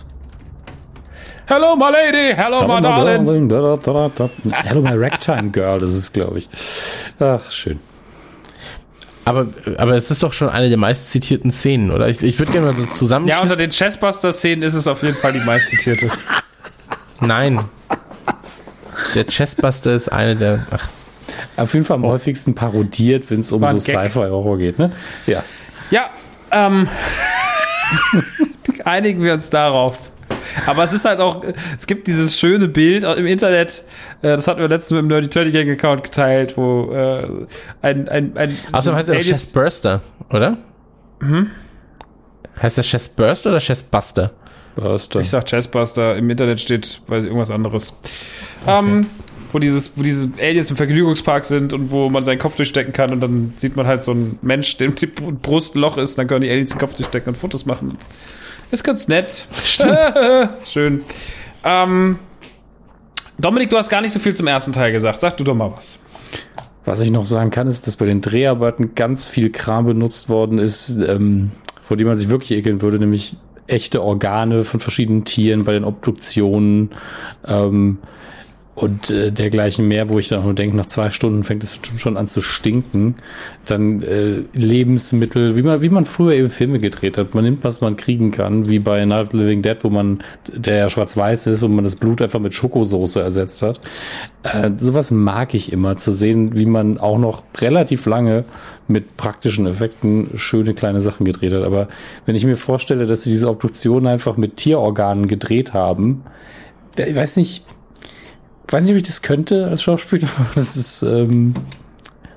Hello, my lady. Hello, Hello, my darling. Da, da, da, da. Hello, my ragtime girl. Das ist, glaube ich. Ach, schön. Aber, aber es ist doch schon eine der meist zitierten Szenen, oder? Ich, ich würde gerne mal so zusammen. Ja, unter den Chestbuster-Szenen ist es auf jeden Fall die meist zitierte. Nein. Der Chestbuster ist eine der. Ach. Auf jeden Fall am oh. häufigsten parodiert, wenn es um so Sci-Fi-Horror geht, ne? Ja. Ja, ähm. einigen wir uns darauf. Aber es ist halt auch, es gibt dieses schöne Bild im Internet, äh, das hatten wir letztens mit dem Nerdy Turdy Gang Account geteilt, wo äh, ein, ein, ein Achso, heißt der Chestburster, oder? Mhm. Heißt der Chestburster oder Chestbuster? Buster. Ich sag Chestbuster, im Internet steht, weiß ich, irgendwas anderes. Okay. Ähm, wo dieses, wo diese Aliens im Vergnügungspark sind und wo man seinen Kopf durchstecken kann und dann sieht man halt so einen Mensch, dem die Brust ein Loch ist, und dann können die Aliens den Kopf durchstecken und Fotos machen. Ist ganz nett. Stimmt. Schön. Ähm, Dominik, du hast gar nicht so viel zum ersten Teil gesagt. Sag du doch mal was. Was ich noch sagen kann, ist, dass bei den Dreharbeiten ganz viel Kram benutzt worden ist, ähm, vor dem man sich wirklich ekeln würde, nämlich echte Organe von verschiedenen Tieren bei den Obduktionen ähm, und äh, dergleichen mehr, wo ich dann auch nur denke, nach zwei Stunden fängt es schon an zu stinken. Dann äh, Lebensmittel, wie man wie man früher eben Filme gedreht hat. Man nimmt, was man kriegen kann, wie bei Night of the Living Dead, wo man, der ja schwarz-weiß ist und man das Blut einfach mit Schokosoße ersetzt hat. Äh, sowas mag ich immer, zu sehen, wie man auch noch relativ lange mit praktischen Effekten schöne kleine Sachen gedreht hat. Aber wenn ich mir vorstelle, dass sie diese Obduktion einfach mit Tierorganen gedreht haben, ich weiß nicht, Ich weiß nicht, ob ich das könnte als Schauspieler. Das ist ähm,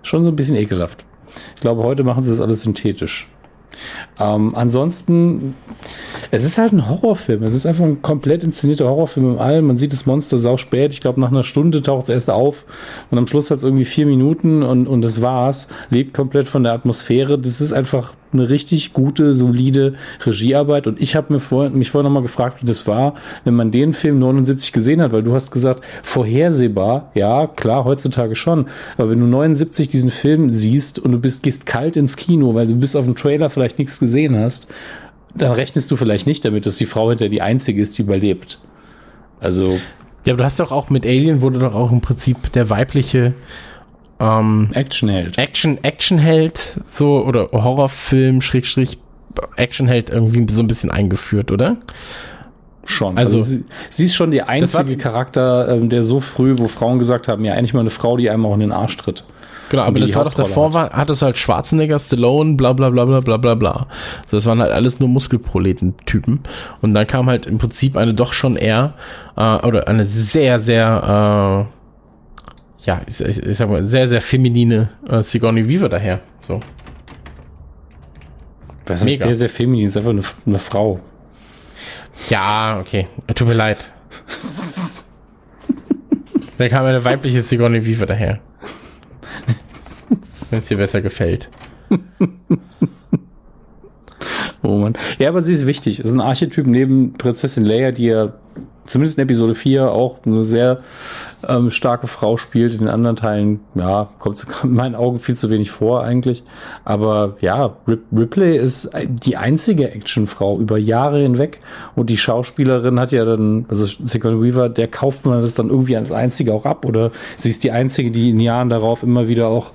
schon so ein bisschen ekelhaft. Ich glaube, heute machen sie das alles synthetisch. Ähm, ansonsten, es ist halt ein Horrorfilm. Es ist einfach ein komplett inszenierter Horrorfilm im All. Man sieht das Monster sau spät. Ich glaube, nach einer Stunde taucht es erst auf und am Schluss hat es irgendwie vier Minuten und, und das war's. Lebt komplett von der Atmosphäre. Das ist einfach eine richtig gute, solide Regiearbeit und ich habe mir vor, mich vorher nochmal gefragt, wie das war, wenn man den Film neunundsiebzig gesehen hat, weil du hast gesagt, vorhersehbar, ja, klar, heutzutage schon, aber wenn du neunundsiebzig diesen Film siehst und du bist, gehst kalt ins Kino, weil du bis auf den Trailer vielleicht nichts gesehen hast, dann rechnest du vielleicht nicht damit, dass die Frau hinterher die einzige ist, die überlebt. Also. Ja, aber du hast doch auch mit Alien wurde doch auch im Prinzip der weibliche Ähm, Actionheld. Action, Actionheld, so, oder Horrorfilm, Schrägstrich, Actionheld irgendwie so ein bisschen eingeführt, oder? Schon. Also, also sie, sie ist schon der einzige Charakter, ähm, der so früh, wo Frauen gesagt haben, ja, endlich mal eine Frau, die einem auch in den Arsch tritt. Genau, aber das war doch davor, war, hattest du halt Schwarzenegger, Stallone, bla bla bla bla bla bla bla. So, das waren halt alles nur Muskelproleten-Typen. Und dann kam halt im Prinzip eine doch schon eher, äh, oder eine sehr, sehr, äh, ja, ich, ich, ich sag mal, sehr, sehr feminine äh, Sigourney Weaver daher. So. Das ist sehr, sehr feminin, ist einfach eine, eine Frau. Ja, okay. Tut mir leid. Da kam eine weibliche Sigourney Weaver daher. Wenn es dir besser gefällt. Oh Mann. Ja, aber sie ist wichtig. Ist ein Archetyp neben Prinzessin Leia, die ja zumindest in Episode vier auch eine sehr ähm, starke Frau spielt. In den anderen Teilen, ja, kommt sie in meinen Augen viel zu wenig vor eigentlich. Aber ja, Rip- Ripley ist die einzige Actionfrau über Jahre hinweg. Und die Schauspielerin hat ja dann, also Sigourney Weaver, der kauft man das dann irgendwie als einzige auch ab. Oder sie ist die einzige, die in Jahren darauf immer wieder auch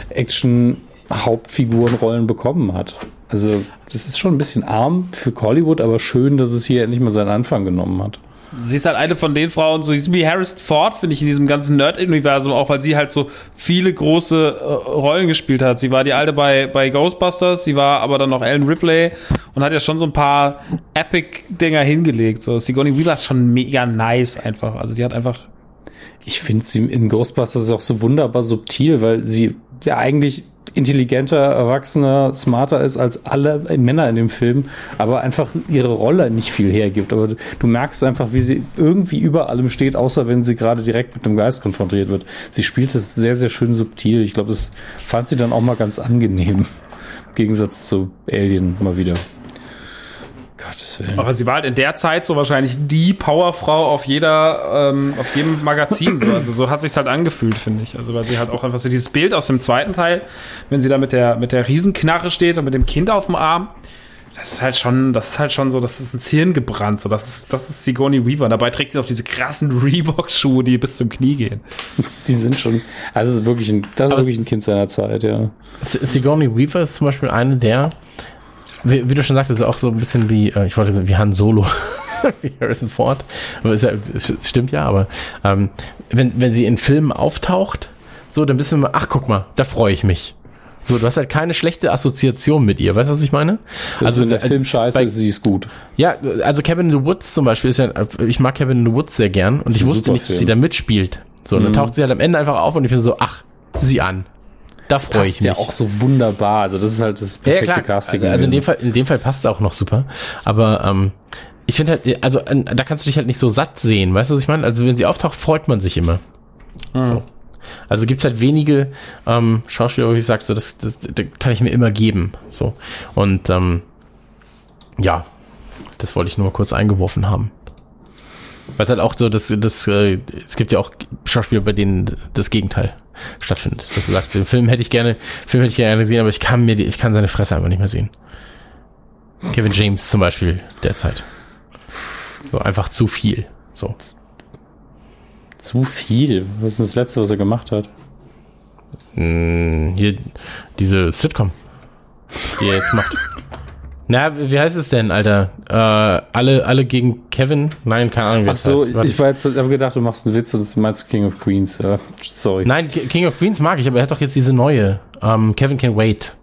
Action-Hauptfigurenrollen bekommen hat. Also das ist schon ein bisschen arm für Hollywood, aber schön, dass es hier endlich mal seinen Anfang genommen hat. Sie ist halt eine von den Frauen, so wie Harrison Ford, finde ich, in diesem ganzen Nerd-Universum, auch weil sie halt so viele große äh, Rollen gespielt hat. Sie war die alte bei, bei Ghostbusters, sie war aber dann noch Ellen Ripley und hat ja schon so ein paar Epic-Dinger hingelegt. So, Sigourney Weaver ist schon mega nice einfach. Also die hat einfach... Ich finde sie in Ghostbusters ist auch so wunderbar subtil, weil sie ja eigentlich intelligenter, erwachsener, smarter ist als alle Männer in dem Film, aber einfach ihre Rolle nicht viel hergibt. Aber du merkst einfach, wie sie irgendwie über allem steht, außer wenn sie gerade direkt mit dem Geist konfrontiert wird. Sie spielt es sehr, sehr schön subtil. Ich glaube, das fand sie dann auch mal ganz angenehm. Im Gegensatz zu Alien mal wieder. Gottes Willen. Aber sie war halt in der Zeit so wahrscheinlich die Powerfrau auf jeder, ähm, auf jedem Magazin. So. Also so hat sich's halt angefühlt, finde ich. Also weil sie halt auch einfach so dieses Bild aus dem zweiten Teil, wenn sie da mit der, mit der Riesenknarre steht und mit dem Kind auf dem Arm, das ist halt schon, das ist halt schon so, das ist ins Hirn gebrannt. So, das ist, das ist Sigourney Weaver. Dabei trägt sie auch diese krassen Reebok-Schuhe, die bis zum Knie gehen. Die sind schon, also das ist wirklich ein, das ist wirklich ein Kind seiner Zeit, ja. Sigourney Weaver ist zum Beispiel eine der, Wie, wie du schon sagtest, auch so ein bisschen wie, äh, ich wollte sagen, wie Han Solo, wie Harrison Ford. Aber es, es stimmt ja, aber ähm, wenn, wenn sie in Filmen auftaucht, so, dann bist du immer, ach guck mal, da freue ich mich. So, du hast halt keine schlechte Assoziation mit ihr, weißt du, was ich meine? Das also wenn der äh, Film scheiße ist, sie ist gut. Ja, also Cabin in the Woods zum Beispiel ist ja, ich mag Cabin in the Woods sehr gern und ich wusste nicht, dass sie da mitspielt. So, und dann mhm. taucht sie halt am Ende einfach auf und ich bin so, ach, sieh an. Das freue ich mich. Ja auch so wunderbar. Also das ist halt das perfekte ja, Casting. Also in dem Fall, in dem Fall passt es auch noch super. Aber ähm, ich finde halt, also da kannst du dich halt nicht so satt sehen, weißt du, was ich meine? Also wenn sie auftaucht, freut man sich immer. Mhm. So. Also gibt's halt wenige ähm, Schauspieler, wo ich sage, so das, das, das kann ich mir immer geben. So. Und ähm, ja, das wollte ich nur mal kurz eingeworfen haben. Weil es halt auch so, das, das, äh, es gibt ja auch Schauspieler, bei denen das Gegenteil stattfindet. Dass du sagst, den Film hätte ich gerne, Film hätte ich gerne gesehen, aber ich kann mir, die, ich kann seine Fresse einfach nicht mehr sehen. Kevin James zum Beispiel derzeit. So einfach zu viel. So. Zu viel? Was ist denn das Letzte, was er gemacht hat? Hm, hier, diese Sitcom, die er jetzt macht. Na, wie heißt es denn, Alter? Äh, alle, alle gegen Kevin? Nein, keine Ahnung, wie das heißt. Ach so, ich war jetzt, habe gedacht, du machst einen Witz und du meinst King of Queens. Uh, sorry. Nein, King of Queens mag ich, aber er hat doch jetzt diese neue. Um, Kevin Can Wait.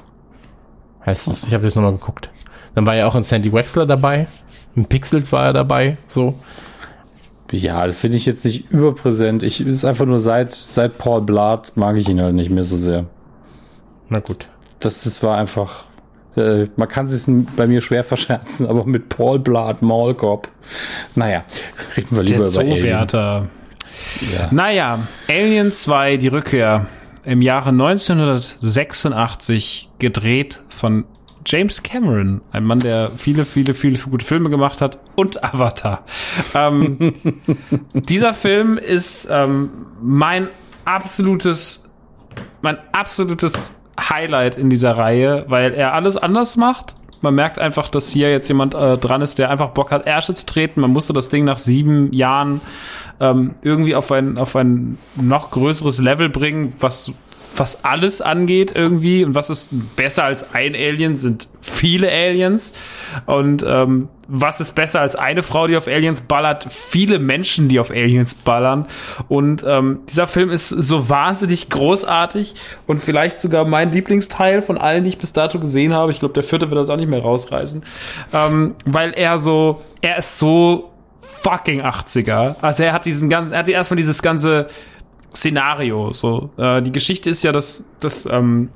Heißt es. Ich habe jetzt nochmal geguckt. Dann war ja auch ein Sandy Wexler dabei. In Pixels war er dabei. So. Ja, das finde ich jetzt nicht überpräsent. Ich ist einfach nur seit, seit Paul Blart mag ich ihn halt nicht mehr so sehr. Na gut. Das, das war einfach, äh, man kann es bei mir schwer verscherzen, aber mit Paul Blart, Mall Cop. Naja, reden wir lieber Der über Alien. Zoowärter. Ja. Naja, Alien zwei, die Rückkehr, im Jahre neunzehnhundertsechsundachtzig, gedreht von James Cameron, ein Mann, der viele, viele, viele gute Filme gemacht hat, und Avatar. Ähm, dieser Film ist ähm, mein absolutes, mein absolutes Highlight in dieser Reihe, weil er alles anders macht. Man merkt einfach, dass hier jetzt jemand äh, dran ist, der einfach Bock hat, Ärsche zu treten. Man musste das Ding nach sieben Jahren ähm, irgendwie auf ein, auf ein noch größeres Level bringen, was was alles angeht irgendwie. Und was ist besser als ein Alien, sind viele Aliens. Und ähm, was ist besser als eine Frau, die auf Aliens ballert? Viele Menschen, die auf Aliens ballern. Und ähm, dieser Film ist so wahnsinnig großartig und vielleicht sogar mein Lieblingsteil von allen, die ich bis dato gesehen habe. Ich glaube, der vierte wird das auch nicht mehr rausreißen. Ähm, weil er so, er ist so fucking achtziger. Also er hat diesen ganzen, er hat erstmal dieses ganze Szenario, so. Äh, die Geschichte ist ja, dass, dass ähm,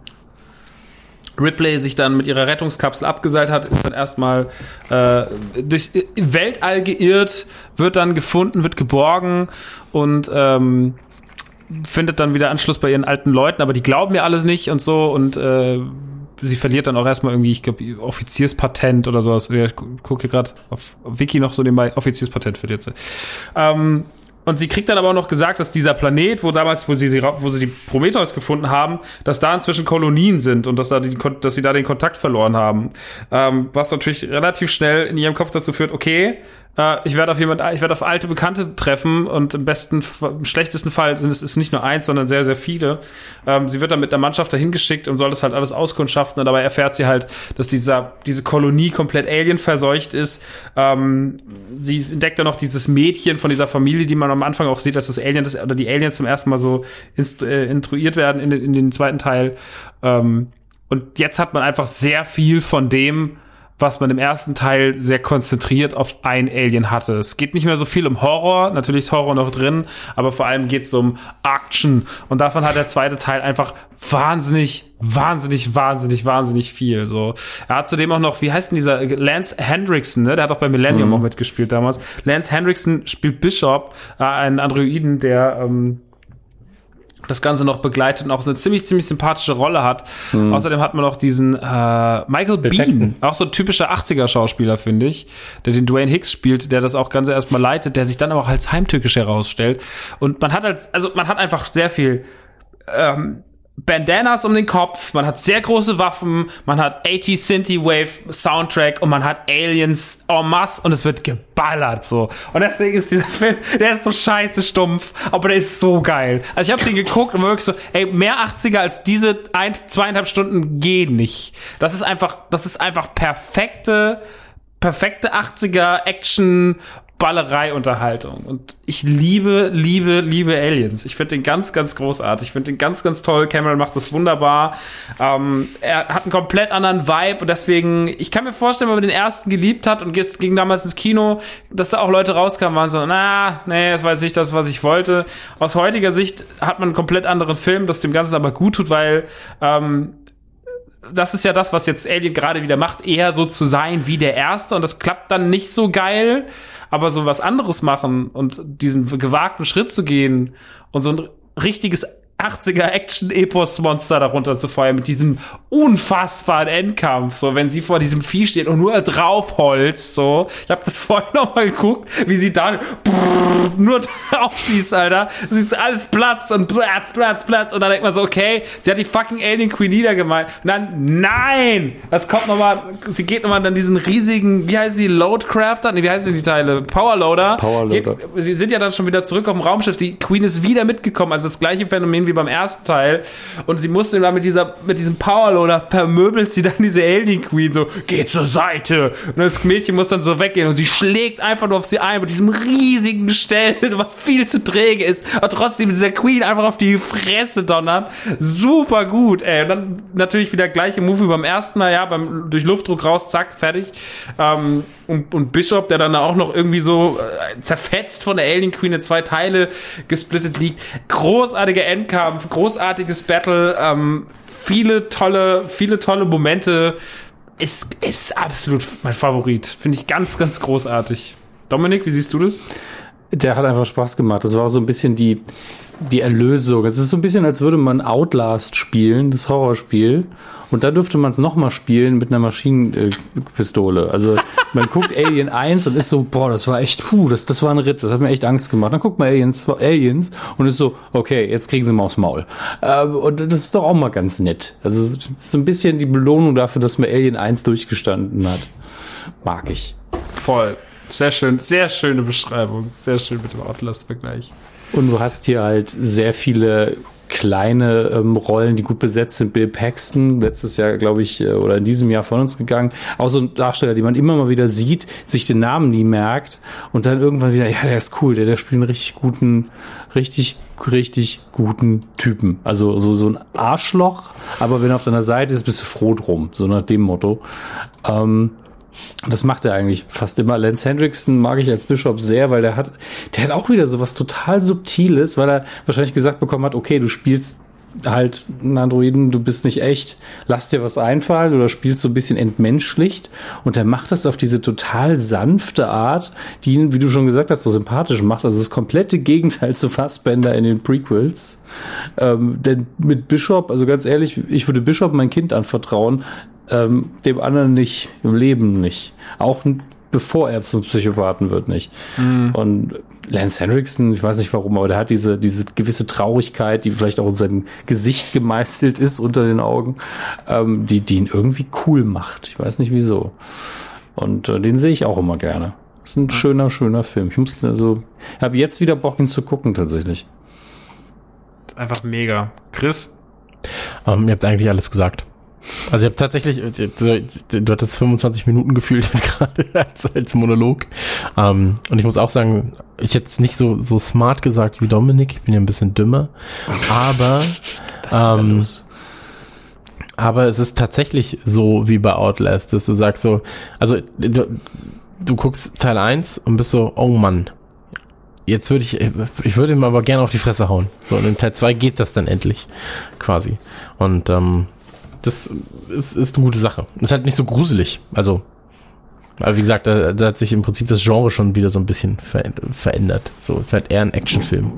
Ripley sich dann mit ihrer Rettungskapsel abgeseilt hat, ist dann erstmal äh, durchs Weltall geirrt, wird dann gefunden, wird geborgen und ähm, findet dann wieder Anschluss bei ihren alten Leuten, aber die glauben ja alles nicht und so und äh, sie verliert dann auch erstmal irgendwie, ich glaube, Offizierspatent oder sowas. Ich gucke gerade auf, auf Wiki noch so nebenbei, Offizierspatent verliert sie. Ähm, Und sie kriegt dann aber auch noch gesagt, dass dieser Planet, wo damals, wo sie, wo sie die Prometheus gefunden haben, dass da inzwischen Kolonien sind und dass, da die, dass sie da den Kontakt verloren haben. Ähm, was natürlich relativ schnell in ihrem Kopf dazu führt, okay, äh, ich werde auf jemand, ich werde auf alte Bekannte treffen und im besten, im schlechtesten Fall sind es ist nicht nur eins, sondern sehr, sehr viele. Ähm, sie wird dann mit der Mannschaft dahin geschickt und soll das halt alles auskundschaften und dabei erfährt sie halt, dass dieser, diese Kolonie komplett Alien verseucht ist. Ähm, sie entdeckt dann noch dieses Mädchen von dieser Familie, die man am Anfang auch sieht, dass das Alien das, oder die Aliens zum ersten Mal so instru- äh, intruiert werden in, in den zweiten Teil. Ähm, und jetzt hat man einfach sehr viel von dem, was man im ersten Teil sehr konzentriert auf ein Alien hatte. Es geht nicht mehr so viel um Horror, natürlich ist Horror noch drin, aber vor allem geht es um Action. Und davon hat der zweite Teil einfach wahnsinnig, wahnsinnig, wahnsinnig, wahnsinnig viel. So, er hat zudem auch noch, wie heißt denn dieser Lance Hendrickson, ne? Der hat auch bei Millennium mhm. auch mitgespielt damals. Lance Hendrickson spielt Bishop, äh, einen Androiden, der ähm, das Ganze noch begleitet und auch eine ziemlich, ziemlich sympathische Rolle hat. Mhm. Außerdem hat man noch diesen äh, Michael Bill Bean, Paxton. Auch so ein typischer achtziger-Schauspieler, finde ich, der den Dwayne Hicks spielt, der das auch Ganze erstmal leitet, der sich dann aber auch als heimtückisch herausstellt. Und man hat halt, also man hat einfach sehr viel ähm, Bandanas um den Kopf, man hat sehr große Waffen, man hat achtziger Synthwave Soundtrack und man hat Aliens en masse und es wird geballert so. Und deswegen ist dieser Film, der ist so scheiße stumpf, aber der ist so geil. Also ich habe den geguckt und war wirklich so, ey, mehr achtziger als diese ein, zweieinhalb Stunden gehen nicht. Das ist einfach, das ist einfach perfekte, perfekte achtziger Action Ballerei-Unterhaltung. Und ich liebe, liebe, liebe Aliens. Ich finde den ganz, ganz großartig. Ich finde den ganz, ganz toll. Cameron macht das wunderbar. Ähm, er hat einen komplett anderen Vibe und deswegen, ich kann mir vorstellen, wenn man den ersten geliebt hat und ging damals ins Kino, dass da auch Leute rauskamen, waren so, na, nee, das war jetzt nicht das, was ich wollte. Aus heutiger Sicht hat man einen komplett anderen Film, das dem Ganzen aber gut tut, weil ähm, das ist ja das, was jetzt Alien gerade wieder macht, eher so zu sein wie der Erste und das klappt dann nicht so geil, aber so was anderes machen und diesen gewagten Schritt zu gehen und so ein richtiges achtziger Action-Epos-Monster darunter zu feuern mit diesem unfassbaren Endkampf, so wenn sie vor diesem Vieh steht und nur draufholzt, so. Ich habe das vorhin noch mal geguckt, wie sie da brrr, nur draufschießt, Alter. Sie ist alles Platz und Platz, Platz, Platz und dann denkt man so, okay, sie hat die fucking Alien Queen niedergemalt und dann, nein! Das kommt noch mal, sie geht noch mal an diesen riesigen, wie heißen die, Loadcrafter? Nee, wie heißen die Teile? Powerloader. Powerloader. Geht, sie sind ja dann schon wieder zurück auf dem Raumschiff, die Queen ist wieder mitgekommen, also das gleiche Phänomen wie wie beim ersten Teil. Und sie musste dann mit dieser, mit diesem Powerloader vermöbelt sie dann diese Alien Queen so, geh zur Seite. Und das Mädchen muss dann so weggehen und sie schlägt einfach nur auf sie ein mit diesem riesigen Gestell, was viel zu träge ist, aber trotzdem dieser Queen einfach auf die Fresse donnern. Super gut, ey. Und dann natürlich wieder gleiche Move wie beim ersten Mal, ja, beim, durch Luftdruck raus, zack, fertig. Ähm, und, und Bishop, der dann auch noch irgendwie so äh, zerfetzt von der Alien Queen in zwei Teile gesplittet liegt. Großartiger Endkampf, großartiges Battle, ähm, viele tolle, viele tolle Momente. Ist, ist absolut mein Favorit. Finde ich ganz, ganz großartig. Dominik, wie siehst du das? Der hat einfach Spaß gemacht. Das war so ein bisschen die, die Erlösung. Es ist so ein bisschen, als würde man Outlast spielen, das Horrorspiel. Und da dürfte man es nochmal spielen mit einer Maschinenpistole. Also man guckt Alien eins und ist so, boah, das war echt, puh, das, das war ein Ritt. Das hat mir echt Angst gemacht. Dann guckt man Aliens, Aliens und ist so, okay, jetzt kriegen sie mal aufs Maul. Ähm, und das ist doch auch mal ganz nett. Also es ist so ein bisschen die Belohnung dafür, dass man Alien eins durchgestanden hat. Mag ich. Voll. Sehr schön, sehr schöne Beschreibung. Sehr schön mit dem Outlast-Vergleich. Und du hast hier halt sehr viele kleine ähm, Rollen, die gut besetzt sind. Bill Paxton, letztes Jahr, glaube ich, oder in diesem Jahr von uns gegangen. Auch so ein Darsteller, den man immer mal wieder sieht, sich den Namen nie merkt und dann irgendwann wieder, ja, der ist cool, der, der spielt einen richtig guten, richtig, richtig guten Typen. Also so, so ein Arschloch, aber wenn er auf deiner Seite ist, bist du froh drum. So nach dem Motto. Ähm, Das macht er eigentlich fast immer. Lance Hendrickson mag ich als Bishop sehr, weil der hat, der hat auch wieder so was total Subtiles, weil er wahrscheinlich gesagt bekommen hat, okay, du spielst halt einen Androiden, du bist nicht echt, lass dir was einfallen oder spielst so ein bisschen entmenschlicht und er macht das auf diese total sanfte Art, die ihn, wie du schon gesagt hast, so sympathisch macht. Also das komplette Gegenteil zu Fassbender in den Prequels. Ähm, denn mit Bishop, also ganz ehrlich, ich würde Bishop mein Kind anvertrauen, Ähm, dem anderen nicht, im Leben nicht. Auch n- bevor er zum Psychopathen wird, nicht. Mhm. Und Lance Henriksen, ich weiß nicht warum, aber der hat diese, diese gewisse Traurigkeit, die vielleicht auch in seinem Gesicht gemeißelt ist unter den Augen, ähm, die, die ihn irgendwie cool macht. Ich weiß nicht wieso. Und äh, den sehe ich auch immer gerne. Das ist ein schöner, schöner Film. Ich muss also, habe jetzt wieder Bock, ihn zu gucken, tatsächlich. Einfach mega. Chris? Um, ihr habt eigentlich alles gesagt. Also ich habe tatsächlich, du hattest fünfundzwanzig Minuten gefühlt jetzt gerade als, als Monolog. Um, und ich muss auch sagen, ich hätte es nicht so, so smart gesagt wie Dominik. Ich bin ja ein bisschen dümmer. Aber, um, aber es ist tatsächlich so wie bei Outlast, dass du sagst so, also du, du guckst Teil eins und bist so, oh Mann, jetzt würde ich, ich würde ihm aber gerne auf die Fresse hauen. So, und in Teil zwei geht das dann endlich, quasi. Und ähm, das ist, ist eine gute Sache. Ist halt nicht so gruselig. Also, aber wie gesagt, da, da hat sich im Prinzip das Genre schon wieder so ein bisschen ver- verändert. So, ist halt eher ein Actionfilm.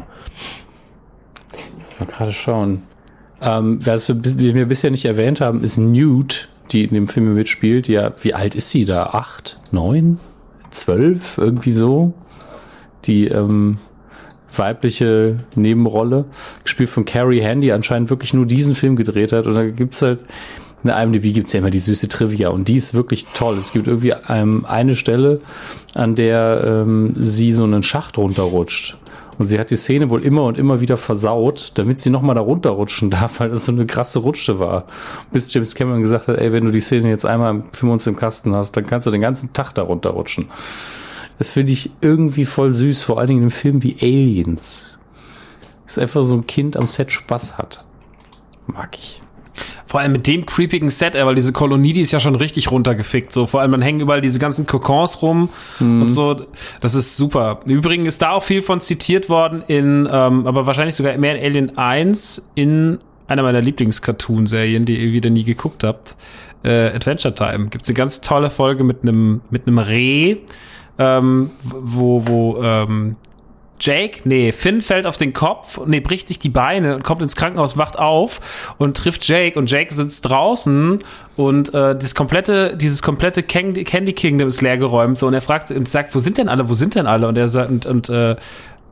Mal gerade schauen. Ähm, was wir, wie wir bisher nicht erwähnt haben, ist Newt, die in dem Film mitspielt. Ja, wie alt ist sie da? Acht, neun, zwölf, irgendwie so. Die ähm, weibliche Nebenrolle, gespielt von Carrie Hand, die anscheinend wirklich nur diesen Film gedreht hat. Und da gibt's halt, in der I M D B gibt's ja immer die süße Trivia und die ist wirklich toll. Es gibt irgendwie ähm, eine Stelle, an der ähm, sie so einen Schacht runterrutscht. Und sie hat die Szene wohl immer und immer wieder versaut, damit sie nochmal da runterrutschen darf, weil das so eine krasse Rutsche war. Bis James Cameron gesagt hat, ey, wenn du die Szene jetzt einmal für uns im Kasten hast, dann kannst du den ganzen Tag da runterrutschen. Das finde ich irgendwie voll süß, vor allen Dingen in einem Film wie Aliens. Dass einfach so ein Kind am Set Spaß hat. Mag ich. Vor allem mit dem creepigen Set, ey, weil diese Kolonie, die ist ja schon richtig runtergefickt. So, vor allem, man hängen überall diese ganzen Kokons rum mhm. und so. Das ist super. Übrigens ist da auch viel von zitiert worden in, ähm, aber wahrscheinlich sogar mehr in Alien eins, in einer meiner Lieblings-Cartoon-Serien, die ihr wieder nie geguckt habt. Äh, Adventure Time. Gibt's eine ganz tolle Folge mit einem, mit einem Reh, Ähm, wo, wo, ähm, Jake, nee, Finn fällt auf den Kopf, nee, bricht sich die Beine und kommt ins Krankenhaus, wacht auf und trifft Jake und Jake sitzt draußen und äh, das komplette, dieses komplette Candy, Candy Kingdom ist leergeräumt so und er fragt und sagt, wo sind denn alle, wo sind denn alle? Und er sagt, und, und äh,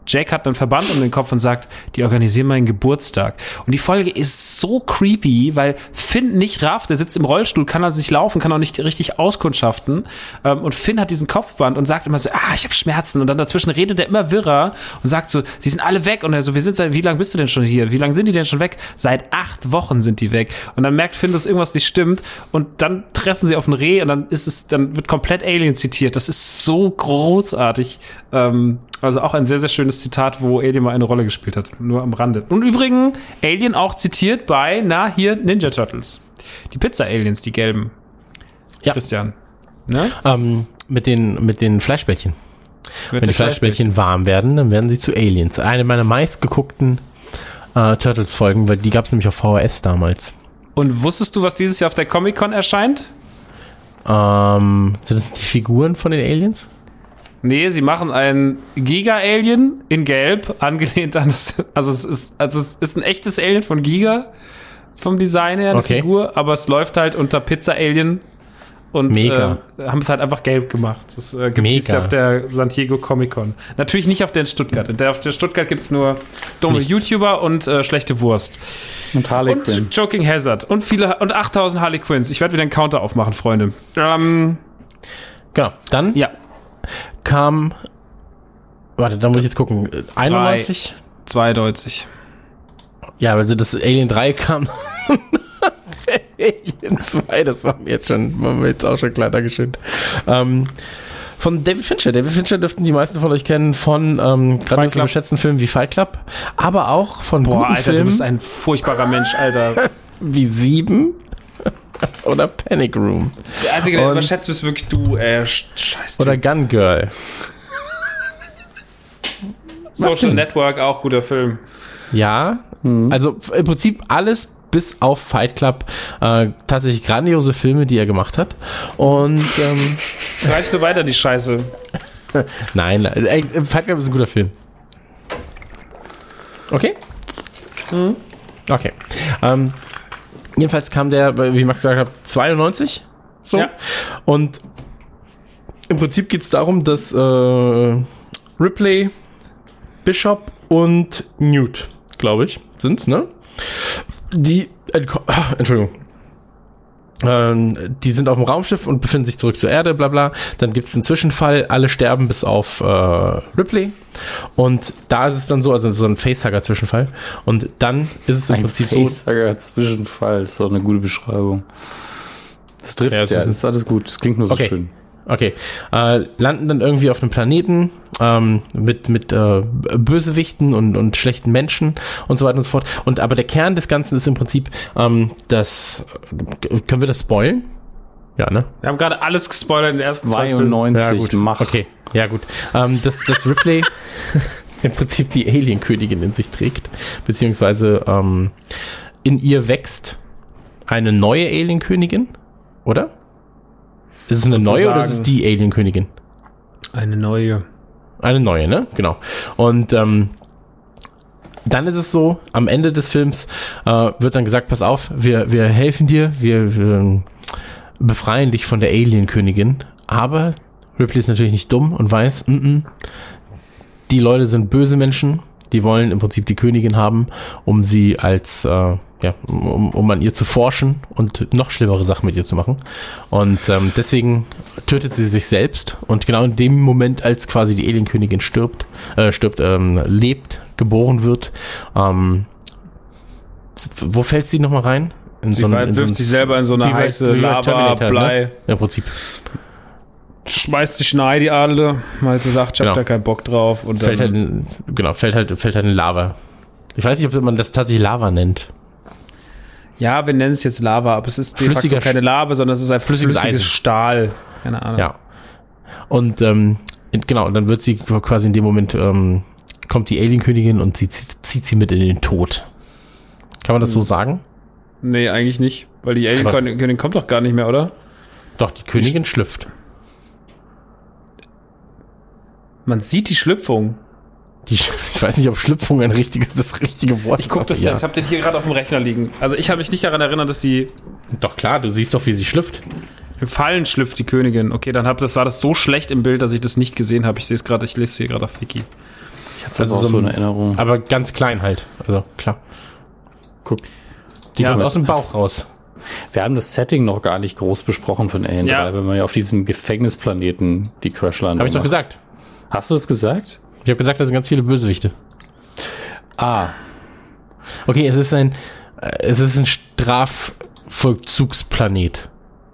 Jake hat einen Verband um den Kopf und sagt, die organisieren meinen Geburtstag. Und die Folge ist so creepy, weil Finn nicht rafft, der sitzt im Rollstuhl, kann also nicht laufen, kann auch nicht richtig auskundschaften. Und Finn hat diesen Kopfband und sagt immer so, ah, ich habe Schmerzen. Und dann dazwischen redet er immer wirrer und sagt so, sie sind alle weg. Und er so, wir sind seit, wie lange bist du denn schon hier? Wie lange sind die denn schon weg? Seit acht Wochen sind die weg. Und dann merkt Finn, dass irgendwas nicht stimmt. Und dann treffen sie auf ein Reh und dann ist es, dann wird komplett Alien zitiert. Das ist so großartig. Ähm, also auch ein sehr, sehr schönes Zitat, wo Alien mal eine Rolle gespielt hat. Nur am Rande. Und übrigens, Alien auch zitiert bei, na, hier, Ninja Turtles. Die Pizza-Aliens, die gelben. Ja. Christian. Ne? Ähm, mit den, mit den Fleischbällchen. Mit Wenn die Fleischbällchen warm werden, dann werden sie zu Aliens. Eine meiner meistgeguckten äh, Turtles-Folgen, weil die gab es nämlich auf V H S damals. Und wusstest du, was dieses Jahr auf der Comic-Con erscheint? Ähm, sind das die Figuren von den Aliens? Nee, sie machen ein Giga-Alien in Gelb, angelehnt an das, also es ist, also es ist ein echtes Alien von Giga, vom Design her, eine Okay. Figur, aber es läuft halt unter Pizza-Alien und Mega. Äh, haben es halt einfach gelb gemacht. Das äh, gibt es Mega. jetzt auf der San Diego Comic-Con. Natürlich nicht auf der in Stuttgart. In der, auf der Stuttgart gibt es nur dumme Nichts. YouTuber und äh, schlechte Wurst. Und Harley Und Quinn. Joking Hazard und viele und achttausend Harley Quinns. Ich werde wieder einen Counter aufmachen, Freunde. Ähm, Genau. Dann ja, kam, warte, da muss ich jetzt gucken, äh, einundneunzig? zweideutig. Ja, also das Alien drei kam Alien zwei, das war mir jetzt schon, war mir jetzt auch schon klar, Dankeschön. Ähm, von David Fincher. David Fincher dürften die meisten von euch kennen von ähm, gerade so Club. geschätzten Filmen wie Fight Club, aber auch von Boah, guten Alter, Filmen du bist ein furchtbarer Mensch, Alter. wie Sieben oder Panic Room Der Einzige, der Und- überschätzt bist, wirklich du, ey, scheiß oder Gun Girl. Social denn? Network, auch guter Film. Ja, also f- im Prinzip alles bis auf Fight Club. Äh, tatsächlich grandiose Filme, die er gemacht hat. Und ähm, Reicht nur weiter, die Scheiße. nein, äh, Fight Club ist ein guter Film. Okay? Okay. Ähm, jedenfalls kam der, wie Max gesagt hat, zweiundneunzig. So. Ja. Und im Prinzip geht es darum, dass äh, Ripley, Bishop und Newt, glaube ich, sind's, ne? Die, äh, Entschuldigung, ähm, die sind auf dem Raumschiff und befinden sich zurück zur Erde, bla bla. Dann gibt es einen Zwischenfall, alle sterben bis auf äh, Ripley. Und da ist es dann so, also so ein Facehugger-Zwischenfall. Und dann ist es im Ein Prinzip so. Facehager-Zwischenfall, ist doch eine gute Beschreibung. Das trifft Ja, ja, das das ist- ist alles gut, das klingt nur so Okay. schön. Okay, äh, landen dann irgendwie auf einem Planeten ähm, mit mit äh, Bösewichten und, und schlechten Menschen und so weiter und so fort. Und aber der Kern des Ganzen ist im Prinzip, ähm, das äh, können wir das spoilen? Ja, ne? Wir haben gerade alles gespoilert in den ersten zwei Filmen. zweiundneunzig, Ja, gut. mach. Okay, ja gut. Ähm, dass, dass Ripley im Prinzip die Alien-Königin in sich trägt, beziehungsweise ähm, in ihr wächst eine neue Alien-Königin, oder? Ist es eine neue oder ist es Sozusagen. die Alien-Königin? Eine neue. Eine neue, ne? Genau. Und ähm, dann ist es so, am Ende des Films äh, wird dann gesagt, pass auf, wir, wir helfen dir, wir, wir befreien dich von der Alien-Königin. Aber Ripley ist natürlich nicht dumm und weiß, mm -mm, die Leute sind böse Menschen, die wollen im Prinzip die Königin haben, um sie als, äh, ja, um, um an ihr zu forschen und noch schlimmere Sachen mit ihr zu machen. Und ähm, deswegen tötet sie sich selbst. Und genau in dem Moment, als quasi die Alienkönigin stirbt, äh, stirbt, ähm, lebt, geboren wird, ähm, wo fällt sie nochmal rein? In Sie ein- wirft in so ein- sich selber in so eine wie bei- heiße wie bei Lava, Terminator, Blei. Ne? Ja, im Prinzip. Schmeißt sich eine die Adel, weil sie sagt, ich hab Genau. da keinen Bock drauf. Und Fällt halt, dann, in, genau, fällt halt, fällt halt in Lava. Ich weiß nicht, ob man das tatsächlich Lava nennt. ja, wir nennen es jetzt Lava, aber es ist de facto Flüssiger keine Lava, sondern es ist ein flüssiges, flüssiges flüssiges Eisen. Stahl. Keine Ahnung. Ja. Und ähm, in- genau, und dann wird sie quasi in dem Moment, ähm, kommt die Alienkönigin und sie zieht, zieht sie mit in den Tod. Kann man das so sagen? Nee, eigentlich nicht. Weil die Alien-Königin kommt doch gar nicht mehr, oder? Doch, die Königin schlüpft. Man sieht die Schlüpfung. Die, ich weiß nicht, ob Schlüpfung ein richtiges, das richtige Wort Ich guck das aber ja. Ich habe den hier gerade auf dem Rechner liegen. Also ich habe mich nicht daran erinnert, dass die Doch klar, du siehst doch, wie sie schlüpft. im Fallen schlüpft, die Königin. Okay, dann hab, das war das so schlecht im Bild, dass ich das nicht gesehen habe. Ich sehe es gerade, ich lese es hier gerade auf Wiki. Also so, so eine Erinnerung. Aber ganz klein halt. Also klar. Guck. Die ja, kommt aus dem Bauch raus. Wir haben das Setting noch gar nicht groß besprochen von Alien ja. drei, wenn man ja auf diesem Gefängnisplaneten die Crashlandung Habe ich doch gesagt. Hast du das gesagt? Ich habe gesagt, da sind ganz viele Bösewichte. Ah. Okay, es ist ein es ist ein Strafvollzugsplanet.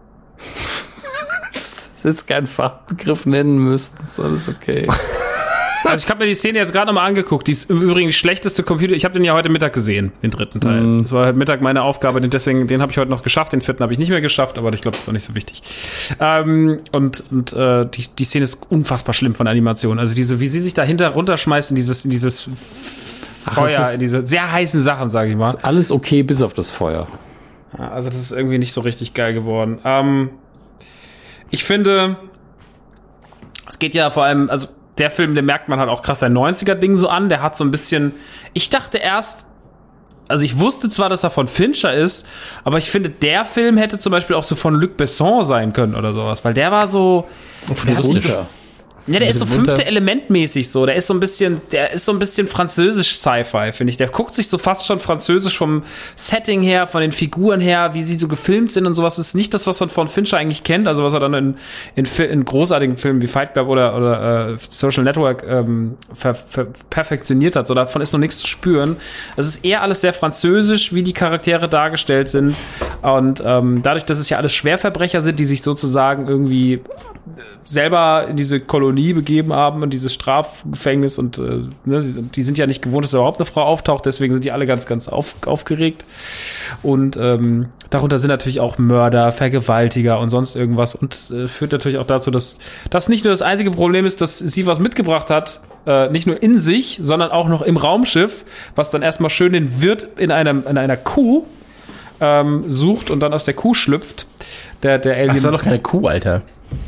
Das ist jetzt kein Fachbegriff nennen müssen. Ist alles okay. Also ich habe mir die Szene jetzt gerade nochmal angeguckt. Die ist im Übrigen die schlechteste Computer. Ich habe den ja heute Mittag gesehen, den dritten Teil. Mm. Das war heute Mittag meine Aufgabe, deswegen den habe ich heute noch geschafft. Den vierten habe ich nicht mehr geschafft, aber ich glaube, das ist auch nicht so wichtig. Ähm, und und äh, die, die Szene ist unfassbar schlimm von der Animation. Also diese, wie sie sich dahinter runterschmeißt in dieses, in dieses Feuer, Ach, in diese sehr heißen Sachen, sage ich mal. Ist alles okay, bis auf das Feuer. Ja, also das ist irgendwie nicht so richtig geil geworden. Ähm, ich finde, es geht ja vor allem, also der Film, den merkt man halt auch krass sein neunziger-Ding so an. Der hat so ein bisschen, ich dachte erst, also ich wusste zwar, dass er von Fincher ist, aber ich finde, der Film hätte zum Beispiel auch so von Luc Besson sein können oder sowas, weil der war so, der Fincher. Ja, der ist so fünfte Element mäßig so. Der ist so ein bisschen, der ist so ein bisschen französisch Sci-Fi, finde ich. Der guckt sich so fast schon französisch vom Setting her, von den Figuren her, wie sie so gefilmt sind und sowas. Das ist nicht das, was man von Fincher eigentlich kennt. Also was er dann in, in, in großartigen Filmen wie Fight Club oder, oder äh, Social Network ähm, ver, ver, perfektioniert hat. So, davon ist noch nichts zu spüren. Es ist eher alles sehr französisch, wie die Charaktere dargestellt sind. Und ähm, dadurch, dass es ja alles Schwerverbrecher sind, die sich sozusagen irgendwie selber in diese Kolonie begeben haben und dieses Strafgefängnis und äh, ne, die sind ja nicht gewohnt, dass da überhaupt eine Frau auftaucht, deswegen sind die alle ganz, ganz auf, aufgeregt und ähm, darunter sind natürlich auch Mörder, Vergewaltiger und sonst irgendwas und äh, führt natürlich auch dazu, dass das nicht nur das einzige Problem ist, dass sie was mitgebracht hat, äh, nicht nur in sich, sondern auch noch im Raumschiff, was dann erstmal schön den Wirt in, einem, in einer Kuh ähm, sucht und dann aus der Kuh schlüpft. Der, der Alien. Das war doch keine Kuh, Alter.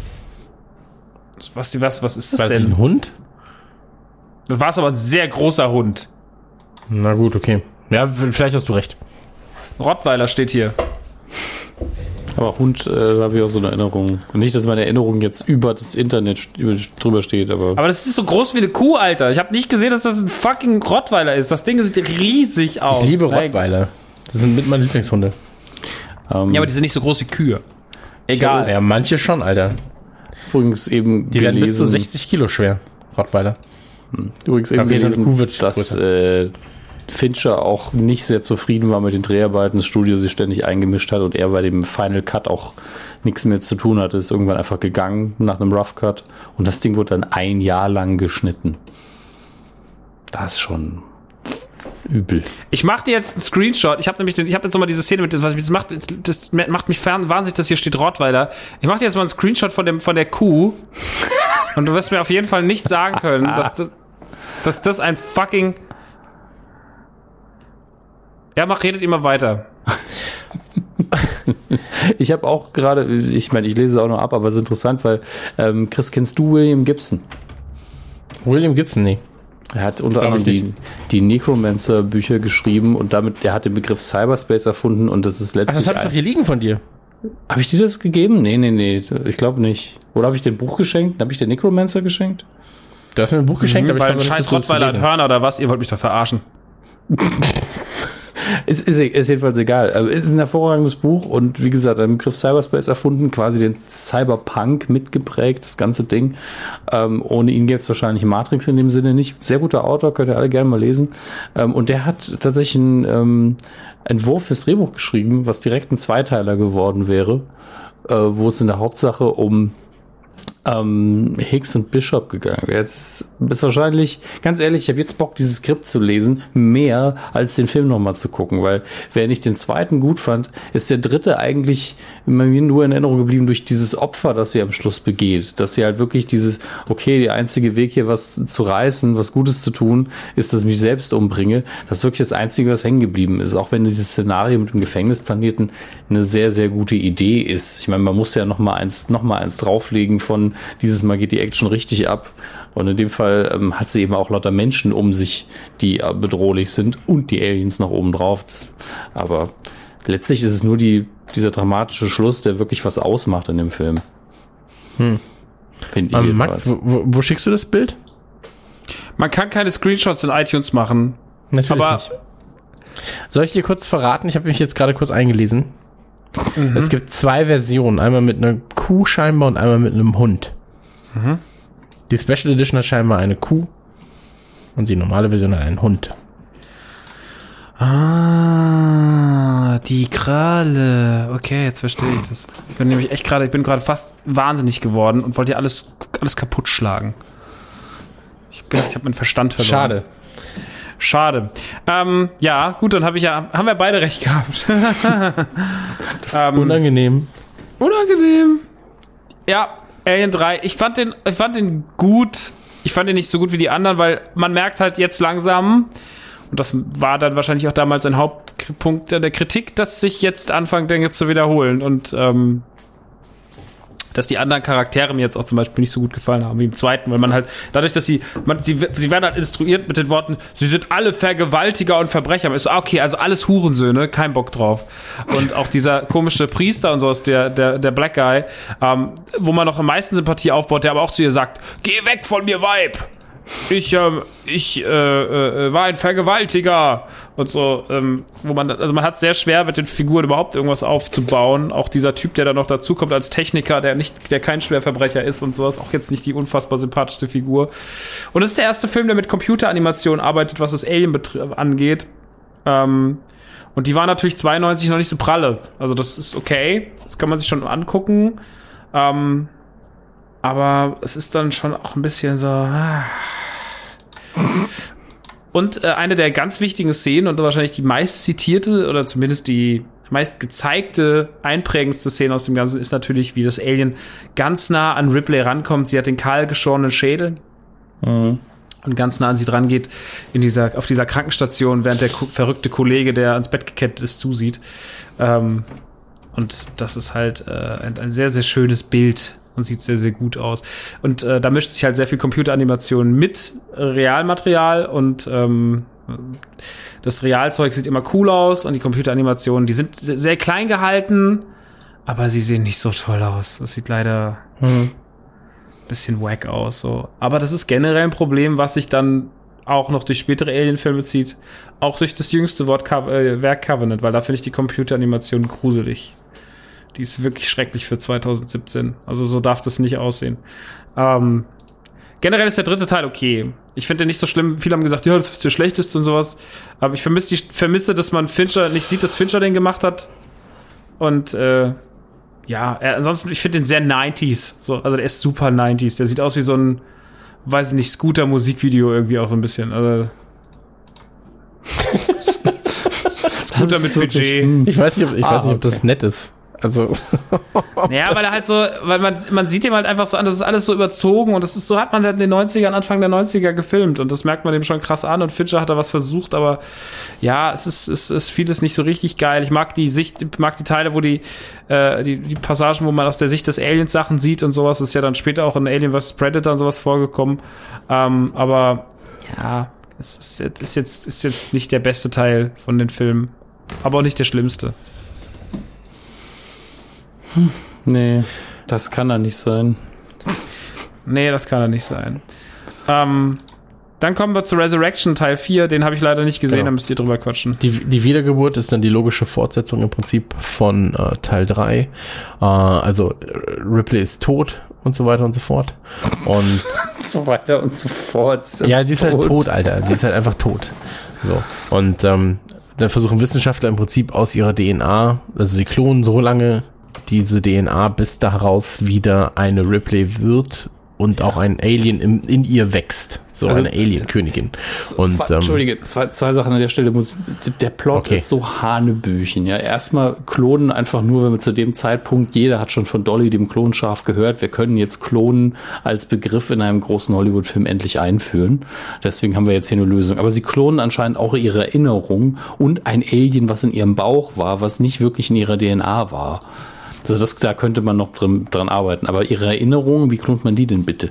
Was, was, was ist das war denn? Das ein Hund? Das war es aber ein sehr großer Hund. Na gut, okay. Ja, vielleicht hast du recht. Rottweiler steht hier. Aber Hund äh, habe ich auch so eine Erinnerung. Nicht, dass meine Erinnerung jetzt über das Internet über, drüber steht, aber... Aber das ist so groß wie eine Kuh, Alter. Ich habe nicht gesehen, dass das ein fucking Rottweiler ist. Das Ding sieht riesig aus. Ich liebe Rottweiler. Das sind mit meinen Lieblingshunde. Um, ja, aber die sind nicht so groß wie Kühe. Egal. Ja, manche schon, Alter. Übrigens eben Die gelesen, werden bis zu sechzig Kilo schwer, Rottweiler. Übrigens eben okay, gelesen, das dass äh, Fincher auch nicht sehr zufrieden war mit den Dreharbeiten, das Studio sich ständig eingemischt hat und er bei dem Final Cut auch nichts mehr zu tun hatte. Ist irgendwann einfach gegangen nach einem Rough Cut und das Ding wurde dann ein Jahr lang geschnitten. Das ist schon übel. Ich mache dir jetzt einen Screenshot. Ich habe nämlich, den, ich habe jetzt nochmal diese Szene mit, was das macht, das macht mich fern, wahnsinnig, dass hier steht Rottweiler. Ich mache dir jetzt mal einen Screenshot von dem, von der Kuh und du wirst mir auf jeden Fall nicht sagen können, dass das, dass das ein fucking. Ja, mach, redet immer weiter. Ich habe auch gerade, ich meine, ich lese es auch noch ab, aber es ist interessant, weil ähm, Chris, kennst du William Gibson? William Gibson, nee. Er hat unter anderem die, die Necromancer-Bücher geschrieben und damit, er hat den Begriff Cyberspace erfunden und das ist letztlich... Ach, das habe ich doch hier liegen von dir. Habe ich dir das gegeben? Nee, nee, nee, ich glaube nicht. Oder habe ich dir ein Buch geschenkt? Habe ich dir Necromancer geschenkt? Du hast mir ein Buch geschenkt, mhm, aber ich glaube, scheiß Rottweiler hat Hörner oder was? Ihr wollt mich doch verarschen. Ist, ist, ist jedenfalls egal. Es ist ein hervorragendes Buch und wie gesagt, ein Begriff Cyberspace erfunden, quasi den Cyberpunk mitgeprägt, das ganze Ding. Ähm, ohne ihn gäbe es wahrscheinlich Matrix in dem Sinne nicht. Sehr guter Autor, könnt ihr alle gerne mal lesen. Ähm, und der hat tatsächlich einen ähm, Entwurf fürs Drehbuch geschrieben, was direkt ein Zweiteiler geworden wäre, äh, wo es in der Hauptsache um ähm, Hicks und Bishop gegangen wäre. Jetzt ist wahrscheinlich, ganz ehrlich, ich habe jetzt Bock, dieses Skript zu lesen, mehr als den Film nochmal zu gucken, weil wenn ich den zweiten gut fand, ist der dritte eigentlich bei mir nur in Erinnerung geblieben durch dieses Opfer, das sie am Schluss begeht. Dass sie halt wirklich dieses, okay, der einzige Weg hier was zu reißen, was Gutes zu tun, ist, dass ich mich selbst umbringe. Das ist wirklich das Einzige, was hängen geblieben ist. Auch wenn dieses Szenario mit dem Gefängnisplaneten eine sehr, sehr gute Idee ist. Ich meine, man muss ja noch mal eins, noch mal eins drauflegen von dieses Mal geht die Action richtig ab. Und in dem Fall ähm, hat sie eben auch lauter Menschen um sich, die äh, bedrohlich sind und die Aliens noch oben drauf. Aber letztlich ist es nur die, dieser dramatische Schluss, der wirklich was ausmacht in dem Film. Hm. Finde ich ähm, Max, wo, wo schickst du das Bild? Man kann keine Screenshots in iTunes machen. Natürlich aber nicht. Soll ich dir kurz verraten? Ich habe mich jetzt gerade kurz eingelesen. Mhm. Es gibt zwei Versionen. Einmal mit einer Kuh scheinbar und einmal mit einem Hund. Mhm. Die Special Edition hat scheinbar eine Kuh und die normale Version hat einen Hund. Ah, die Kralle. Okay, jetzt verstehe ich das. Ich bin nämlich echt gerade, ich bin gerade fast wahnsinnig geworden und wollte hier alles, alles kaputt schlagen. Ich habe gedacht, ich habe meinen Verstand verloren. Schade. Schade. Ähm, ja, gut, dann habe ich ja, haben wir beide recht gehabt. Das ist ähm, unangenehm. Unangenehm. Ja, Alien drei. Ich fand den, ich fand den gut. Ich fand den nicht so gut wie die anderen, weil man merkt halt jetzt langsam, und das war dann wahrscheinlich auch damals ein Hauptpunkt der Kritik, dass sich jetzt anfangen, Dinge zu wiederholen und ähm, dass die anderen Charaktere mir jetzt auch zum Beispiel nicht so gut gefallen haben wie im zweiten, weil man halt, dadurch, dass sie, man, sie, sie werden halt instruiert mit den Worten, sie sind alle Vergewaltiger und Verbrecher. Man ist so, okay, also alles Hurensöhne, kein Bock drauf. Und auch dieser komische Priester und sowas, der, der, der Black Guy, ähm, wo man noch am meisten Sympathie aufbaut, der aber auch zu ihr sagt, geh weg von mir, Weib! Ich, ähm, ich, äh, äh, war ein Vergewaltiger und so, ähm, wo man, also man hat sehr schwer mit den Figuren überhaupt irgendwas aufzubauen. Auch dieser Typ, der da noch dazukommt als Techniker, der nicht, der kein Schwerverbrecher ist und sowas, auch jetzt nicht die unfassbar sympathischste Figur. Und es ist der erste Film, der mit Computeranimation arbeitet, was das Alien betri- angeht. Ähm, und die war natürlich zweiundneunzig noch nicht so pralle. Also das ist okay, das kann man sich schon angucken. Ähm, aber es ist dann schon auch ein bisschen so. Ah. Und äh, eine der ganz wichtigen Szenen und wahrscheinlich die meist zitierte oder zumindest die meist gezeigte, einprägendste Szene aus dem Ganzen ist natürlich, wie das Alien ganz nah an Ripley rankommt. Sie hat den kahl geschorenen Schädel mhm. und ganz nah an sie dran geht in dieser, auf dieser Krankenstation, während der ko- verrückte Kollege, der ans Bett gekettet ist, zusieht. Ähm, und das ist halt äh, ein, ein sehr, sehr schönes Bild. Und sieht sehr, sehr gut aus. Und äh, da mischt sich halt sehr viel Computeranimation mit Realmaterial und ähm, das Realzeug sieht immer cool aus und die Computeranimationen, die sind sehr klein gehalten, aber sie sehen nicht so toll aus. Das sieht leider hm. ein bisschen wack aus. So. Aber das ist generell ein Problem, was sich dann auch noch durch spätere Alien-Filme zieht. Auch durch das jüngste Wort Co- äh, Werk Covenant, weil da finde ich die Computeranimation gruselig. Die ist wirklich schrecklich für zwanzig siebzehn. Also so darf das nicht aussehen. Ähm, generell ist der dritte Teil okay. Ich finde den nicht so schlimm. Viele haben gesagt, ja, das ist der schlechteste und sowas. Aber ich vermisse, die, vermisse dass man Fincher nicht sieht, dass Fincher den gemacht hat. Und äh, ja, er, ansonsten, ich finde den sehr neunziger. So, also der ist super neunziger. Der sieht aus wie so ein, weiß ich nicht, Scooter-Musikvideo irgendwie auch so ein bisschen. Also Scooter mit Budget. Ich weiß nicht, ob, ich ah, weiß nicht, ob okay. das nett ist. Also. Ja, weil er halt so, weil man, man sieht ihm halt einfach so an, das ist alles so überzogen und das ist so, hat man halt in den neunzigern, Anfang der neunziger gefilmt und das merkt man dem schon krass an und Fincher hat da was versucht, aber ja, es ist, es ist vieles nicht so richtig geil. Ich mag die Sicht, ich mag die Teile, wo die, äh, die, die Passagen, wo man aus der Sicht des Aliens Sachen sieht und sowas, ist ja dann später auch in Alien versus. Predator und sowas vorgekommen, ähm, aber ja, es ist, ist jetzt, ist jetzt nicht der beste Teil von den Filmen, aber auch nicht der schlimmste. Hm, nee, das kann er nicht sein. Nee, das kann er nicht sein. Ähm, dann kommen wir zu Resurrection Teil vier. Den habe ich leider nicht gesehen, genau. Da müsst ihr drüber quatschen. Die, die Wiedergeburt ist dann die logische Fortsetzung im Prinzip von äh, Teil drei. Äh, also Ripley ist tot und so weiter und so fort. Und so weiter und so fort. Ja, die ist tot. halt tot, Alter. Sie ist halt einfach tot. So. Und ähm, dann versuchen Wissenschaftler im Prinzip aus ihrer D N A, also sie klonen so lange diese D N A, bis daraus wieder eine Ripley wird und ja. auch ein Alien im, in ihr wächst. So also, eine Alien-Königin. Und, zwei, ähm, Entschuldige, zwei, zwei Sachen an der Stelle. Muss, der Plot okay. ist so Hanebüchen. Ja, erstmal klonen einfach nur, wenn wir zu dem Zeitpunkt, jeder hat schon von Dolly, dem Klonschaf, gehört, wir können jetzt Klonen als Begriff in einem großen Hollywood-Film endlich einführen. Deswegen haben wir jetzt hier eine Lösung. Aber sie klonen anscheinend auch ihre Erinnerung und ein Alien, was in ihrem Bauch war, was nicht wirklich in ihrer D N A war. Also das, da könnte man noch drin, dran arbeiten. Aber ihre Erinnerungen, wie klont man die denn bitte?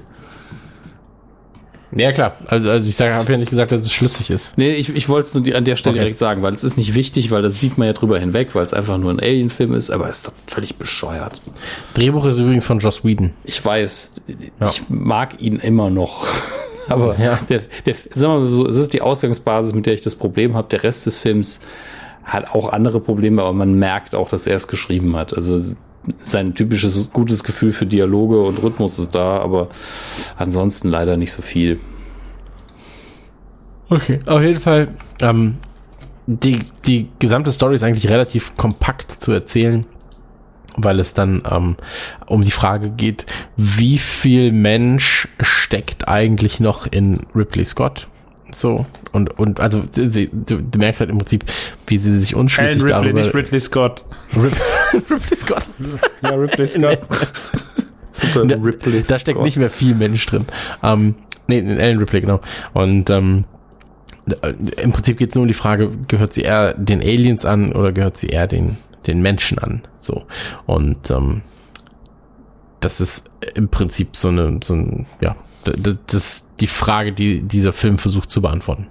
Ja, klar. Also, also ich sage, habe ja nicht gesagt, dass es schlüssig ist. Nee, ich, ich wollte es nur die, an der Stelle okay. direkt sagen, weil es ist nicht wichtig, weil das sieht man ja drüber hinweg, weil es einfach nur ein Alien-Film ist, aber es ist doch völlig bescheuert. Drehbuch ist übrigens von Joss Whedon. Ich weiß. Ja. Ich mag ihn immer noch. Aber Ja. der, der, sagen wir mal so, es ist die Ausgangsbasis, mit der ich das Problem habe. Der Rest des Films hat auch andere Probleme, aber man merkt auch, dass er es geschrieben hat. Also sein typisches gutes Gefühl für Dialoge und Rhythmus ist da, aber ansonsten leider nicht so viel. Okay. Auf jeden Fall, ähm, die, die gesamte Story ist eigentlich relativ kompakt zu erzählen, weil es dann ähm, um die Frage geht, wie viel Mensch steckt eigentlich noch in Ripley Scott? So, und, und also sie, du, du merkst halt im Prinzip, wie sie sich unschlüssig Alan Ripley, darüber... nicht Ridley Scott. Rip, Ripley Scott. Ja, Ripley Scott. Super, Da, da steckt nicht mehr viel Mensch drin. Ähm, nee, in Alan Ripley, genau. Und ähm, im Prinzip geht es nur um die Frage, gehört sie eher den Aliens an oder gehört sie eher den, den Menschen an? So. Und ähm, das ist im Prinzip so eine, so ein, ja, das ist die Frage, die dieser Film versucht zu beantworten.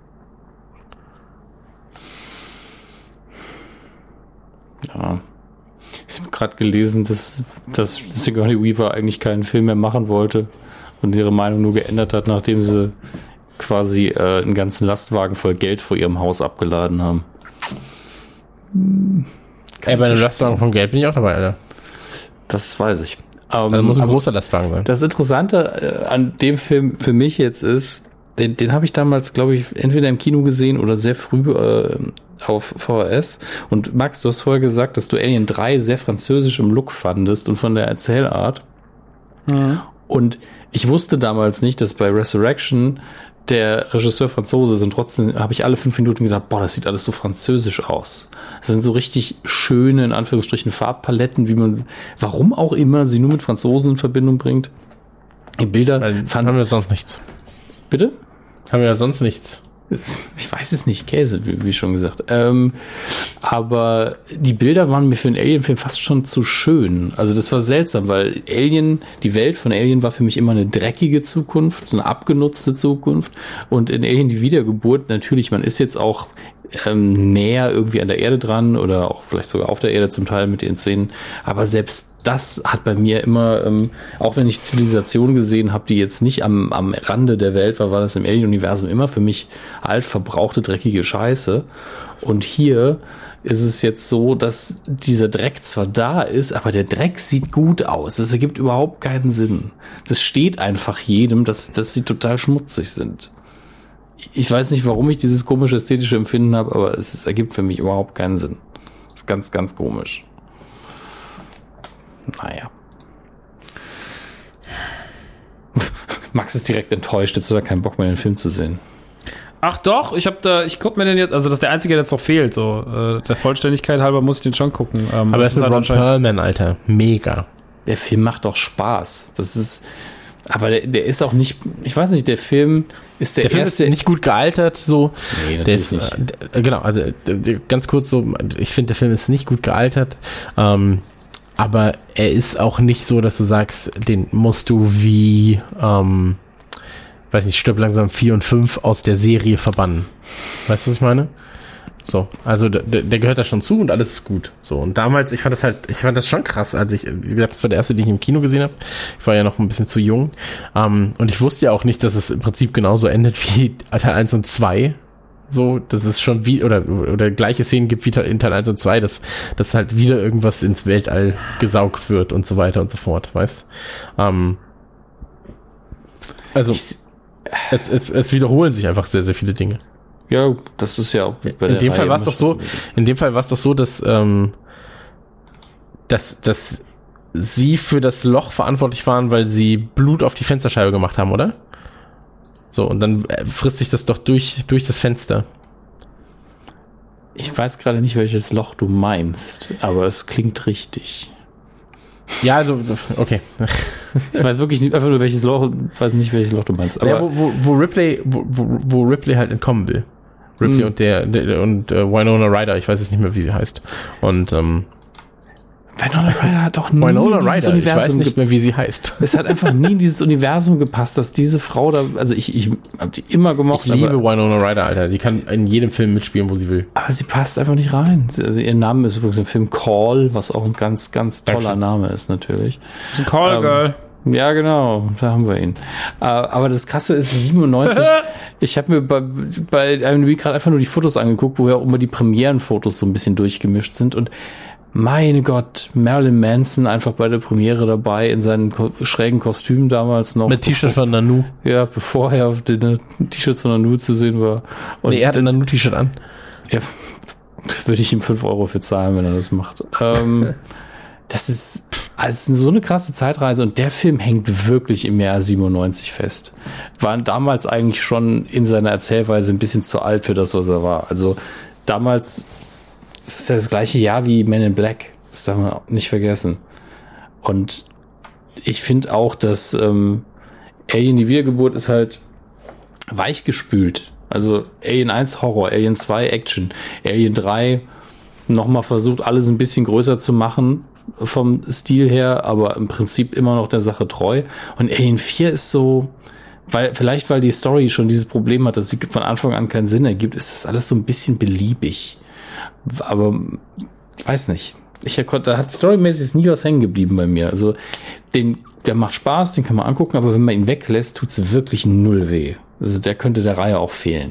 Ja. Ich habe gerade gelesen, dass, dass Sigourney Weaver eigentlich keinen Film mehr machen wollte und ihre Meinung nur geändert hat, nachdem sie quasi äh, einen ganzen Lastwagen voll Geld vor ihrem Haus abgeladen haben. Ey, bei einem Lastwagen von Geld bin ich auch dabei, Alter. Das weiß ich. Ähm, Also muss ein aber großer Lastwagen sein. das Interessante äh, an dem Film für mich jetzt ist, den, den habe ich damals, glaube ich, entweder im Kino gesehen oder sehr früh äh, auf V H S. Und Max, du hast vorher gesagt, dass du Alien drei sehr französisch im Look fandest und von der Erzählart. Mhm. Und ich wusste damals nicht, dass bei Resurrection der Regisseur Franzose ist und trotzdem habe ich alle fünf Minuten gedacht, boah, das sieht alles so französisch aus. Das sind so richtig schöne, in Anführungsstrichen, Farbpaletten, wie man, warum auch immer, sie nur mit Franzosen in Verbindung bringt. Die Bilder Weil, haben fanden, wir sonst nichts. bitte? Haben wir ja sonst nichts. Ich weiß es nicht, Käse, wie, wie schon gesagt. Ähm, aber die Bilder waren mir für einen Alien-Film fast schon zu schön. Also das war seltsam, weil Alien, die Welt von Alien war für mich immer eine dreckige Zukunft, so eine abgenutzte Zukunft. Und in Alien die Wiedergeburt, natürlich, man ist jetzt auch ähm, näher irgendwie an der Erde dran oder auch vielleicht sogar auf der Erde zum Teil mit den Szenen. Aber selbst das hat bei mir immer, ähm, auch wenn ich Zivilisation gesehen habe, die jetzt nicht am, am Rande der Welt war, war das im Alien-Universum immer für mich alt verbrauchte, dreckige Scheiße. Und hier ist es jetzt so, dass dieser Dreck zwar da ist, aber der Dreck sieht gut aus. Das ergibt überhaupt keinen Sinn. Das steht einfach jedem, dass, dass sie total schmutzig sind. Ich weiß nicht, warum ich dieses komische ästhetische Empfinden habe, aber es, es ergibt für mich überhaupt keinen Sinn. Das ist ganz, ganz komisch. Naja. Max ist direkt enttäuscht, jetzt hat er keinen Bock mehr, den Film zu sehen. Ach doch, ich hab da, ich guck mir den jetzt, also das ist der einzige, der jetzt noch fehlt, so, äh, der Vollständigkeit halber muss ich den schon gucken. Ähm, Aber das es ist halt Ron anscheinend- Perlman, Alter. Mega. Der Film macht doch Spaß. Das ist, aber der, der ist auch nicht, ich weiß nicht, der Film ist der, Der Film erste. ist nicht gut gealtert, so. Nee, Der natürlich ist, nicht. äh, genau, also äh, ganz kurz so, ich finde, der Film ist nicht gut gealtert, ähm, aber er ist auch nicht so, dass du sagst, den musst du wie, ähm, weiß nicht, Stirb langsam vier und fünf aus der Serie verbannen. Weißt du, was ich meine? So, also der, der gehört da schon zu und alles ist gut. So, und damals, ich fand das halt, ich fand das schon krass, als ich, wie gesagt, das war der erste, den ich im Kino gesehen habe. Ich war ja noch ein bisschen zu jung. Ähm, und ich wusste ja auch nicht, dass es im Prinzip genauso endet wie Teil eins und zwei. So, das ist schon wie, oder, oder gleiche Szenen gibt wie in Teil eins und zwei, dass, dass halt wieder irgendwas ins Weltall gesaugt wird und so weiter und so fort, weißt? Ähm, also, Ich, es, es, es wiederholen sich einfach sehr, sehr viele Dinge. ja, das ist ja auch bei In der dem Fall Reihe war es doch so, immer schon in dem Fall war es doch so, dass, ähm, dass, dass sie für das Loch verantwortlich waren, weil sie Blut auf die Fensterscheibe gemacht haben, oder? So, und dann äh, frisst sich das doch durch, durch das Fenster. Ich weiß gerade nicht, welches Loch du meinst, aber es klingt richtig. Ja, also, okay. Ich weiß wirklich nicht, einfach nur welches Loch, weiß nicht, welches Loch du meinst. Aber Ja, wo, wo, wo Ripley, wo, wo, wo Ripley halt entkommen will. Ripley Hm. und der, der und äh, Winona Ryder, ich weiß jetzt nicht mehr, wie sie heißt. Und ähm, Winona Ryder hat doch nie Winona dieses Ryder, ich weiß Universum nicht mehr, wie sie heißt. Es hat einfach nie in dieses Universum gepasst, dass diese Frau da, also ich, ich habe die immer gemocht, Ich liebe aber, Winona Ryder, Alter. Die kann in jedem Film mitspielen, wo sie will. aber sie passt einfach nicht rein. Sie- Also ihr Name ist übrigens im Film Call, was auch ein ganz, ganz toller Dankeschön. Name ist natürlich. Call Ähm, Girl. Ja, genau, da haben wir ihn. Aber das Krasse ist siebenundneunzig. Ich habe mir bei, bei I M D B gerade einfach nur die Fotos angeguckt, wo ja auch immer die Premierenfotos so ein bisschen durchgemischt sind. Und meine Gott, Marilyn Manson einfach bei der Premiere dabei in seinen ko- schrägen Kostümen damals noch. Mit T-Shirt von Nanu. Ja, bevor er auf den T-Shirts von Nanu zu sehen war. Und nee, er hat ein Nanu-T-Shirt an. Ja, würde ich ihm fünf Euro für zahlen, wenn er das macht. ähm, das ist also so eine krasse Zeitreise und der Film hängt wirklich im Jahr siebenundneunzig fest. War damals eigentlich schon in seiner Erzählweise ein bisschen zu alt für das, was er war. Also damals, das ist ja das gleiche Jahr wie Men in Black. Das darf man auch nicht vergessen. Und ich finde auch, dass ähm, Alien die Wiedergeburt ist halt weichgespült. Also Alien eins Horror, Alien zwei Action, Alien drei nochmal versucht, alles ein bisschen größer zu machen vom Stil her, aber im Prinzip immer noch der Sache treu. Und Alien vier ist so, weil vielleicht weil die Story schon dieses Problem hat, dass sie von Anfang an keinen Sinn ergibt, ist das alles so ein bisschen beliebig. Aber ich weiß nicht. Ich, da hat storymäßig nie was hängen geblieben bei mir. Also den, der macht Spaß, den kann man angucken, aber wenn man ihn weglässt, tut's wirklich null weh. Also der könnte der Reihe auch fehlen.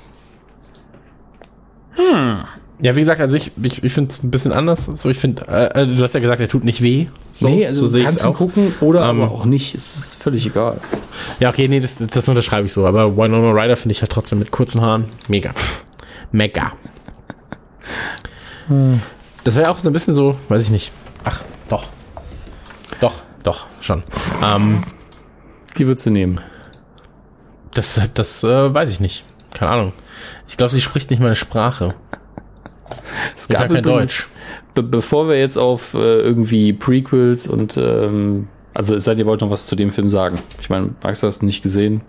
Hm. Ja, wie gesagt, also ich, ich, ich finde es ein bisschen anders. So, ich finde, äh, du hast ja gesagt, er tut nicht weh. So, nee, also so kannst du gucken oder ähm, aber auch nicht. Es ist völlig egal. Ja, okay, nee, das, das unterschreibe ich so. Aber Winona Ryder finde ich ja trotzdem mit kurzen Haaren mega. Mega. Hm. Das wäre auch so ein bisschen so, weiß ich nicht. Ach, doch. Doch, doch, schon. Ähm, Die würdest du nehmen. Das, das äh, weiß ich nicht. Keine Ahnung. Ich glaube, sie spricht nicht meine Sprache. Es gab kein Deutsch. Be- bevor wir jetzt auf äh, irgendwie Prequels und ähm, also es sei denn, ihr wollt noch was zu dem Film sagen. Ich meine, Max, hast du nicht gesehen?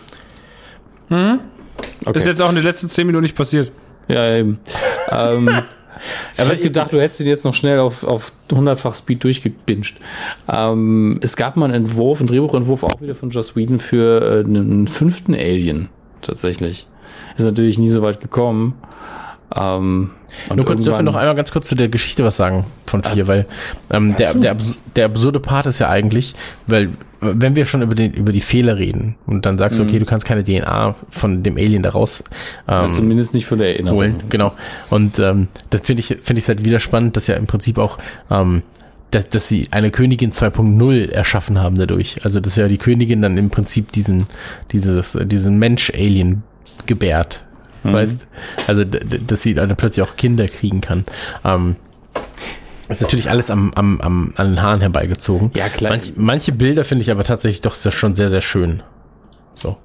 Hm? Okay. Ist jetzt auch in den letzten zehn Minuten nicht passiert. Ja, eben. ähm, ich hätte gedacht, du hättest ihn jetzt noch schnell auf, auf hundertfach Speed durchgebinged. Ähm, es gab mal einen Entwurf, einen Drehbuchentwurf auch wieder von Joss Whedon für äh, einen fünften Alien. Tatsächlich. Ist natürlich nie so weit gekommen. Ähm, Nur kurz, dürfen wir noch einmal ganz kurz zu der Geschichte was sagen von vier, äh, weil ähm, der, der, abs- der absurde Part ist ja eigentlich, weil wenn wir schon über, den, über die Fehler reden und dann sagst du, okay, du kannst keine D N A von dem Alien daraus ähm, ja, zumindest nicht von der Erinnerung holen, genau. Und ähm, das finde ich finde ich halt wieder spannend, dass ja im Prinzip auch ähm, dass, dass sie eine Königin zwei Punkt null erschaffen haben dadurch. Also dass ja die Königin dann im Prinzip diesen dieses diesen Mensch-Alien gebärt. Mhm. Weißt, also d- d- dass sie dann plötzlich auch Kinder kriegen kann. Ähm, ist natürlich alles am, am, am, an den Haaren herbeigezogen. Ja, klar. Manch, manche Bilder finde ich aber tatsächlich doch sehr, schon sehr, sehr schön. So.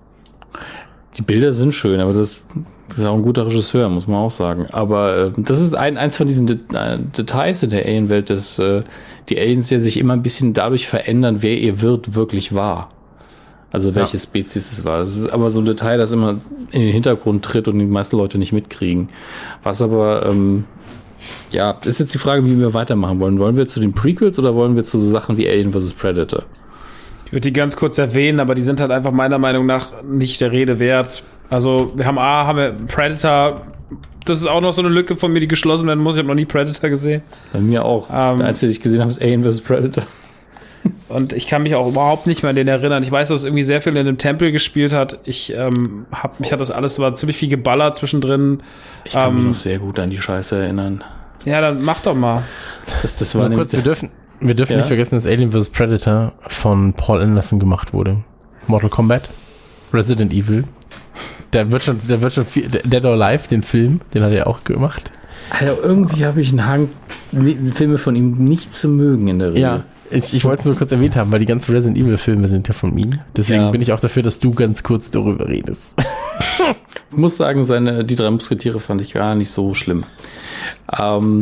Die Bilder sind schön, aber das ist auch ein guter Regisseur, muss man auch sagen. Aber äh, das ist ein, eins von diesen Det- äh, Details in der Alien-Welt, dass äh, die Aliens ja sich immer ein bisschen dadurch verändern, wer ihr Wirt wirklich war. Also welche ja. Spezies es war. Das ist aber so ein Detail, das immer in den Hintergrund tritt und die meisten Leute nicht mitkriegen. Was aber, ähm, ja, ist jetzt die Frage, wie wir weitermachen wollen. Wollen wir zu den Prequels oder wollen wir zu so Sachen wie Alien versus. Predator? Ich würde die ganz kurz erwähnen, aber die sind halt einfach meiner Meinung nach nicht der Rede wert. Also wir haben A, haben wir Predator. Das ist auch noch so eine Lücke von mir, die geschlossen werden muss. Ich habe noch nie Predator gesehen. Bei mir auch. Ähm, der einzige, den ich gesehen habe, ist Alien versus. Predator. Und ich kann mich auch überhaupt nicht mehr an den erinnern. Ich weiß, dass es irgendwie sehr viel in dem Tempel gespielt hat. Ich ähm, hab, mich hat das alles, war ziemlich viel geballert zwischendrin. Ich kann ähm, mich noch sehr gut an die Scheiße erinnern. Ja, dann mach doch mal. Das, das war Nur kurz, wir dürfen, wir dürfen ja? nicht vergessen, dass Alien versus. Predator von Paul Anderson gemacht wurde. Mortal Kombat, Resident Evil. Der wird schon, der wird schon viel, Dead or Alive, den Film, den hat er auch gemacht. Also irgendwie habe ich einen Hang, Filme von ihm nicht zu mögen in der Regel. Ja. Ich, ich wollte es nur kurz erwähnt haben, weil die ganzen Resident Evil Filme sind ja von ihm. Deswegen ja. bin ich auch dafür, dass du ganz kurz darüber redest. Ich muss sagen, seine, die drei Musketiere fand ich gar nicht so schlimm. Ähm,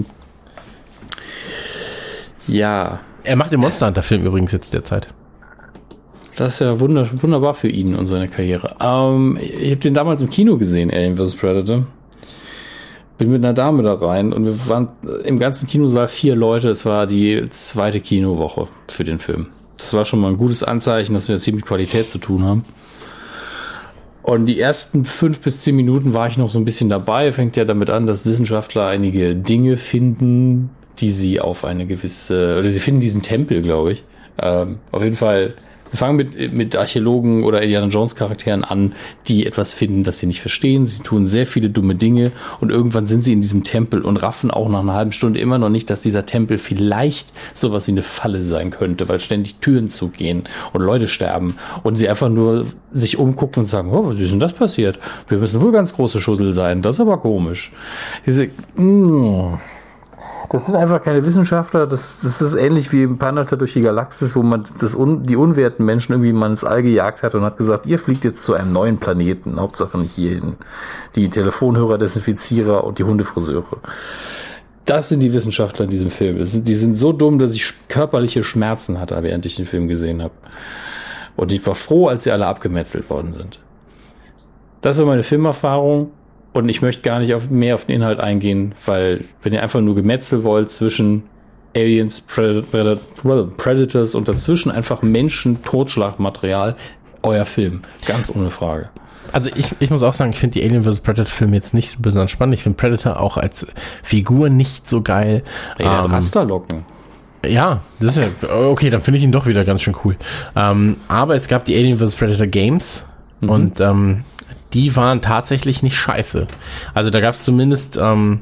ja. Er macht den Monster Hunter Film übrigens jetzt derzeit. Das ist ja wunder, wunderbar für ihn und seine Karriere. Ähm, ich habe den damals im Kino gesehen, Alien versus. Predator. Bin mit einer Dame da rein und wir waren im ganzen Kinosaal vier Leute. Es war die zweite Kinowoche für den Film. Das war schon mal ein gutes Anzeichen, dass wir das hier mit Qualität zu tun haben. Und die ersten fünf bis zehn Minuten war ich noch so ein bisschen dabei. Fängt ja damit an, dass Wissenschaftler einige Dinge finden, die sie auf eine gewisse, oder sie finden diesen Tempel, glaube ich, Ähm, auf jeden Fall, wir fangen mit, mit Archäologen oder Indiana Jones Charakteren an, die etwas finden, das sie nicht verstehen. Sie tun sehr viele dumme Dinge und irgendwann sind sie in diesem Tempel und raffen auch nach einer halben Stunde immer noch nicht, dass dieser Tempel vielleicht sowas wie eine Falle sein könnte, weil ständig Türen zugehen und Leute sterben und sie einfach nur sich umgucken und sagen, oh, was ist denn das passiert? Wir müssen wohl ganz große Schussel sein. Das ist aber komisch. Diese, mm. Das sind einfach keine Wissenschaftler, das, das ist ähnlich wie im Planeta durch die Galaxis, wo man das un, die unwerten Menschen irgendwie mal ins All gejagt hat und hat gesagt, ihr fliegt jetzt zu einem neuen Planeten, Hauptsache nicht hierhin. Die Telefonhörer, Desinfizierer und die Hundefriseure. Das sind die Wissenschaftler in diesem Film. Das sind, die sind so dumm, dass ich körperliche Schmerzen hatte, während ich den Film gesehen habe. Und ich war froh, als sie alle abgemetzelt worden sind. Das war meine Filmerfahrung. Und ich möchte gar nicht auf, mehr auf den Inhalt eingehen, weil wenn ihr einfach nur Gemetzel wollt zwischen Aliens, Predat- Predators und dazwischen einfach Menschen, Totschlagmaterial, euer Film. Ganz ohne Frage. Also ich, ich muss auch sagen, ich finde die Alien versus. Predator-Filme jetzt nicht so besonders spannend. Ich finde Predator auch als Figur nicht so geil. Ey, der hat ähm, Rasterlocken. Ja, das ist ja, okay, dann finde ich ihn doch wieder ganz schön cool. Ähm, aber es gab die Alien versus. Predator Games mhm. und ähm, die waren tatsächlich nicht scheiße. Also da gab es zumindest, ähm,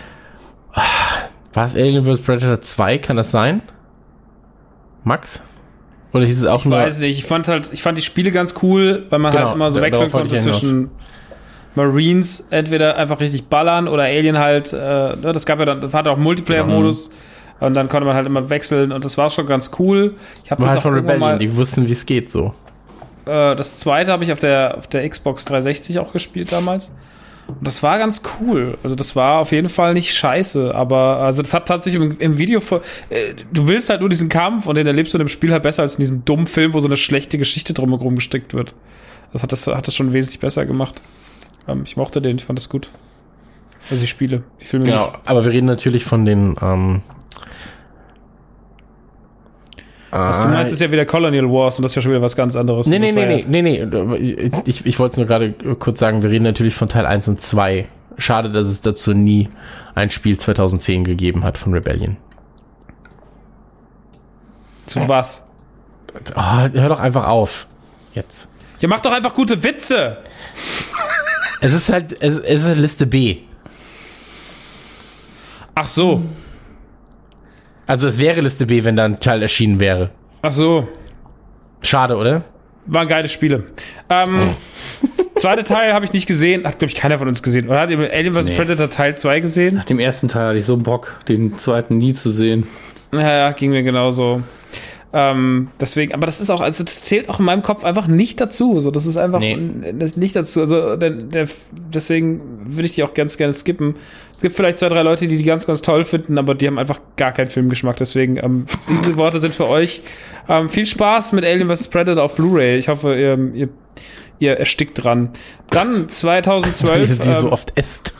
war es Alien versus. Predator zwei, kann das sein? Max? Oder hieß es auch ich nur? Ich weiß nicht, ich fand halt, ich fand die Spiele ganz cool, weil man genau, halt immer so wechseln konnte zwischen Marines, entweder einfach richtig ballern oder Alien halt, äh, das gab ja dann, das hatte auch Multiplayer-Modus. Mhm. Und dann konnte man halt immer wechseln und das war schon ganz cool. Ich habe das halt auch von Rebellion, mal, die wussten, wie es geht so. Das zweite habe ich auf der, auf der Xbox dreihundertsechzig auch gespielt damals. Und das war ganz cool. Also das war auf jeden Fall nicht scheiße. Aber also das hat tatsächlich im, im Video... Äh, du willst halt nur diesen Kampf und den erlebst du in dem Spiel halt besser als in diesem dummen Film, wo so eine schlechte Geschichte drumherum gestrickt wird. Das hat das, hat das schon wesentlich besser gemacht. Ähm, ich mochte den, ich fand das gut. Also die Spiele, die Filme genau, nicht. Aber wir reden natürlich von den... Ähm Was du meinst, ist ja wieder Colonial Wars und das ist ja schon wieder was ganz anderes. Nee, nee, nee, ja nee, nee, nee. Ich, ich wollte es nur gerade kurz sagen, wir reden natürlich von Teil eins und zwei. Schade, dass es dazu nie ein Spiel zweitausendzehn gegeben hat von Rebellion. Zu was? Oh, hör doch einfach auf. Jetzt. Ja, mach doch einfach gute Witze! Es ist halt, es, es ist eine Liste B. Ach so. Also es wäre Liste B, wenn da ein Teil erschienen wäre. Ach so. Schade, oder? Waren geile Spiele. Ähm, zweite Teil habe ich nicht gesehen. Hat, glaube ich, keiner von uns gesehen. Oder hat ihr Alien versus. Nee. Predator Teil zwei gesehen? Nach dem ersten Teil hatte ich so Bock, den zweiten nie zu sehen. Ja, ja, ging mir genauso. Ähm, deswegen, aber das ist auch, also das zählt auch in meinem Kopf einfach nicht dazu. So, das ist einfach nee. das nicht dazu. Also der, der, deswegen würde ich die auch ganz gerne skippen. Es gibt vielleicht zwei, drei Leute, die die ganz, ganz toll finden, aber die haben einfach gar keinen Filmgeschmack. Deswegen, ähm, diese Worte sind für euch. Ähm, viel Spaß mit Alien versus. Predator auf Blu-ray. Ich hoffe, ihr, ihr, ihr erstickt dran. Dann zweitausendzwölf. Weil sie ähm, so oft esst.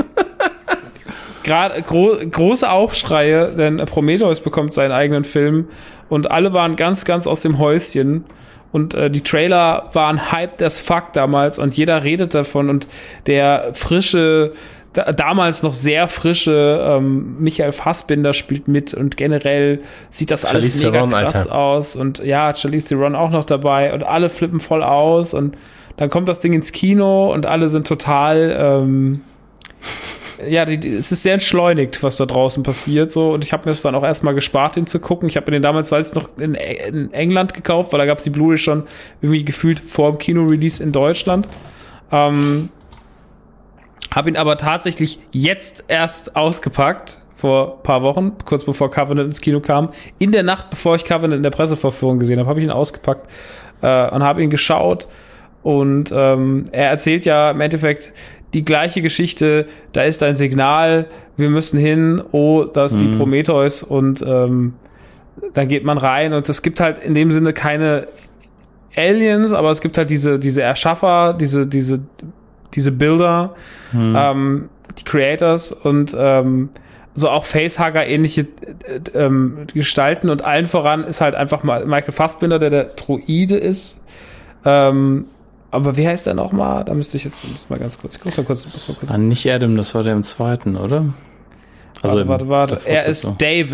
Gerade gro- große Aufschreie, denn Prometheus bekommt seinen eigenen Film und alle waren ganz, ganz aus dem Häuschen und äh, die Trailer waren hyped as fuck damals und jeder redet davon und der frische, da, damals noch sehr frische ähm, Michael Fassbinder spielt mit und generell sieht das alles Charlize mega Theron, krass Alter. aus und ja, Charlize Theron auch noch dabei und alle flippen voll aus und dann kommt das Ding ins Kino und alle sind total ähm, ja, die, die, es ist sehr entschleunigt, was da draußen passiert, so, und ich habe mir das dann auch erstmal gespart, den zu gucken. Ich habe mir den damals, weiß ich noch, in, in England gekauft, weil da gab es die Blu-ray schon irgendwie gefühlt vor dem Kino-Release in Deutschland. Ähm, habe ihn aber tatsächlich jetzt erst ausgepackt, vor ein paar Wochen, kurz bevor Covenant ins Kino kam. In der Nacht, bevor ich Covenant in der Pressevorführung gesehen habe, habe ich ihn ausgepackt äh, und habe ihn geschaut. Und ähm, er erzählt ja im Endeffekt die gleiche Geschichte, da ist ein Signal, wir müssen hin, oh, da ist mhm. die Prometheus und ähm, dann geht man rein und es gibt halt in dem Sinne keine Aliens, aber es gibt halt diese, diese Erschaffer, diese, diese, diese Bilder, mhm. ähm, die Creators und ähm, so auch Facehugger-ähnliche äh, ähm, Gestalten und allen voran ist halt einfach mal Michael Fassbinder, der der Droide ist. Ähm, Aber wie heißt der nochmal? Da müsste ich jetzt muss mal ganz kurz. Ich muss mal kurz, muss mal kurz. Ah, nicht Adam, das war der im zweiten, oder? Also warte, warte, warte. Er ist David.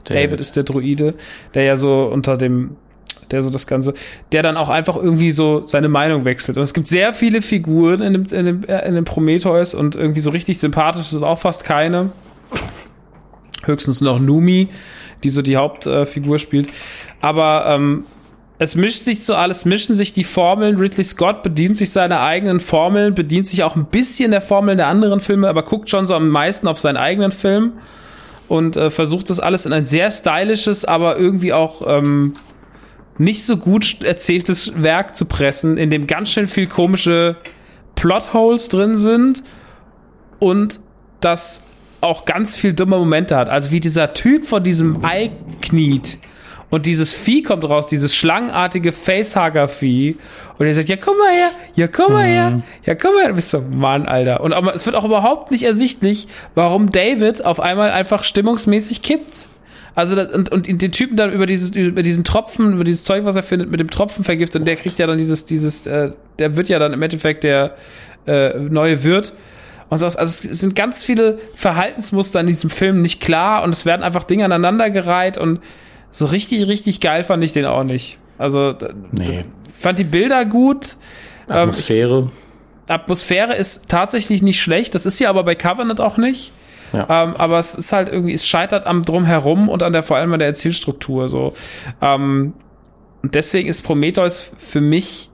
David. David ist der Droide, der ja so unter dem, der so das Ganze, der dann auch einfach irgendwie so seine Meinung wechselt. Und es gibt sehr viele Figuren in dem, in dem, in dem Prometheus und irgendwie so richtig sympathisch ist auch fast keine. Höchstens noch Numi, die so die Hauptfigur äh, spielt. Aber ähm, es mischt sich so alles, mischen sich die Formeln. Ridley Scott bedient sich seiner eigenen Formeln, bedient sich auch ein bisschen der Formeln der anderen Filme, aber guckt schon so am meisten auf seinen eigenen Film und äh, versucht das alles in ein sehr stylisches, aber irgendwie auch ähm, nicht so gut erzähltes Werk zu pressen, in dem ganz schön viel komische Plotholes drin sind und das auch ganz viel dumme Momente hat. Also wie dieser Typ von diesem Ei kniet und dieses Vieh kommt raus, dieses schlangenartige Facehugger-Vieh und er sagt, ja komm mal her, ja komm mal her, mhm. ja komm mal her. Du bist so, Mann, Alter. Und aber es wird auch überhaupt nicht ersichtlich, warum David auf einmal einfach stimmungsmäßig kippt. Also das, und, und den Typen dann über dieses über diesen Tropfen, über dieses Zeug, was er findet, mit dem Tropfen vergiftet und der kriegt ja dann dieses, dieses, äh, der wird ja dann im Endeffekt der äh, neue Wirt. Und so, also es sind ganz viele Verhaltensmuster in diesem Film nicht klar und es werden einfach Dinge aneinandergereiht und so richtig, richtig geil fand ich den auch nicht. Also nee. Fand die Bilder gut. Atmosphäre. Ähm, Atmosphäre ist tatsächlich nicht schlecht. Das ist ja aber bei Covenant auch nicht. Ja. Ähm, aber es ist halt irgendwie, es scheitert am Drumherum und an der, vor allem an der Erzählstruktur. So. Ähm, und deswegen ist Prometheus für mich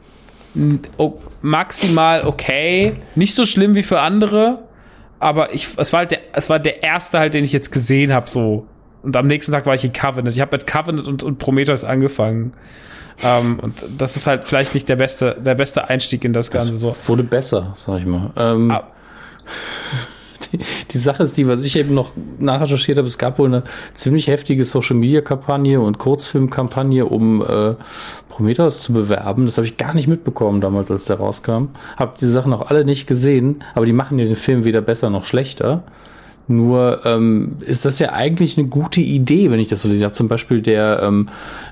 Oh, maximal okay, nicht so schlimm wie für andere, aber ich, es war halt der, es war der erste halt, den ich jetzt gesehen habe, so. Und am nächsten Tag war ich in Covenant. Ich habe mit Covenant und, und Prometheus angefangen. Ähm, und das ist halt vielleicht nicht der beste, der beste Einstieg in das Ganze. Es so. Wurde besser, sag ich mal. Ähm, ah. die, die Sache ist die, was ich eben noch nachrecherchiert habe, es gab wohl eine ziemlich heftige Social-Media-Kampagne und Kurzfilm-Kampagne, um äh, Prometheus zu bewerben. Das habe ich gar nicht mitbekommen damals, als der rauskam. Habe diese Sachen auch alle nicht gesehen, aber die machen ja den Film weder besser noch schlechter. Nur ähm, ist das ja eigentlich eine gute Idee, wenn ich das so sehe. Zum Beispiel der ähm,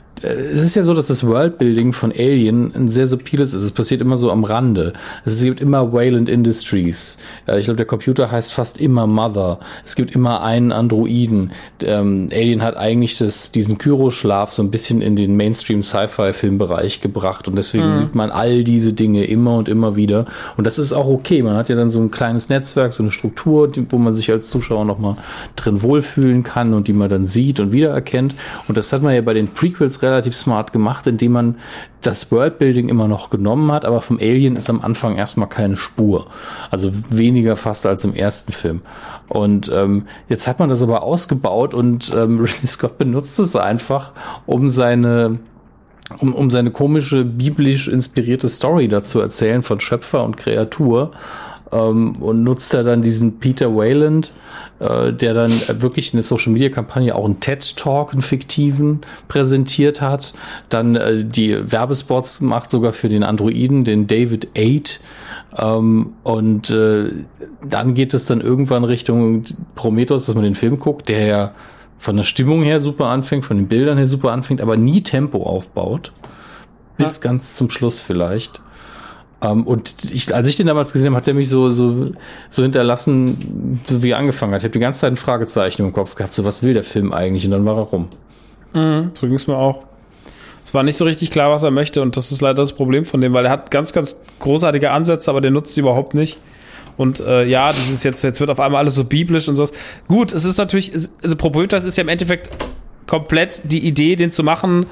es ist ja so, dass das Worldbuilding von Alien ein sehr subtiles ist. Es passiert immer so am Rande. Es gibt immer Wayland Industries. Ich glaube, der Computer heißt fast immer Mother. Es gibt immer einen Androiden. Ähm, Alien hat eigentlich das, diesen Kyroschlaf so ein bisschen in den Mainstream-Sci-Fi-Filmbereich gebracht und deswegen mhm. sieht man all diese Dinge immer und immer wieder. Und das ist auch okay. Man hat ja dann so ein kleines Netzwerk, so eine Struktur, wo man sich als Zuschauer nochmal drin wohlfühlen kann und die man dann sieht und wiedererkennt. Und das hat man ja bei den Prequels relativ smart gemacht, indem man das Worldbuilding immer noch genommen hat, aber vom Alien ist am Anfang erstmal keine Spur. Also weniger fast als im ersten Film. Und ähm, jetzt hat man das aber ausgebaut und ähm, Ridley Scott benutzt es einfach, um seine um, um seine komische, biblisch inspirierte Story dazu erzählen von Schöpfer und Kreatur. Ähm, und nutzt er dann diesen Peter Wayland, äh, der dann wirklich in der Social-Media-Kampagne auch einen TED-Talk, einen fiktiven, präsentiert hat. Dann äh, die Werbespots macht sogar für den Androiden, den David acht. Ähm, und äh, dann geht es dann irgendwann Richtung Prometheus, dass man den Film guckt, der ja von der Stimmung her super anfängt, von den Bildern her super anfängt, aber nie Tempo aufbaut. Bis ja. ganz zum Schluss vielleicht. Um, und ich, als ich den damals gesehen habe, hat der mich so, so, so hinterlassen, wie er angefangen hat. Ich habe die ganze Zeit ein Fragezeichen im Kopf gehabt, so was will der Film eigentlich? Und dann war er rum. Mhm, so ging es mir auch. Es war nicht so richtig klar, was er möchte und das ist leider das Problem von dem, weil er hat ganz, ganz großartige Ansätze, aber der nutzt sie überhaupt nicht. Und äh, ja, das ist jetzt, jetzt wird auf einmal alles so biblisch und sowas. Gut, es ist natürlich, also Prometheus ist ja im Endeffekt komplett die Idee, den zu machen,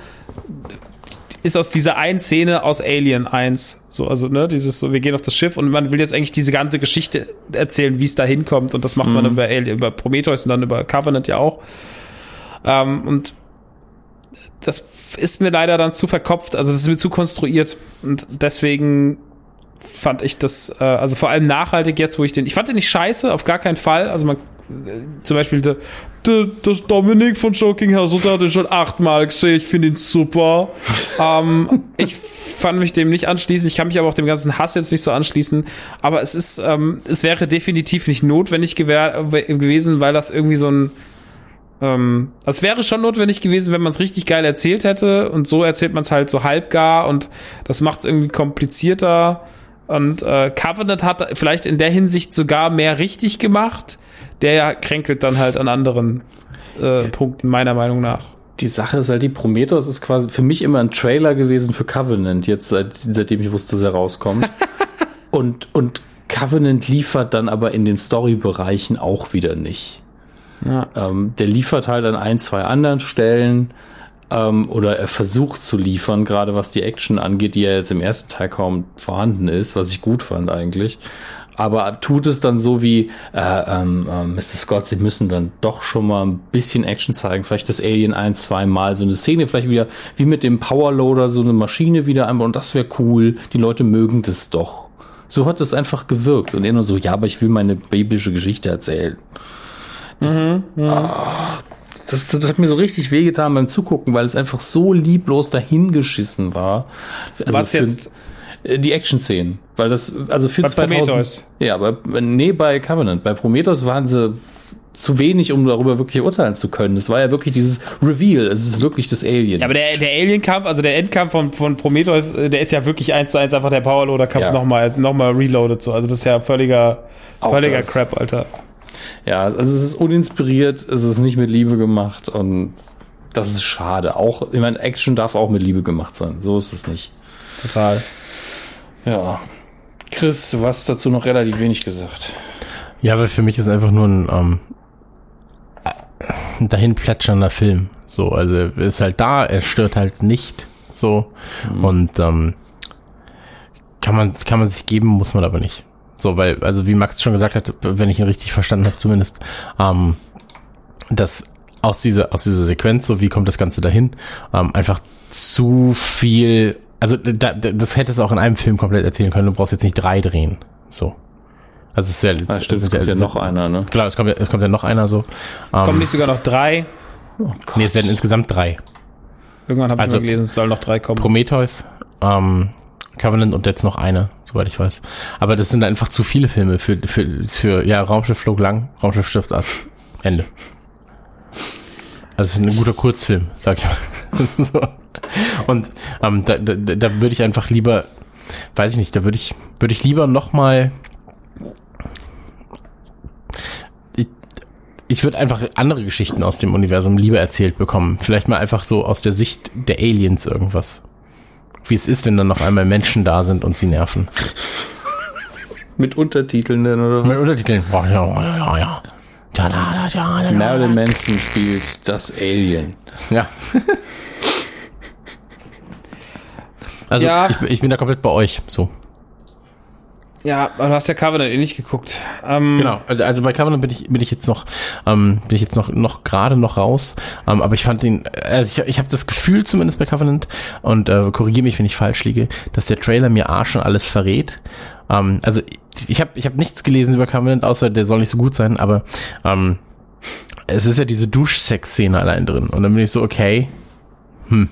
ist aus dieser einen Szene aus Alien eins. So, also, ne, dieses so, wir gehen auf das Schiff und man will jetzt eigentlich diese ganze Geschichte erzählen, wie es da hinkommt. Und das macht mhm. man über Alien, über Prometheus und dann über Covenant ja auch. Ähm, und das ist mir leider dann zu verkopft, also das ist mir zu konstruiert. Und deswegen fand ich das, äh, also vor allem nachhaltig jetzt, wo ich den, ich fand den nicht scheiße, auf gar keinen Fall. Also man, zum Beispiel der, der, der Dominik von Joking House, der hat den schon achtmal gesehen, ich finde ihn super. ähm, ich fand mich dem nicht anschließen, ich kann mich aber auch dem ganzen Hass jetzt nicht so anschließen, aber es ist, ähm, es wäre definitiv nicht notwendig gewär, gewesen, weil das irgendwie so ein, ähm, es wäre schon notwendig gewesen, wenn man es richtig geil erzählt hätte und so erzählt man es halt so halbgar und das macht es irgendwie komplizierter und äh, Covenant hat vielleicht in der Hinsicht sogar mehr richtig gemacht. Der ja kränkelt dann halt an anderen äh, Punkten, meiner Meinung nach. Die Sache ist halt, die Prometheus ist quasi für mich immer ein Trailer gewesen für Covenant, jetzt seit, seitdem ich wusste, dass er rauskommt. und, und Covenant liefert dann aber in den Story-Bereichen auch wieder nicht. Ja. Ähm, der liefert halt an ein, zwei anderen Stellen ähm, oder er versucht zu liefern, gerade was die Action angeht, die ja jetzt im ersten Teil kaum vorhanden ist, was ich gut fand eigentlich. Aber tut es dann so wie äh, ähm, äh, Mister Scott, sie müssen dann doch schon mal ein bisschen Action zeigen, vielleicht das Alien ein, zwei Mal, so eine Szene vielleicht wieder wie mit dem Powerloader, so eine Maschine wieder einbauen, und das wäre cool, die Leute mögen das doch. So hat es einfach gewirkt und er nur so, ja, aber ich will meine biblische Geschichte erzählen. Das, mhm, ah, das, das hat mir so richtig wehgetan beim Zugucken, weil es einfach so lieblos dahingeschissen war. Also was jetzt? Die Action-Szenen, weil das, also für bei zweitausend, Prometheus. Ja, aber nee, bei Covenant. Bei Prometheus waren sie zu wenig, um darüber wirklich urteilen zu können. Das war ja wirklich dieses Reveal, es ist wirklich das Alien. Ja, aber der, der Alien-Kampf, also der Endkampf von, von Prometheus, der ist ja wirklich eins zu eins einfach der Powerloader-Kampf ja. nochmal noch mal reloaded. So. Also das ist ja völliger, völliger Crap, Alter. Ja, also es ist uninspiriert, es ist nicht mit Liebe gemacht und das ist schade. Auch, ich meine, Action darf auch mit Liebe gemacht sein. So ist es nicht. Total. Ja. Chris, du hast dazu noch relativ wenig gesagt. Ja, weil für mich ist einfach nur ein ähm, dahin plätschernder Film. So, also er ist halt da, er stört halt nicht. So. Mhm. Und ähm, kann man, kann man sich geben, muss man aber nicht. So, weil, also wie Max schon gesagt hat, wenn ich ihn richtig verstanden habe, zumindest, ähm, dass aus dieser, aus dieser Sequenz, so wie kommt das Ganze dahin, ähm, einfach zu viel. Also da, das hätte es auch in einem Film komplett erzählen können. Du brauchst jetzt nicht drei drehen. So. Also es ist ja jetzt, ah, stimmt, es kommt ja, ja noch einer, ne? Klar, es kommt ja, es kommt ja noch einer so. Kommen um, nicht sogar noch drei? Oh nee, es werden insgesamt drei. Irgendwann habe also, ich mal gelesen, es soll noch drei kommen. Prometheus, ähm, Covenant und jetzt noch eine, soweit ich weiß. Aber das sind einfach zu viele Filme für, für, für ja, Raumschiff flog lang, Raumschiff stürzt ab. Ende. Also es ist ein guter Kurzfilm, sag ich mal. So. Und ähm, da, da, da würde ich einfach lieber, weiß ich nicht, da würde ich, würde ich lieber nochmal, ich, ich würde einfach andere Geschichten aus dem Universum lieber erzählt bekommen. Vielleicht mal einfach so aus der Sicht der Aliens irgendwas. Wie es ist, wenn dann noch einmal Menschen da sind und sie nerven. Mit Untertiteln denn, oder was? Mit Untertiteln. Oh, ja, ja, ja, ja. Ja, ja, ja, ja. Marilyn Manson spielt das Alien. Ja. Also ja. ich, ich bin da komplett bei euch, so. Ja, aber du hast ja Covenant eh nicht geguckt. Ähm, genau, also, also bei Covenant bin ich bin ich jetzt noch ähm, bin ich jetzt noch noch gerade noch raus, ähm, aber ich fand den, also ich, ich habe das Gefühl zumindest bei Covenant und äh, korrigiere mich, wenn ich falsch liege, dass der Trailer mir A schon alles verrät. Ähm, also ich habe ich habe nichts gelesen über Covenant, außer der soll nicht so gut sein, aber ähm, es ist ja diese Duschsex-Szene allein drin und dann bin ich so, okay, hm.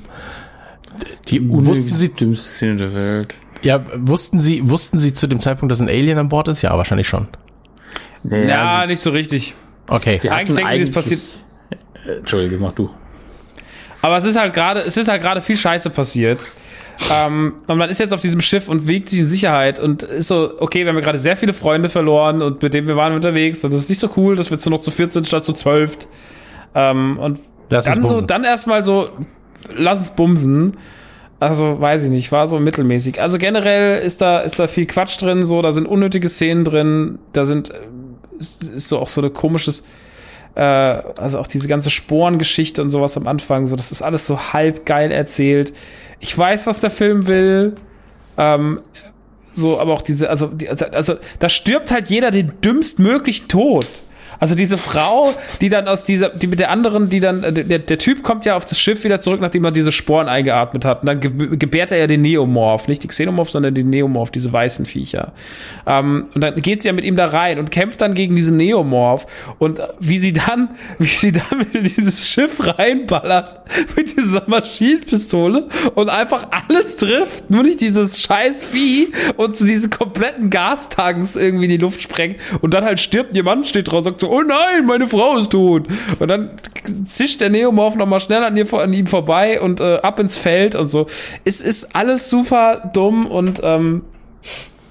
Die wussten sie dümmste Szene der Welt. Ja, wussten Sie, wussten Sie zu dem Zeitpunkt, dass ein Alien an Bord ist? Ja, wahrscheinlich schon. Naja, ja, nicht so richtig. Okay. Sie eigentlich denken sie, es passiert. Äh, Entschuldige, mach du. Aber es ist halt gerade, es ist halt gerade viel Scheiße passiert. ähm, und man ist jetzt auf diesem Schiff und wiegt sich in Sicherheit und ist so, okay, wir haben gerade sehr viele Freunde verloren und mit denen wir waren unterwegs und das ist nicht so cool, dass wir jetzt nur noch zu viert sind statt zu zwölf. Ähm, und Lass dann so, dann erstmal so, lass es bumsen. Also, weiß ich nicht, war so mittelmäßig. Also generell ist da, ist da viel Quatsch drin, so, da sind unnötige Szenen drin, da sind, ist so auch so eine komisches, äh, also auch diese ganze Sporengeschichte und sowas am Anfang, so, das ist alles so halb geil erzählt. Ich weiß, was der Film will, ähm, so, aber auch diese, also, die, also, da stirbt halt jeder den dümmstmöglichen Tod. Also diese Frau, die dann aus dieser, die mit der anderen, die dann, der, der Typ kommt ja auf das Schiff wieder zurück, nachdem er diese Sporen eingeatmet hat. Und dann ge- gebärt er ja den Neomorph, nicht die Xenomorph, sondern den Neomorph, diese weißen Viecher. Ähm, und dann geht sie ja mit ihm da rein und kämpft dann gegen diesen Neomorph. Und wie sie dann, wie sie dann mit dieses Schiff reinballert, mit dieser Maschinenpistole und einfach alles trifft, nur nicht dieses scheiß Vieh und zu diesen kompletten Gastanks irgendwie in die Luft sprengt. Und dann halt stirbt ihr Mann, steht drauf, sagt so, oh nein, meine Frau ist tot. Und dann zischt der Neomorph nochmal schnell an, ihr, an ihm vorbei und äh, ab ins Feld und so. Es ist alles super dumm und ähm,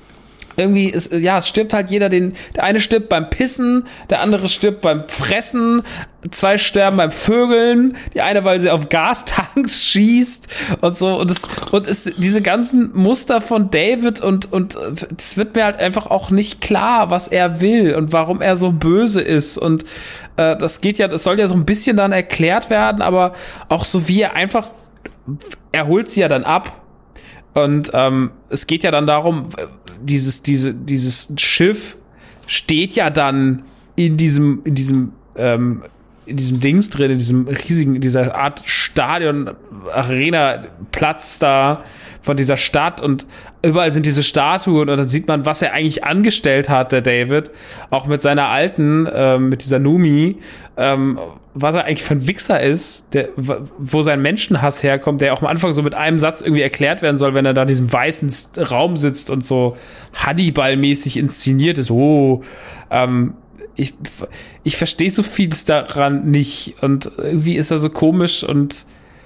irgendwie ist, ja, es stirbt halt jeder, den, der eine stirbt beim Pissen, der andere stirbt beim Fressen, zwei sterben beim Vögeln, die eine, weil sie auf Gastanks schießt und so, und es, und es, diese ganzen Muster von David und, und, es wird mir halt einfach auch nicht klar, was er will und warum er so böse ist, und, äh, das geht ja, das soll ja so ein bisschen dann erklärt werden, aber auch so wie er einfach, er holt sie ja dann ab. Und ähm, es geht ja dann darum, dieses diese dieses Schiff steht ja dann in diesem in diesem ähm, in diesem Dings drin, in diesem riesigen, in dieser Art Stadion, Arena, Platz da von dieser Stadt, und überall sind diese Statuen, und dann sieht man, was er eigentlich angestellt hat, der David, auch mit seiner Alten, ähm, mit dieser Numi, ähm, was er eigentlich für ein Wichser ist, der, wo sein Menschenhass herkommt, der auch am Anfang so mit einem Satz irgendwie erklärt werden soll, wenn er da in diesem weißen Raum sitzt und so Hannibal-mäßig inszeniert ist. Oh, ähm, ich, ich verstehe so vieles daran nicht, und irgendwie ist er so komisch, und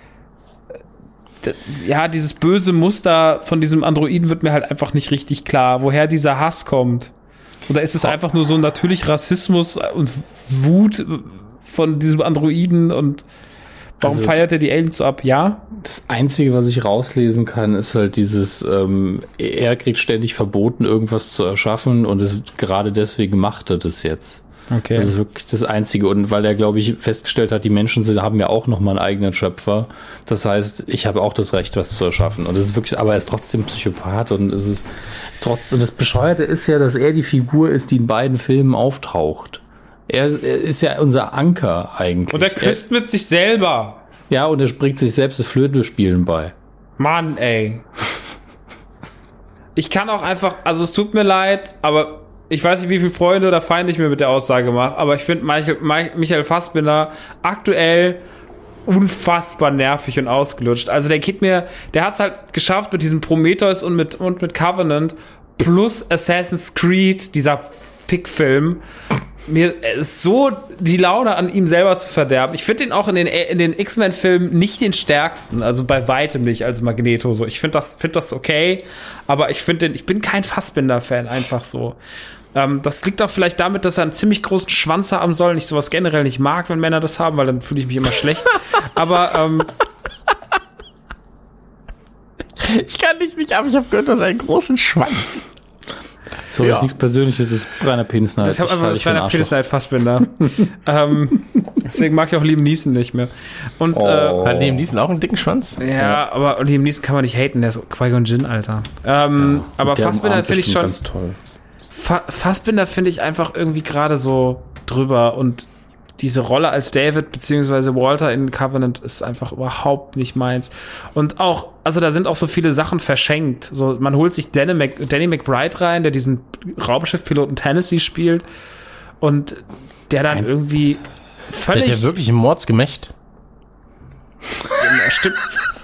ja, dieses böse Muster von diesem Androiden wird mir halt einfach nicht richtig klar, woher dieser Hass kommt. Oder ist es einfach nur so natürlich Rassismus und Wut von diesem Androiden, und warum also, feiert er die Aliens so ab? Ja? Das Einzige, was ich rauslesen kann, ist halt dieses, ähm, er kriegt ständig verboten, irgendwas zu erschaffen, und es, gerade deswegen macht er das jetzt. Okay. Das ist wirklich das Einzige, und weil er, glaube ich, festgestellt hat, die Menschen sind, haben ja auch nochmal einen eigenen Schöpfer. Das heißt, ich habe auch das Recht, was zu erschaffen. Und es ist wirklich, aber er ist trotzdem Psychopath, und es ist trotzdem, das Bescheuerte ist ja, dass er die Figur ist, die in beiden Filmen auftaucht. Er, er ist ja unser Anker eigentlich. Und er küsst er, mit sich selber. Ja, und er bringt sich selbst das Flötenspielen bei. Mann, ey. Ich kann auch einfach, also es tut mir leid, aber ich weiß nicht, wie viele Freunde oder Feinde ich mir mit der Aussage mache, aber ich finde Michael, Michael Fassbender aktuell unfassbar nervig und ausgelutscht. Also der geht mir, der hat es halt geschafft mit diesem Prometheus und mit, und mit Covenant plus Assassin's Creed, dieser Fickfilm, mir so die Laune an ihm selber zu verderben. Ich finde ihn auch in den, in den X-Men-Filmen nicht den stärksten, also bei weitem nicht als Magneto. So, ich finde das, finde das okay, aber ich finde den, ich bin kein Fassbinder-Fan, einfach so. Ähm, das liegt auch vielleicht damit, dass er einen ziemlich großen Schwanz haben soll und ich sowas generell nicht mag, wenn Männer das haben, weil dann fühle ich mich immer schlecht. Aber ähm, ich kann dich nicht ab, ich habe gehört, dass er einen großen Schwanz. So, ja. Das ist nichts Persönliches, das ist Rainer Penisneid. Das ist einfach das Rainer Penisneid-Fassbinder. ähm, deswegen mag ich auch Liam Neeson nicht mehr. Und, oh. äh, Hat Liam Neeson auch einen dicken Schwanz? Ja, ja. aber Liam Neeson kann man nicht haten, der ist Qui-Gon Jinn, Alter. Ähm, ja, aber Fassbinder finde ich schon ganz toll. Fa- Fassbinder finde ich einfach irgendwie gerade so drüber, und diese Rolle als David beziehungsweise Walter in Covenant ist einfach überhaupt nicht meins. Und auch, also da sind auch so viele Sachen verschenkt. So, man holt sich Danny, Mc, Danny McBride rein, der diesen Raumschiffpiloten Tennessee spielt, und der dann Eins. irgendwie völlig... Der hat ja wirklich ein Mordsgemächt. Ja, stimmt.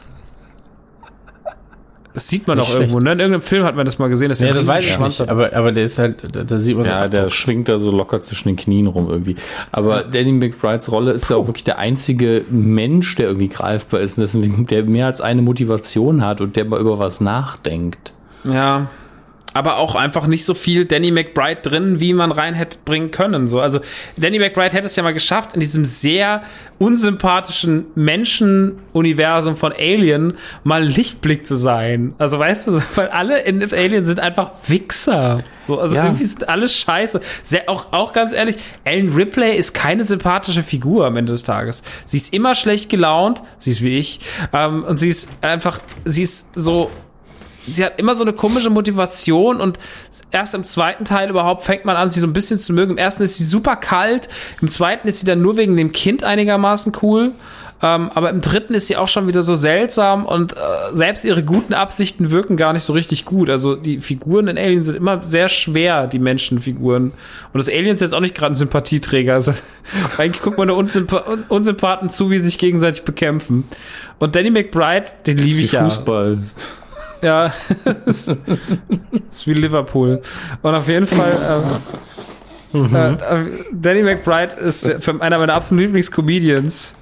Das sieht man doch irgendwo, ne? In irgendeinem Film hat man das mal gesehen, dass ja, der das weiß ich Schwanz nicht, aber, aber der ist halt, da, da sieht man ja, so der schwingt da so locker zwischen den Knien rum irgendwie. Aber Danny McBrides Rolle ist ja auch wirklich der einzige Mensch, der irgendwie greifbar ist, der mehr als eine Motivation hat und der mal über was nachdenkt. Ja, aber auch einfach nicht so viel Danny McBride drin, wie man rein hätte bringen können. So, also Danny McBride hätte es ja mal geschafft, in diesem sehr unsympathischen Menschenuniversum von Alien mal ein Lichtblick zu sein. Also weißt du, weil alle in Alien sind einfach Wichser. So, also ja. Irgendwie sind alles scheiße. Sehr, auch, auch ganz ehrlich, Ellen Ripley ist keine sympathische Figur am Ende des Tages. Sie ist immer schlecht gelaunt, sie ist wie ich, ähm, und sie ist einfach, sie ist so... Sie hat immer so eine komische Motivation, und erst im zweiten Teil überhaupt fängt man an, sie so ein bisschen zu mögen. Im ersten ist sie super kalt, im zweiten ist sie dann nur wegen dem Kind einigermaßen cool, ähm, aber im dritten ist sie auch schon wieder so seltsam, und äh, selbst ihre guten Absichten wirken gar nicht so richtig gut. Also die Figuren in Alien sind immer sehr schwer, die Menschenfiguren. Und das Alien ist jetzt auch nicht gerade ein Sympathieträger. Also, eigentlich guckt man nur Unsymp- Unsympathen zu, wie sie sich gegenseitig bekämpfen. Und Danny McBride, den liebe ich ja. Fußball. Ja, das ist wie Liverpool. Und auf jeden Fall, ähm, mhm. äh, Danny McBride ist einer meiner absoluten Lieblingscomedians.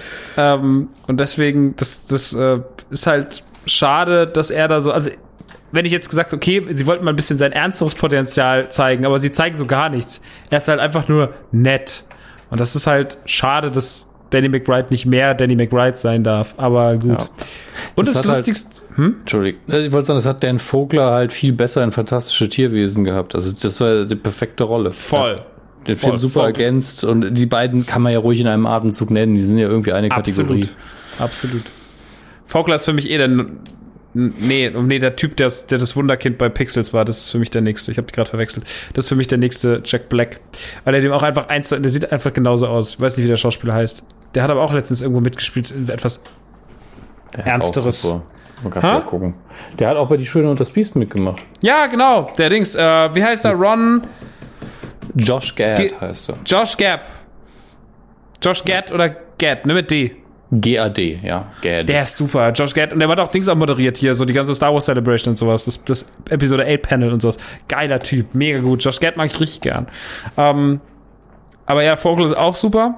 Ähm, und deswegen, das, das äh, ist halt schade, dass er da so, also wenn ich jetzt gesagt, okay, sie wollten mal ein bisschen sein ernsteres Potenzial zeigen, aber sie zeigen so gar nichts. Er ist halt einfach nur nett. Und das ist halt schade, dass Danny McBride nicht mehr Danny McBride sein darf. Aber gut. Ja. Und das, das Lustigste... Halt, hm? Entschuldigung. Ich wollte sagen, das hat Dan Vogler halt viel besser in Fantastische Tierwesen gehabt. Also das war die perfekte Rolle. Voll. Ja. Den Film Voll, super voll. ergänzt. Und die beiden kann man ja ruhig in einem Atemzug nennen. Die sind ja irgendwie eine Kategorie. Absolut. Absolut. Vogler ist für mich eh der... Nee, nee, der Typ, der, der das Wunderkind bei Pixels war, das ist für mich der nächste. Ich habe die gerade verwechselt. Das ist für mich der nächste Jack Black. Weil er dem auch einfach eins, der sieht einfach genauso aus. Ich weiß nicht, wie der Schauspieler heißt. Der hat aber auch letztens irgendwo mitgespielt in etwas Der Ernsteres. Man kann mal gucken. Der hat auch bei Die Schöne und das Biest mitgemacht. Ja, genau. Der Dings. Äh, wie heißt er? Ron? Josh Gad Ge- heißt er. Josh Gad. Josh Gad oder Gad, ne, mit D. G A D, ja. Gad. Der ist super. Josh Gad. Und der war doch Dings auch moderiert hier, so die ganze Star Wars Celebration und sowas. Das, das Episode acht Panel und sowas. Geiler Typ. Mega gut. Josh Gad mag ich richtig gern. Ähm, aber ja, Vogel ist auch super.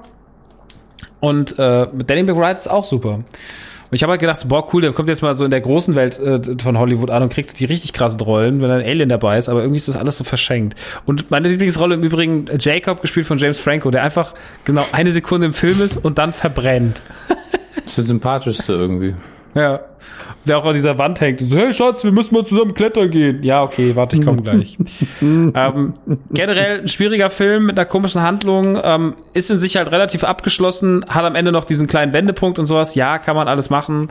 Und äh, Danny McBride ist auch super. Und ich habe halt gedacht, so, boah, cool, der kommt jetzt mal so in der großen Welt äh, von Hollywood an und kriegt die richtig krassen Rollen, wenn ein Alien dabei ist, aber irgendwie ist das alles so verschenkt. Und meine Lieblingsrolle im Übrigen, Jacob, gespielt von James Franco, der einfach genau eine Sekunde im Film ist und dann verbrennt. Das ist der sympathischste irgendwie. Ja. Der auch an dieser Wand hängt und so, hey Schatz, wir müssen mal zusammen klettern gehen. Ja, okay, warte, ich komme gleich. ähm, generell ein schwieriger Film mit einer komischen Handlung, ähm, ist in sich halt relativ abgeschlossen, hat am Ende noch diesen kleinen Wendepunkt und sowas. Ja, kann man alles machen.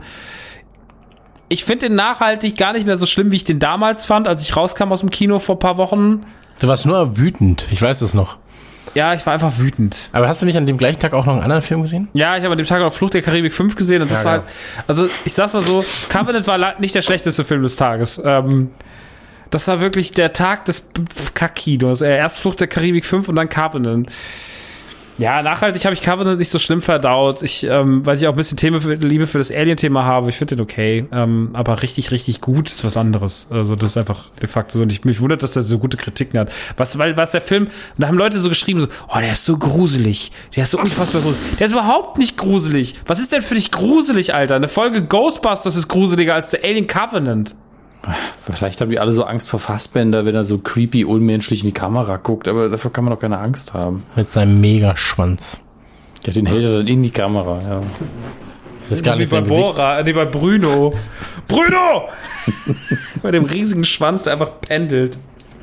Ich finde den nachhaltig gar nicht mehr so schlimm, wie ich den damals fand, als ich rauskam aus dem Kino vor ein paar Wochen. Du warst nur wütend, ich weiß es noch. Ja, ich war einfach wütend. Aber hast du nicht an dem gleichen Tag auch noch einen anderen Film gesehen? Ja, ich habe an dem Tag noch Fluch der Karibik fünf gesehen und das Ja, war genau. halt, also ich sag's mal so, Covenant war la- nicht der schlechteste Film des Tages. Ähm, das war wirklich der Tag des Kackkinos. Äh, erst Fluch der Karibik fünf und dann Covenant. Ja, nachhaltig habe ich Covenant nicht so schlimm verdaut. Ich, ähm, weil ich auch ein bisschen Thema für, Liebe für das Alien-Thema habe. Ich finde den okay. Ähm, aber richtig, richtig gut ist was anderes. Also das ist einfach de facto so. Und ich mich wundert, dass der so gute Kritiken hat. Was, weil, was der Film, da haben Leute so geschrieben, so, oh, der ist so gruselig. Der ist so unfassbar gruselig. Der ist überhaupt nicht gruselig. Was ist denn für dich gruselig, Alter? Eine Folge Ghostbusters ist gruseliger als der Alien Covenant. Vielleicht haben die alle so Angst vor Fassbender, wenn er so creepy, unmenschlich in die Kamera guckt, aber dafür kann man doch keine Angst haben. Mit seinem Megaschwanz. Ja, den hält er dann in die Kamera, ja. Das ist gar Wie nicht bei sein Gesicht. Bora, nee, bei Bruno. Bruno! Bei dem riesigen Schwanz, der einfach pendelt.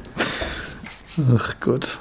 Ach Gott.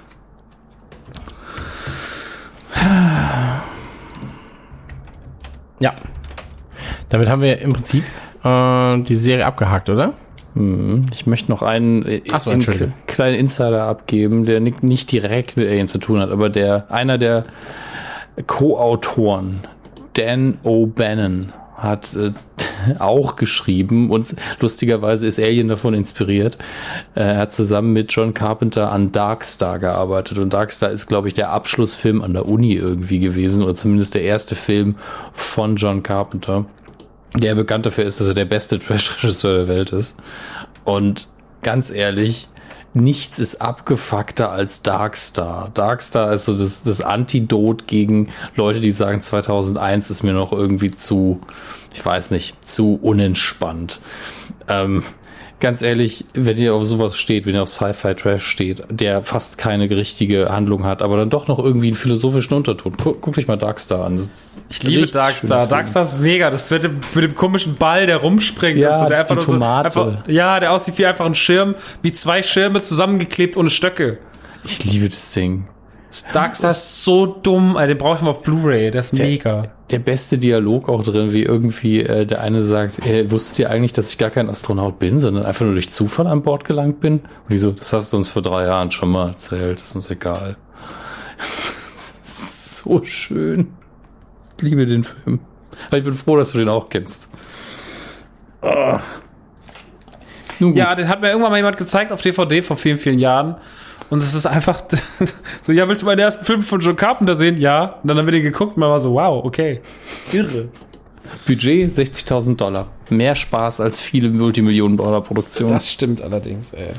Ja. Damit haben wir im Prinzip äh, die Serie abgehakt, oder? Ich möchte noch einen äh, Ach so, in- Entschuldigung. kleinen Insider abgeben, der nicht, nicht direkt mit Alien zu tun hat, aber der einer der Co-Autoren, Dan O'Bannon, hat äh, auch geschrieben und lustigerweise ist Alien davon inspiriert. Er hat zusammen mit John Carpenter an Darkstar gearbeitet und Darkstar ist, glaube ich, der Abschlussfilm an der Uni irgendwie gewesen oder zumindest der erste Film von John Carpenter, der bekannt dafür ist, dass er der beste Trash-Regisseur der Welt ist. Und ganz ehrlich, nichts ist abgefuckter als Darkstar. Darkstar ist so das, das Antidot gegen Leute, die sagen, zweitausendeins ist mir noch irgendwie zu, ich weiß nicht, zu unentspannt. Ähm, ganz ehrlich, wenn ihr auf sowas steht, wenn ihr auf Sci-Fi-Trash steht, der fast keine richtige Handlung hat, aber dann doch noch irgendwie einen philosophischen Unterton. Guckt guck euch mal Darkstar an. Das ist Ich liebe richtig Darkstar. schöner Film. Darkstar ist mega. Das wird mit dem komischen Ball, der rumspringt Ja, und so. Der die einfach nur Tomate. So, einfach, ja, der aussieht wie einfach ein Schirm, wie zwei Schirme zusammengeklebt ohne Stöcke. Ich liebe das Ding. Darkstar ist so dumm. Alter, den brauche ich mal auf Blu-ray. Der ist Der- mega. Der beste Dialog auch drin, wie irgendwie äh, der eine sagt, äh, wusstet ihr eigentlich, dass ich gar kein Astronaut bin, sondern einfach nur durch Zufall an Bord gelangt bin? Und wieso? Das hast du uns vor drei Jahren schon mal erzählt, ist uns egal. Das ist so schön. Ich liebe den Film. Aber ich bin froh, dass du den auch kennst. Ah. Nun gut. Ja, den hat mir irgendwann mal jemand gezeigt auf D V D vor vielen, vielen Jahren. Und es ist einfach so, ja, willst du meinen ersten Film von John Carpenter sehen? Ja. Und dann haben wir den geguckt und man war so, wow, okay. Irre. Budget sechzigtausend Dollar. Mehr Spaß als viele Multimillionen-Dollar-Produktionen. Das stimmt allerdings, ey.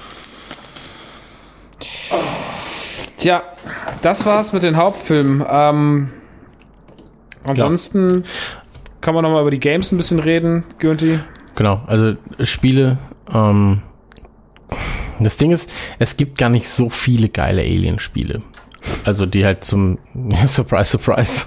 Tja, das war's mit den Hauptfilmen. Ähm, ansonsten kann man noch mal über die Games ein bisschen reden, Gürnti. Genau, also Spiele, ähm, das Ding ist, es gibt gar nicht so viele geile Alien-Spiele. Also die halt zum Surprise, Surprise.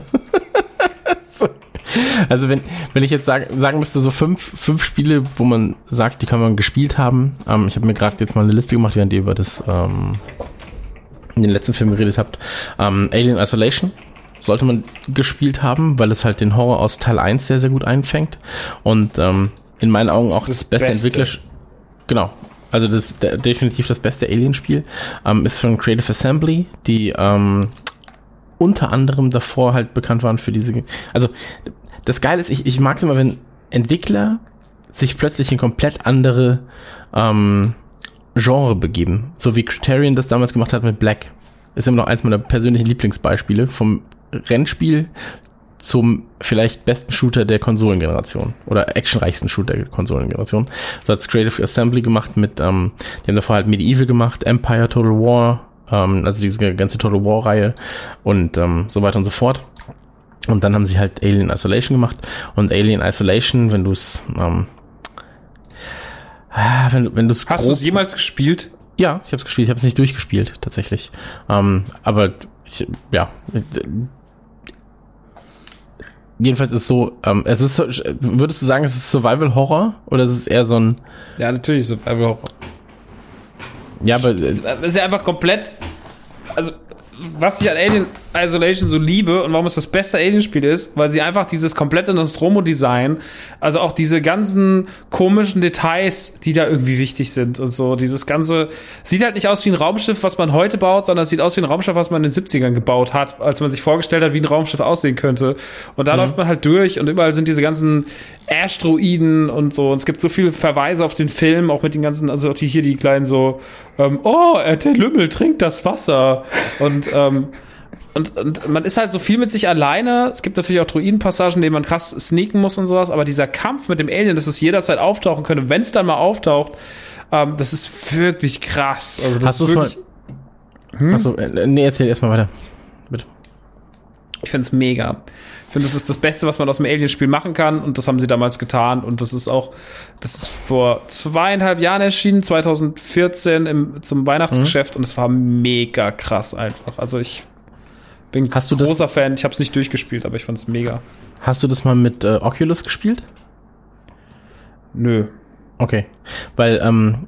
Also wenn, wenn ich jetzt sag, sagen müsste, so fünf, fünf Spiele, wo man sagt, die kann man gespielt haben. Ähm, ich habe mir gerade jetzt mal eine Liste gemacht, während ihr über das ähm, in den letzten Film geredet habt. Ähm, Alien Isolation sollte man gespielt haben, weil es halt den Horror aus Teil eins sehr, sehr gut einfängt. Und ähm, in meinen Augen auch das, das beste, beste Entwickler... Genau. Also das ist der, definitiv das beste Alien-Spiel. Ähm, ist von Creative Assembly, die ähm, unter anderem davor halt bekannt waren für diese... Also das Geile ist, ich, ich mag es immer, wenn Entwickler sich plötzlich in komplett andere ähm, Genre begeben. So wie Criterion das damals gemacht hat mit Black. Ist immer noch eins meiner persönlichen Lieblingsbeispiele. Vom Rennspiel zum vielleicht besten Shooter der Konsolengeneration oder actionreichsten Shooter der Konsolengeneration. So hat's Creative Assembly gemacht mit, ähm, die haben davor halt Medieval gemacht, Empire, Total War, ähm, also diese ganze Total War-Reihe und ähm, so weiter und so fort. Und dann haben sie halt Alien Isolation gemacht und Alien Isolation, wenn du es ähm, wenn, wenn du es Hast du es jemals gespielt? Ja, ich habe es gespielt, ich habe es nicht durchgespielt, tatsächlich. Ähm, aber ich, ja, jedenfalls ist es so, ähm, es ist, würdest du sagen, es ist Survival Horror oder ist es eher so ein... Ja, natürlich Survival Horror. Ja, aber... Es ist ja einfach komplett, also was ich an Alien Isolation so liebe und warum es das beste Alien-Spiel ist, weil sie einfach dieses komplette Nostromo-Design, also auch diese ganzen komischen Details, die da irgendwie wichtig sind und so, dieses ganze, sieht halt nicht aus wie ein Raumschiff, was man heute baut, sondern es sieht aus wie ein Raumschiff, was man in den siebzigern gebaut hat, als man sich vorgestellt hat, wie ein Raumschiff aussehen könnte. Und da mhm. läuft man halt durch und überall sind diese ganzen Asteroiden und so. Und es gibt so viele Verweise auf den Film, auch mit den ganzen, also auch die hier die kleinen so, ähm, oh, der Lümmel trinkt das Wasser. Und, ähm, Und, und man ist halt so viel mit sich alleine. Es gibt natürlich auch Druidenpassagen, in denen man krass sneaken muss und sowas. Aber dieser Kampf mit dem Alien, dass es jederzeit auftauchen könnte, wenn es dann mal auftaucht, ähm, das ist wirklich krass. Also das Hast du es mal? Hm? Achso, äh, nee, erzähl erstmal weiter. Bitte. Ich finde es mega. Ich finde, das ist das Beste, was man aus dem Alien-Spiel machen kann. Und das haben sie damals getan. Und das ist auch, das ist vor zweieinhalb Jahren erschienen, zwanzig vierzehn im, zum Weihnachtsgeschäft. Mhm. Und es war mega krass einfach. Also ich bin hast du großer das, Fan. Ich habe es nicht durchgespielt, aber ich fand es mega. Hast du das mal mit äh, Oculus gespielt? Nö. Okay. Weil, ähm,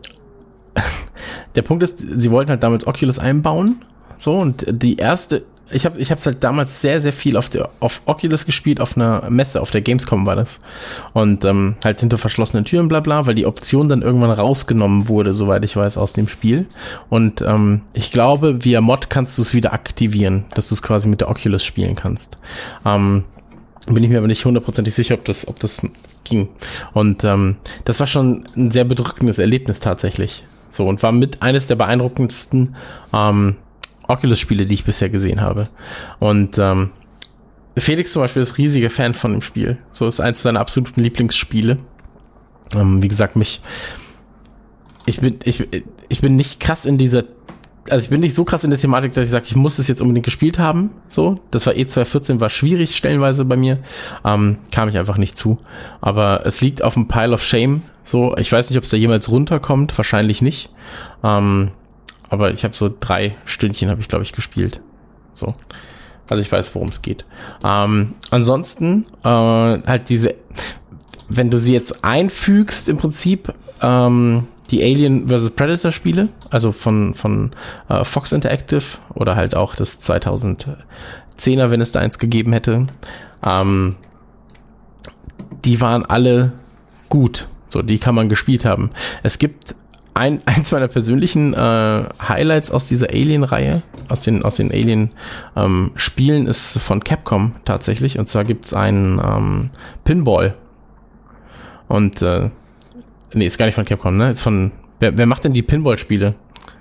der Punkt ist, sie wollten halt damals Oculus einbauen. So, und die erste, ich habe ich hab's halt damals sehr, sehr viel auf der auf Oculus gespielt, auf einer Messe, auf der Gamescom war das. Und ähm, halt hinter verschlossenen Türen, bla bla, weil die Option dann irgendwann rausgenommen wurde, soweit ich weiß, aus dem Spiel. Und ähm, ich glaube, via Mod kannst du es wieder aktivieren, dass du es quasi mit der Oculus spielen kannst. Ähm, bin ich mir aber nicht hundertprozentig sicher, ob das, ob das ging. Und ähm, das war schon ein sehr bedrückendes Erlebnis tatsächlich. So, und war mit eines der beeindruckendsten ähm, Oculus-Spiele, die ich bisher gesehen habe. Und ähm, Felix zum Beispiel ist riesiger Fan von dem Spiel. So ist eins seiner absoluten Lieblingsspiele. Ähm, wie gesagt, mich ich bin ich, ich bin nicht krass in dieser also ich bin nicht so krass in der Thematik, dass ich sage, ich muss es jetzt unbedingt gespielt haben. So, das war E zwei vierzehn, war schwierig stellenweise bei mir. Ähm, kam ich einfach nicht zu. Aber es liegt auf dem Pile of Shame. So, ich weiß nicht, ob es da jemals runterkommt. Wahrscheinlich nicht. Ähm, aber ich habe so drei Stündchen, habe ich, glaube ich, gespielt. So. Also ich weiß, worum es geht. Ähm, ansonsten äh, halt diese, wenn du sie jetzt einfügst, im Prinzip ähm, die Alien versus. Predator Spiele, also von von äh, Fox Interactive oder halt auch das zweitausendzehner, wenn es da eins gegeben hätte, ähm, die waren alle gut. So, die kann man gespielt haben. Es gibt ein, eins meiner persönlichen äh, Highlights aus dieser Alien-Reihe, aus den, aus den Alien-Spielen, ähm, ist von Capcom tatsächlich. Und zwar gibt's einen ähm, Pinball. Und, äh, nee, ist gar nicht von Capcom, ne? Ist von, wer, wer macht denn die Pinball-Spiele?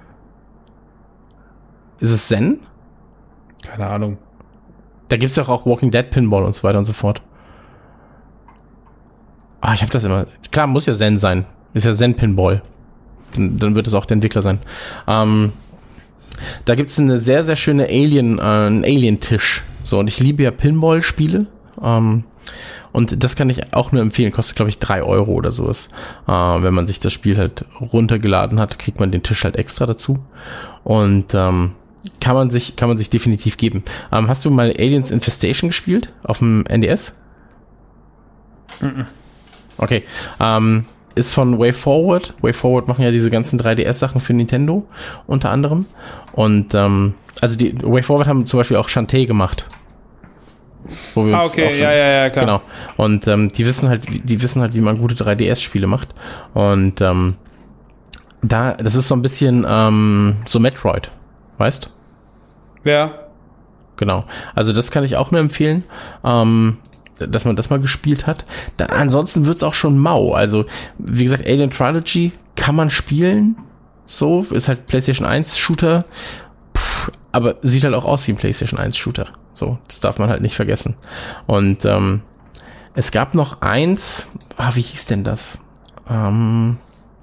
Ist es Zen? Keine Ahnung. Da gibt's doch auch Walking Dead Pinball und so weiter und so fort. Ah, ich hab das immer, klar, muss ja Zen sein. Ist ja Zen Pinball. Dann, dann wird es auch der Entwickler sein. Ähm, da gibt es eine sehr, sehr schöne Alien, äh, einen Alien-Tisch. So, und ich liebe ja Pinball-Spiele. Ähm, Und das kann ich auch nur empfehlen. Kostet, glaube ich, drei Euro oder sowas. Äh, wenn man sich das Spiel halt runtergeladen hat, kriegt man den Tisch halt extra dazu. Und ähm, kann man sich kann man sich definitiv geben. Ähm, hast du mal Aliens Infestation gespielt auf dem N D S? Mhm. Okay. Ähm, ist von WayForward. WayForward machen ja diese ganzen drei D S-Sachen für Nintendo unter anderem. Und ähm, also die WayForward haben zum Beispiel auch Shantae gemacht. Wo wir ah, uns okay, auch schon, ja, ja, ja, klar. Genau. Und ähm, die wissen halt, die wissen halt, wie man gute drei D S-Spiele macht. Und ähm, da, das ist so ein bisschen ähm, so Metroid, weißt? Ja. Genau. Also das kann ich auch nur empfehlen, ähm, dass man das mal gespielt hat. Da, ansonsten wird's auch schon mau. Also wie gesagt, Alien Trilogy kann man spielen. So, ist halt PlayStation eins Shooter. Puh, aber sieht halt auch aus wie ein PlayStation eins Shooter. So, das darf man halt nicht vergessen. Und ähm, es gab noch eins, ah, wie hieß denn das? Ähm,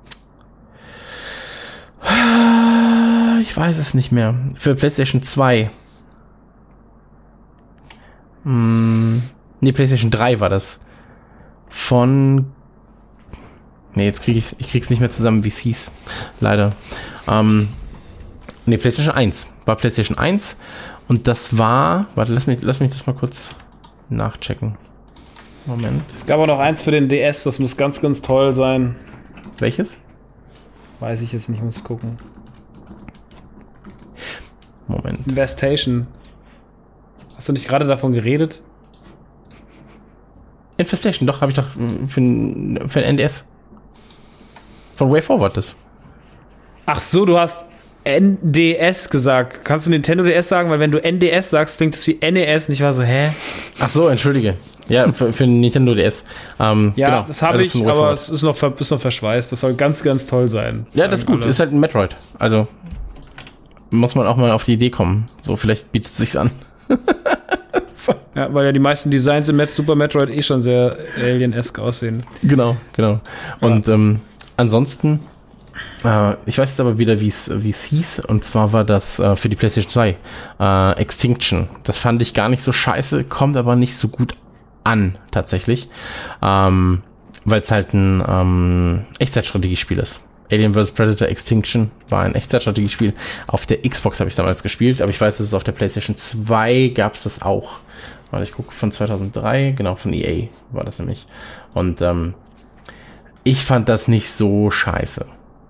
ich weiß es nicht mehr. Für PlayStation zwei. Hm, nee, PlayStation drei war das. Von... Nee, jetzt krieg ich's, ich krieg's nicht mehr zusammen, wie es hieß. Leider. Ähm, nee, PlayStation eins. War PlayStation eins. Und das war... Warte, lass mich, lass mich das mal kurz nachchecken. Moment. Es gab auch noch eins für den D S, das muss ganz, ganz toll sein. Welches? Weiß ich jetzt nicht, muss gucken. Moment. Infestation. Hast du nicht gerade davon geredet? Infestation, doch, habe ich doch für ein, für ein N D S. Von WayForward das. Ach so, du hast N D S gesagt. Kannst du Nintendo D S sagen? Weil wenn du N D S sagst, klingt das wie N E S. Und ich war so, hä? Ach so, entschuldige. Ja, für, für Nintendo D S. Ähm, ja, genau. das habe also ich, aber es ist noch, ver, ist noch verschweißt. Das soll ganz, ganz toll sein. Ja, das ist gut. Alle. Ist halt ein Metroid. Also muss man auch mal auf die Idee kommen. So, vielleicht bietet es sich an. so. Ja, weil ja die meisten Designs im Met- Super Metroid eh schon sehr Alien-esque aussehen. Genau, genau. Und ja. ähm, ansonsten, äh, ich weiß jetzt aber wieder, wie es wie es hieß. Und zwar war das äh, für die PlayStation zwei äh, Extinction. Das fand ich gar nicht so scheiße, kommt aber nicht so gut an, tatsächlich. Ähm, weil es halt ein ähm, Echtzeitstrategiespiel ist. Alien versus. Predator Extinction war ein Echtzeitstrategiespiel. Auf der Xbox habe ich damals gespielt, aber ich weiß, dass es auf der PlayStation zwei gab es das auch. Warte, ich gucke, von zweitausenddrei, genau, von E A war das nämlich. Und ähm, ich fand das nicht so scheiße.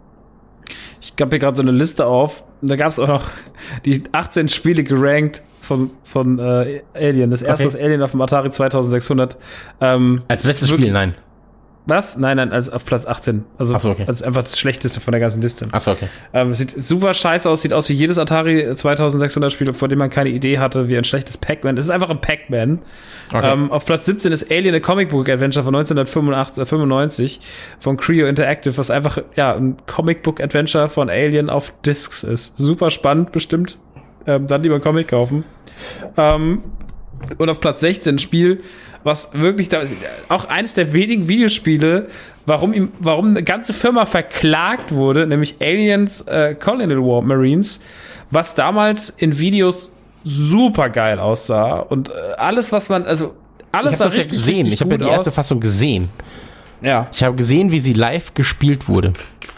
Ich habe hier gerade so eine Liste auf. Und da gab es auch noch die achtzehn Spiele gerankt von, von äh, Alien. Das erste okay. ist Alien auf dem Atari zweitausendsechshundert. Ähm, Als letztes Spiel, nein. Was? Nein, nein, also auf Platz achtzehn. Also, Ach so, okay. also einfach das Schlechteste von der ganzen Liste. Achso, okay. Ähm, sieht super scheiße aus, sieht aus wie jedes Atari zweitausendsechshundert Spiel, vor dem man keine Idee hatte, wie ein schlechtes Pac-Man. Es ist einfach ein Pac-Man. Okay. Ähm, auf Platz siebzehn ist Alien, a Comic Book Adventure von neunzehnhundertfünfundneunzig von Creo Interactive, was einfach ja ein Comic Book Adventure von Alien auf Discs ist. Super spannend, bestimmt. Ähm, dann lieber Comic kaufen. Ähm, und auf Platz sechzehn ein Spiel, was wirklich da ist, auch eines der wenigen Videospiele, warum ihm, warum eine ganze Firma verklagt wurde, nämlich Aliens äh, Colonial War Marines, was damals in Videos super geil aussah und äh, alles, was man, also alles ich habe das richtig, ja gesehen. Ich habe ja die erste aus. Fassung gesehen. Ja. Ich habe gesehen, wie sie live gespielt wurde.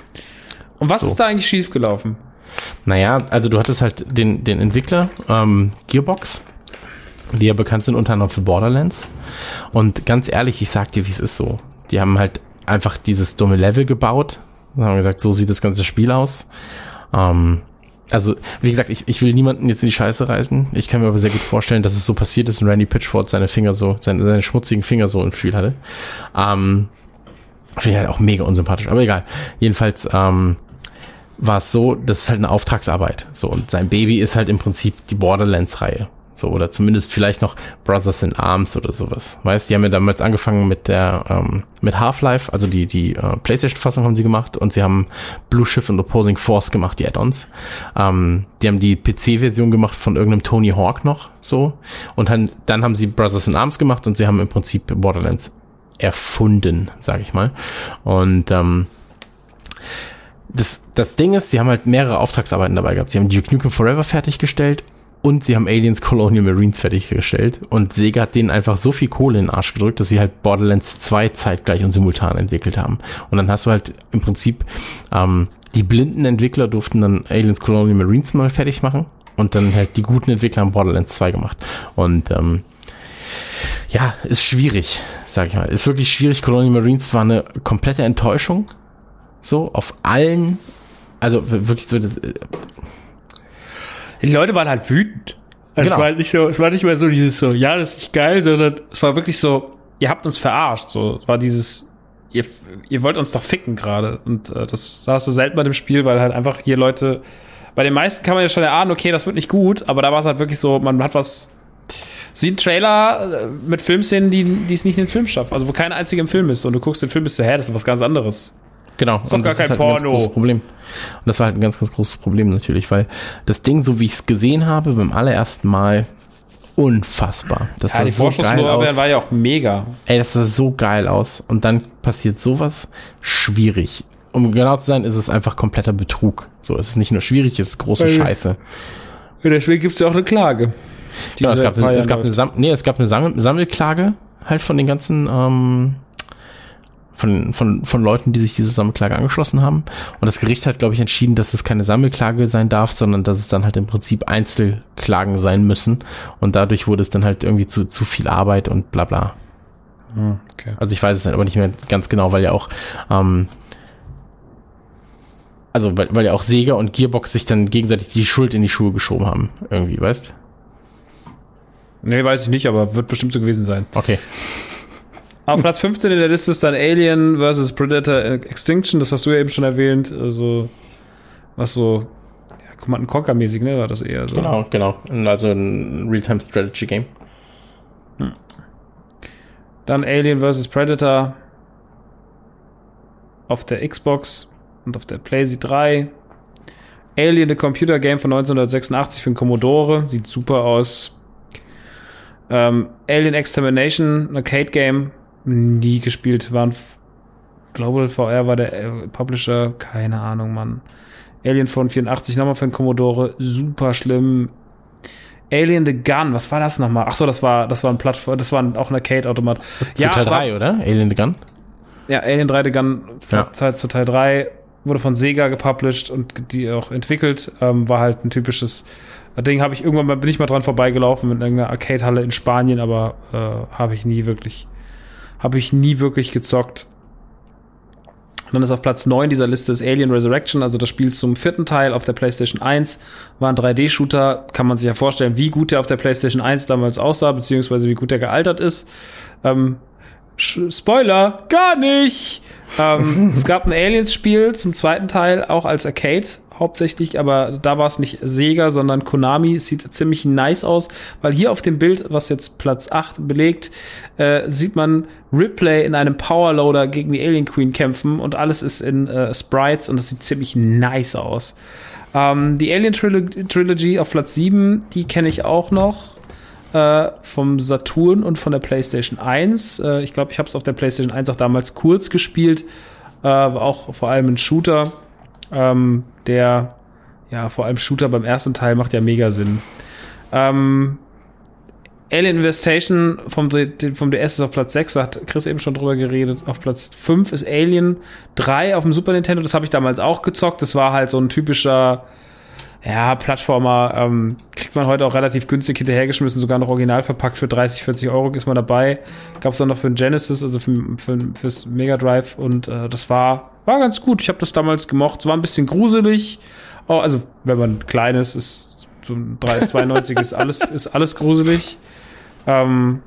Und was so. ist da eigentlich schiefgelaufen? Naja, also du hattest halt den, den Entwickler ähm, Gearbox, die ja bekannt sind unter anderem für Borderlands. Und ganz ehrlich, ich sag dir, wie es ist so. Die haben halt einfach dieses dumme Level gebaut. Und haben gesagt, so sieht das ganze Spiel aus. Ähm, also, wie gesagt, ich, ich will niemanden jetzt in die Scheiße reißen. Ich kann mir aber sehr gut vorstellen, dass es so passiert ist und Randy Pitchford seine Finger so, seine, seine schmutzigen Finger so im Spiel hatte. Ähm, finde ich halt auch mega unsympathisch, aber egal. Jedenfalls, ähm, war es so, das ist halt eine Auftragsarbeit. So, und sein Baby ist halt im Prinzip die Borderlands-Reihe. So, oder zumindest vielleicht noch Brothers in Arms oder sowas. Weißt, die haben ja damals angefangen mit der, ähm, mit Half-Life, also die, die äh, PlayStation-Fassung haben sie gemacht und sie haben Blue Shift und Opposing Force gemacht, die Add-ons. Ähm, die haben die P C-Version gemacht von irgendeinem Tony Hawk noch, so. Und dann, dann haben sie Brothers in Arms gemacht und sie haben im Prinzip Borderlands erfunden, sag ich mal. Und, ähm, Das, das Ding ist, sie haben halt mehrere Auftragsarbeiten dabei gehabt. Sie haben Duke Nukem Forever fertiggestellt Und sie haben Aliens Colonial Marines fertiggestellt und Sega hat denen einfach so viel Kohle in den Arsch gedrückt, dass sie halt Borderlands zwei zeitgleich und simultan entwickelt haben. Und dann hast du halt im Prinzip, ähm, die blinden Entwickler durften dann Aliens Colonial Marines mal fertig machen und dann halt die guten Entwickler haben Borderlands zwei gemacht. Und ähm, ja, ist schwierig, sag ich mal. Ist wirklich schwierig. Colonial Marines war eine komplette Enttäuschung. So, auf allen, also wirklich so, das, die Leute waren halt wütend. Also Genau. es, war halt nicht so, es war nicht mehr so dieses so, ja, das ist nicht geil, sondern es war wirklich so, ihr habt uns verarscht. So, es war dieses, ihr, ihr wollt uns doch ficken gerade. Und äh, das hast du selten bei dem Spiel, weil halt einfach hier Leute, bei den meisten kann man ja schon erahnen, okay, das wird nicht gut, aber da war es halt wirklich so, man hat was, so wie ein Trailer mit Filmszenen, die, die es nicht in den Film schafft. Also wo keine einzige im Film ist und du guckst den Film, bist du, hä, das ist was ganz anderes. Genau, ist doch und gar das kein ist halt ein ganz Porno. großes Problem. Und das war halt ein ganz, ganz großes Problem natürlich, weil das Ding, so wie ich es gesehen habe, beim allerersten Mal, unfassbar. Das Ja, sah die so geil Vorschusslorbeeren aus. war ja auch mega. Ey, das sah so geil aus. Und dann passiert sowas, schwierig. Um genau zu sein, ist es einfach kompletter Betrug. So, es ist nicht nur schwierig, es ist große Weil- Scheiße. Ja, deswegen gibt es ja auch eine Klage. Die Ja, es seit gab, ein paar eine, es Jahren gab eine, läuft. Sam nee, es gab eine Sammel Sammelklage halt von den ganzen ähm, von, von, von Leuten, die sich diese Sammelklage angeschlossen haben. Und das Gericht hat, glaube ich, entschieden, dass es keine Sammelklage sein darf, sondern dass es dann halt im Prinzip Einzelklagen sein müssen. Und dadurch wurde es dann halt irgendwie zu, zu viel Arbeit und bla bla. Hm, okay. Also ich weiß es halt aber nicht mehr ganz genau, weil ja auch ähm, also weil, weil ja auch Sega und Gearbox sich dann gegenseitig die Schuld in die Schuhe geschoben haben. Irgendwie, weißt? Nee, weiß ich nicht, aber wird bestimmt so gewesen sein. Okay. Auf Platz fünfzehn in der Liste ist dann Alien versus. Predator Extinction, das hast du ja eben schon erwähnt. Also, was so, ja, Command and Conquer mäßig, ne, war das eher so. Genau, genau. Also ein Real-Time-Strategy-Game. Dann Alien versus. Predator auf der Xbox und auf der PlayStation drei. Alien, the Computer Game von neunzehnhundertsechsundachtzig für den Commodore. Sieht super aus. Ähm, Alien Extermination, ein Arcade-Game. Nie gespielt. Waren Global V R war der äh, Publisher. Keine Ahnung, Mann. Alien von vierundachtzig nochmal für den Commodore. Super schlimm. Alien the Gun, was war das nochmal? Achso, das war, das war ein Plattform, das war auch ein Arcade-Automat. Zu Teil drei, oder? Alien the Gun? Ja, Alien drei The Gun, Ja. Teil zu Teil drei, wurde von Sega gepublished und die auch entwickelt. Ähm, war halt ein typisches Ding. Habe ich irgendwann mal, bin ich mal dran vorbeigelaufen in irgendeiner Arcade-Halle in Spanien, aber äh, habe ich nie wirklich, habe ich nie wirklich gezockt. Und dann ist auf Platz neun dieser Liste ist Alien Resurrection, also das Spiel zum vierten Teil auf der PlayStation eins. War ein drei D-Shooter, kann man sich ja vorstellen, wie gut der auf der PlayStation eins damals aussah, beziehungsweise wie gut der gealtert ist. Ähm, Spoiler, gar nicht! ähm, es gab ein Aliens-Spiel zum zweiten Teil, auch als Arcade hauptsächlich, aber da war es nicht Sega, sondern Konami. Es sieht ziemlich nice aus, weil hier auf dem Bild, was jetzt Platz acht belegt, äh, sieht man Ripley in einem Powerloader gegen die Alien Queen kämpfen und alles ist in äh, Sprites und das sieht ziemlich nice aus. Ähm, die Alien Trilo- Trilogy auf Platz sieben, die kenne ich auch noch. Äh, vom Saturn und von der PlayStation eins. Äh, ich glaube, ich habe es auf der PlayStation eins auch damals kurz gespielt. Äh, war auch vor allem ein Shooter. Ähm, der, ja, vor allem Shooter beim ersten Teil macht ja mega Sinn. Ähm, Alien Infestation vom, vom D S ist auf Platz sechs, da hat Chris eben schon drüber geredet. Auf Platz fünf ist Alien drei auf dem Super Nintendo, das habe ich damals auch gezockt. Das war halt so ein typischer, ja, Plattformer, ähm, kriegt man heute auch relativ günstig hinterhergeschmissen, sogar noch original verpackt für dreißig, vierzig Euro ist man dabei. Gab es dann noch für den Genesis, also für, für, fürs Mega Drive und äh, das war, war ganz gut. Ich habe das damals gemocht. Es war ein bisschen gruselig. Oh, also, wenn man klein ist, ist so ein drei zweiundneunzig ist alles, ist alles gruselig. Ähm,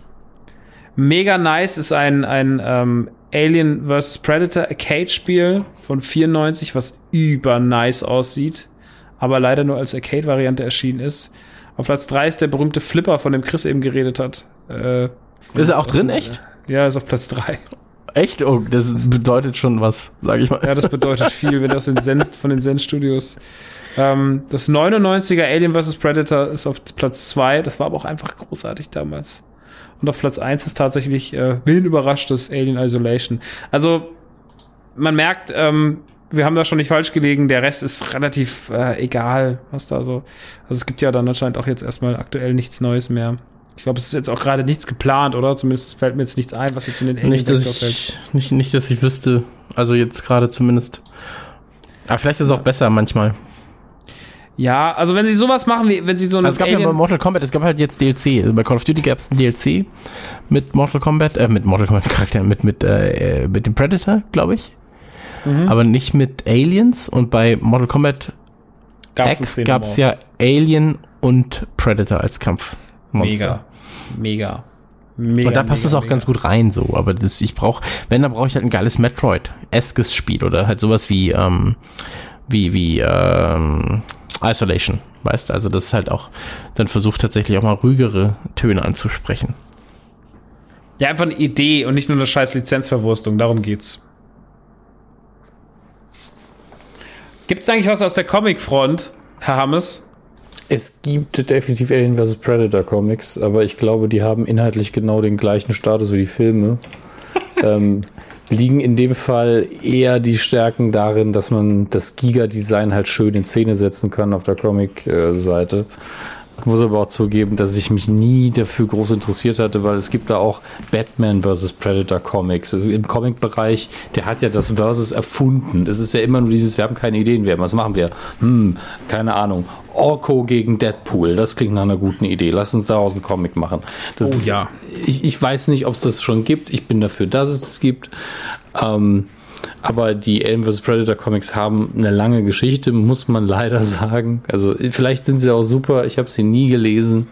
mega nice ist ein, ein ähm, Alien versus. Predator Arcade-Spiel von vierundneunzig, was über nice aussieht, aber leider nur als Arcade-Variante erschienen ist. Auf Platz drei ist der berühmte Flipper, von dem Chris eben geredet hat. Äh, Ist er auch drin, echt? Ja, ist auf Platz drei. Echt? Oh, das bedeutet schon was, sag ich mal. Ja, das bedeutet viel, wenn aus den Zen, von den Zen Studios. Ähm, das neunundneunziger Alien versus. Predator ist auf Platz zwei. Das war aber auch einfach großartig damals. Und auf Platz eins ist tatsächlich äh, wen überrascht das Alien Isolation. Also man merkt, ähm, wir haben da schon nicht falsch gelegen. Der Rest ist relativ äh, egal, was da so. Also es gibt ja dann anscheinend auch jetzt erstmal aktuell nichts Neues mehr. Ich glaube, es ist jetzt auch gerade nichts geplant, oder? Zumindest fällt mir jetzt nichts ein, was jetzt in den Alien nicht, dass ich, nicht, nicht, dass ich wüsste. Also jetzt gerade zumindest. Aber vielleicht ist es auch besser manchmal. Ja, also wenn sie sowas machen, wie wenn sie so eine also es gab Alien ja bei Mortal Kombat, es gab halt jetzt D L C. Also bei Call of Duty gab es ein D L C mit Mortal Kombat, äh, mit Mortal Kombat Charakter, mit, mit, äh, mit dem Predator, glaube ich. Mhm. Aber nicht mit Aliens. Und bei Mortal Kombat gab's X gab es ja Alien und Predator als Kampf. Mega, mega, mega. Und da passt mega, es auch mega. ganz gut rein so, aber das, ich brauche, wenn, dann brauche ich halt ein geiles Metroid-eskes Spiel oder halt sowas wie, ähm, wie, wie, ähm, Isolation, weißt du, also das ist halt auch, dann versucht tatsächlich auch mal ruhigere Töne anzusprechen. Ja, einfach eine Idee und nicht nur eine scheiß Lizenzverwurstung, darum geht's. Gibt's eigentlich was aus der Comic-Front, Herr Hammes? Es gibt definitiv Alien versus. Predator Comics, aber ich glaube, die haben inhaltlich genau den gleichen Status wie die Filme. ähm, liegen in dem Fall eher die Stärken darin, dass man das Giga-Design halt schön in Szene setzen kann auf der Comic-Seite. Ich muss aber auch zugeben, dass ich mich nie dafür groß interessiert hatte, weil es gibt da auch Batman versus. Predator Comics. Also im Comic-Bereich, der hat ja das Versus erfunden. Das ist ja immer nur dieses, wir haben keine Ideen mehr. Was machen wir? Hm, keine Ahnung. Orko gegen Deadpool. Das klingt nach einer guten Idee. Lass uns daraus einen Comic machen. Das, oh ja. Ich, ich weiß nicht, ob es das schon gibt. Ich bin dafür, dass es das gibt. Ähm, Aber die Alien versus. Predator Comics haben eine lange Geschichte, muss man leider sagen. Also vielleicht sind sie auch super, ich habe sie nie gelesen.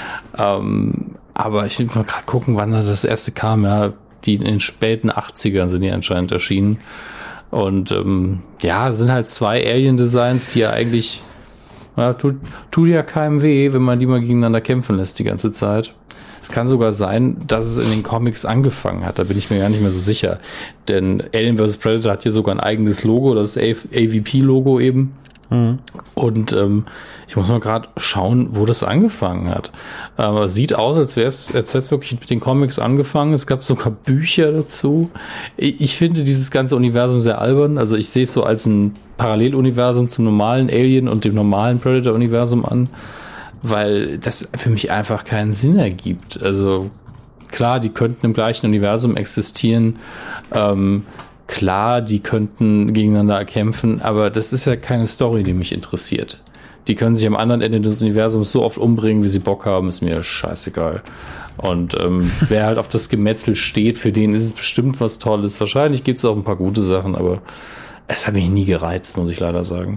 Ähm, aber ich will mal gerade gucken, wann das erste kam. Ja, die in den späten achtzigern sind die anscheinend erschienen. Und ähm, ja, es sind halt zwei Alien-Designs, die ja eigentlich, ja, tut, tut ja keinem weh, wenn man die mal gegeneinander kämpfen lässt die ganze Zeit. Es kann sogar sein, dass es in den Comics angefangen hat. Da bin ich mir gar nicht mehr so sicher. Denn Alien versus. Predator hat hier sogar ein eigenes Logo, das A V P-Logo eben. Mhm. Und ähm, ich muss mal gerade schauen, wo das angefangen hat. Aber es sieht aus, als wäre es, als hätte es wirklich mit den Comics angefangen. Es gab sogar Bücher dazu. Ich, ich finde dieses ganze Universum sehr albern. Also ich sehe es so als ein Paralleluniversum zum normalen Alien und dem normalen Predator-Universum an. Weil das für mich einfach keinen Sinn ergibt. Also klar, die könnten im gleichen Universum existieren. Ähm, klar, die könnten gegeneinander kämpfen, aber das ist ja keine Story, die mich interessiert. Die können sich am anderen Ende des Universums so oft umbringen, wie sie Bock haben, ist mir scheißegal. Und ähm, wer halt auf das Gemetzel steht, für den ist es bestimmt was Tolles. Wahrscheinlich gibt es auch ein paar gute Sachen, aber es hat mich nie gereizt, muss ich leider sagen.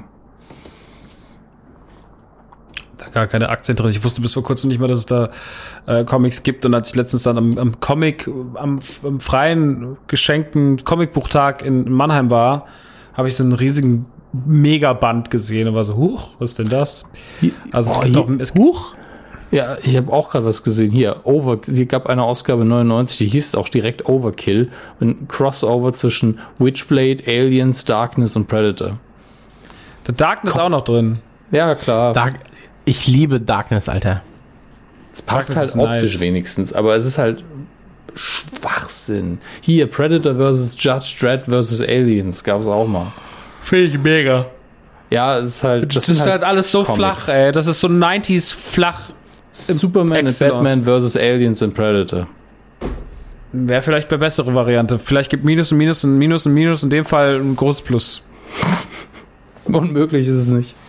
Gar keine Aktien drin. Ich wusste bis vor kurzem nicht mal, dass es da äh, Comics gibt. Und als ich letztens dann am, am Comic, am, am freien, geschenkten Comicbuchtag in Mannheim war, habe ich so einen riesigen Megaband gesehen und war so, huch, was ist denn das? Also es oh, gibt hier, auch, es huch? Ja, ich habe auch gerade was gesehen. Hier, Over, hier gab eine Ausgabe neunundneunzig, die hieß auch direkt Overkill. Ein Crossover zwischen Witchblade, Aliens, Darkness und Predator. Der Darkness Komm. auch noch drin. Ja, klar. Dark Ich liebe Darkness, Alter. Es passt Darkness halt optisch nice. wenigstens, aber es ist halt Schwachsinn. Hier, Predator versus. Judge Dredd versus. Aliens gab es auch mal. Finde ich mega. Ja, es ist halt... Das, das ist halt, halt alles so Comics. flach, ey. Das ist so neunziger flach. Superman und Batman versus. Aliens und Predator. Wäre vielleicht eine bessere Variante. Vielleicht gibt Minus und Minus und Minus und Minus in dem Fall ein großes Plus. Unmöglich ist es nicht.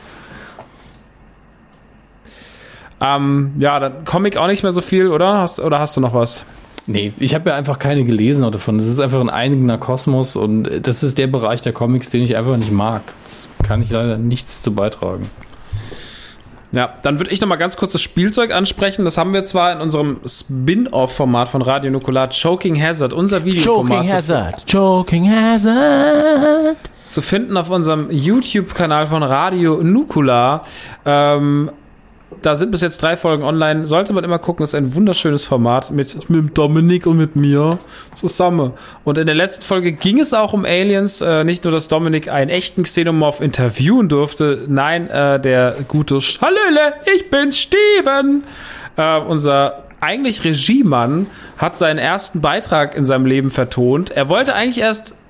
Ähm, ja, dann Comic auch nicht mehr so viel, oder? Hast, oder hast du noch was? Nee, ich habe ja einfach keine gelesen davon. Das ist einfach ein eigener Kosmos und das ist der Bereich der Comics, den ich einfach nicht mag. Das kann ich leider nichts zu beitragen. Ja, dann würde ich noch mal ganz kurz das Spielzeug ansprechen. Das haben wir zwar in unserem Spin-Off-Format von Radio Nukular, Choking Hazard, unser Videoformat. Choking Hazard, Choking Hazard. Zu finden auf unserem YouTube-Kanal von Radio Nukular. Ähm, Da sind bis jetzt drei Folgen online. Sollte man immer gucken, ist ein wunderschönes Format mit, mit Dominik und mit mir zusammen. Und in der letzten Folge ging es auch um Aliens. Äh, nicht nur, dass Dominik einen echten Xenomorph interviewen durfte. Nein, äh, der gute Sch- Hallöle, ich bin's, Steven. Äh, unser eigentlich Regiemann hat seinen ersten Beitrag in seinem Leben vertont. Er wollte eigentlich erst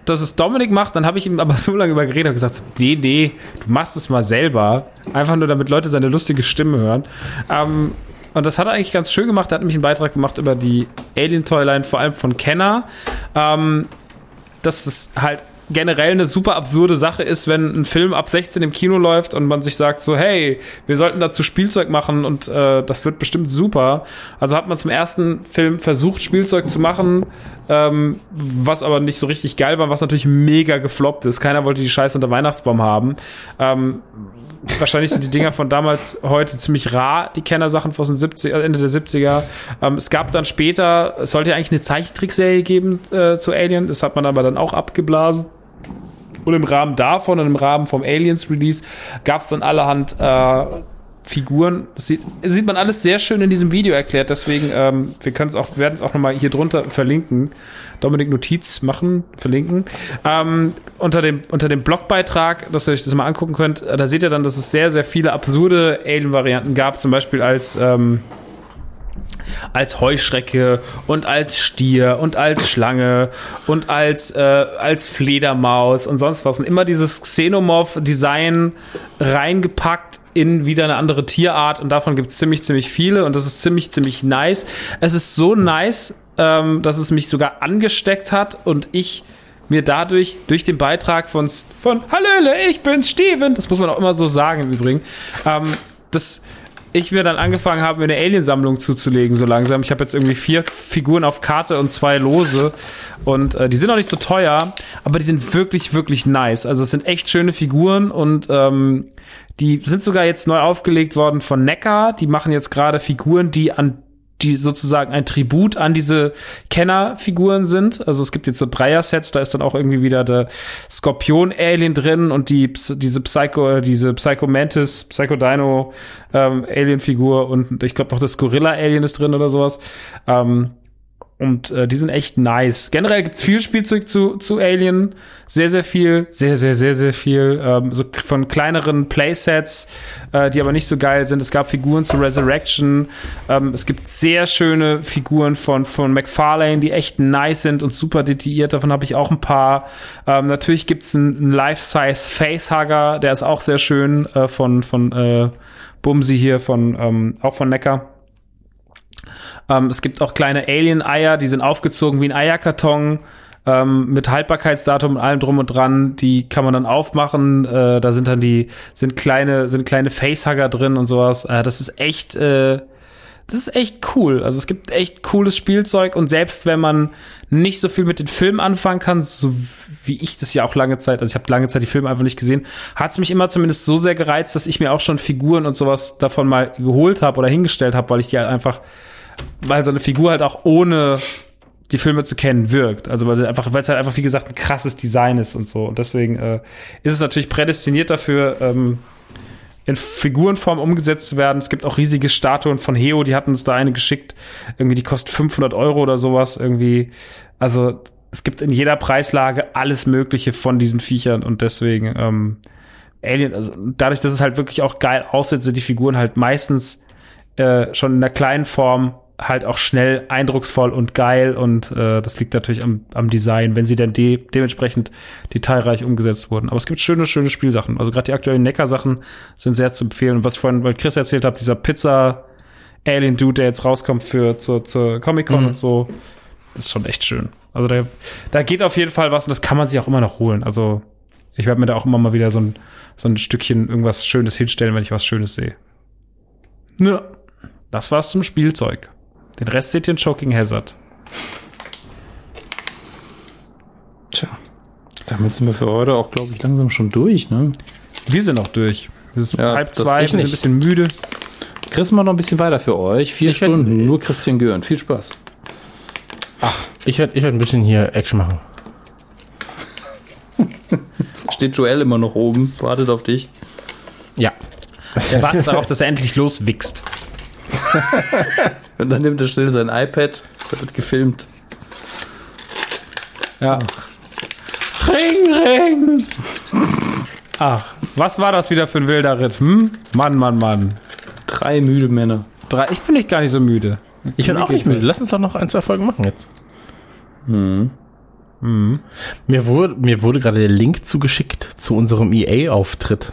dass es Dominik macht, dann habe ich ihm aber so lange übergeredet und gesagt, nee, nee, du machst es mal selber. Einfach nur, damit Leute seine lustige Stimme hören. Ähm, und das hat er eigentlich ganz schön gemacht. Er hat nämlich einen Beitrag gemacht über die Alien-Toyline, vor allem von Kenner. Ähm, dass es halt generell eine super absurde Sache ist, wenn ein Film ab sechzehn im Kino läuft und man sich sagt so, hey, wir sollten dazu Spielzeug machen und äh, das wird bestimmt super. Also hat man zum ersten Film versucht, Spielzeug zu machen, ähm, was aber nicht so richtig geil war, was natürlich mega gefloppt ist. Keiner wollte die Scheiße unter Weihnachtsbaum haben. Ähm, wahrscheinlich sind die Dinger von damals heute ziemlich rar, die Kenner-Sachen von den siebziger, Ende der siebziger. Ähm, es gab dann später, es sollte ja eigentlich eine Zeichentrickserie geben äh, zu Alien, das hat man aber dann auch abgeblasen. Und im Rahmen davon und im Rahmen vom Aliens-Release gab es dann allerhand äh, Figuren. Das sieht, das sieht man alles sehr schön in diesem Video erklärt, deswegen, ähm, wir können es auch, werden es auch nochmal hier drunter verlinken. Dominik Notiz machen, verlinken. Ähm, unter dem, unter dem Blogbeitrag, dass ihr euch das mal angucken könnt, da seht ihr dann, dass es sehr, sehr viele absurde Alien-Varianten gab, zum Beispiel als, ähm, als Heuschrecke und als Stier und als Schlange und als, äh, als Fledermaus und sonst was. Und immer dieses Xenomorph-Design reingepackt in wieder eine andere Tierart und davon gibt es ziemlich, ziemlich viele und das ist ziemlich, ziemlich nice. Es ist so nice, ähm, dass es mich sogar angesteckt hat und ich mir dadurch, durch den Beitrag von, von Hallöle, ich bin's, Steven, das muss man auch immer so sagen im Übrigen, ähm, das ich mir dann angefangen habe, mir eine Alien-Sammlung zuzulegen, so langsam. Ich habe jetzt irgendwie vier Figuren auf Karte und zwei Lose. Und äh, die sind auch nicht so teuer, aber die sind wirklich, wirklich nice. Also es sind echt schöne Figuren und ähm, die sind sogar jetzt neu aufgelegt worden von Neckar. Die machen jetzt gerade Figuren, die an die sozusagen ein Tribut an diese Kenner-Figuren sind. Also es gibt jetzt so Dreier-Sets, da ist dann auch irgendwie wieder der Skorpion-Alien drin und die diese Psycho, diese Psycho-Mantis, Psycho-Dino ähm, Alien-Figur und ich glaube noch das Gorilla-Alien ist drin oder sowas. Ähm, Und äh, die sind echt nice. Generell gibt's viel Spielzeug zu zu Alien. Sehr, sehr viel. Sehr, sehr, sehr, sehr viel. Ähm, so von kleineren Playsets, äh, die aber nicht so geil sind. Es gab Figuren zu Resurrection. Ähm, es gibt sehr schöne Figuren von von McFarlane, die echt nice sind und super detailliert. Davon habe ich auch ein paar. Ähm, natürlich gibt's einen, einen Life-Size Facehugger. Der ist auch sehr schön. Äh, von von äh, Bumsi hier, von ähm, auch von Neckar. Ähm, es gibt auch kleine Alien-Eier, die sind aufgezogen wie ein Eierkarton, ähm, mit Haltbarkeitsdatum und allem drum und dran. Die kann man dann aufmachen. Äh, da sind dann die, sind kleine, sind kleine Facehugger drin und sowas. Äh, das ist echt, äh, das ist echt cool. Also es gibt echt cooles Spielzeug und selbst wenn man nicht so viel mit den Filmen anfangen kann, so wie ich das ja auch lange Zeit, also ich habe lange Zeit die Filme einfach nicht gesehen, hat es mich immer zumindest so sehr gereizt, dass ich mir auch schon Figuren und sowas davon mal geholt habe oder hingestellt habe, weil ich die halt einfach weil so eine Figur halt auch ohne die Filme zu kennen wirkt. Also weil sie einfach, weil es halt einfach, wie gesagt, ein krasses Design ist und so. Und deswegen äh, ist es natürlich prädestiniert dafür, ähm, in Figurenform umgesetzt zu werden. Es gibt auch riesige Statuen von Heo, die hatten uns da eine geschickt. Irgendwie, die kostet fünfhundert Euro oder sowas irgendwie. Also es gibt in jeder Preislage alles Mögliche von diesen Viechern und deswegen ähm, Alien, also dadurch, dass es halt wirklich auch geil aussieht, sind die Figuren halt meistens äh, schon in der kleinen Form halt auch schnell eindrucksvoll und geil und äh, das liegt natürlich am, am Design, wenn sie dann de- dementsprechend detailreich umgesetzt wurden. Aber es gibt schöne, schöne Spielsachen. Also gerade die aktuellen Neckar-Sachen sind sehr zu empfehlen. Und was vorhin, weil Chris erzählt hat, dieser Pizza-Alien-Dude, der jetzt rauskommt für zur, zur Comic-Con mhm. und so, das ist schon echt schön. Also da, da geht auf jeden Fall was und das kann man sich auch immer noch holen. Also ich werde mir da auch immer mal wieder so ein, so ein Stückchen irgendwas Schönes hinstellen, wenn ich was Schönes sehe. Ja, das war's zum Spielzeug. Den Rest seht ihr in Choking Hazard. Tja, damit sind wir für heute auch, glaube ich, langsam schon durch, ne? Wir sind auch durch. Es ist ja, halb zwei, wir sind ein bisschen müde. Chris macht noch ein bisschen weiter für euch. Vier ich Stunden, werd, nur Christian Gören. Viel Spaß. Ach, ich werde ich werd ein bisschen hier Action machen. Steht Joel immer noch oben, wartet auf dich. Ja. Er wartet darauf, dass er endlich loswichst. Und dann nimmt er schnell sein iPad, da wird gefilmt. Ja. Ring, ring! Ach, was war das wieder für ein wilder Ritt? Hm? Mann, Mann, Mann. Drei müde Männer. Drei, ich bin nicht gar nicht so müde. Ich bin auch nicht müde. Lass uns doch noch ein, zwei Folgen machen jetzt. Hm. Mhm. Mir wurde, mir wurde gerade der Link zugeschickt zu unserem E A-Auftritt.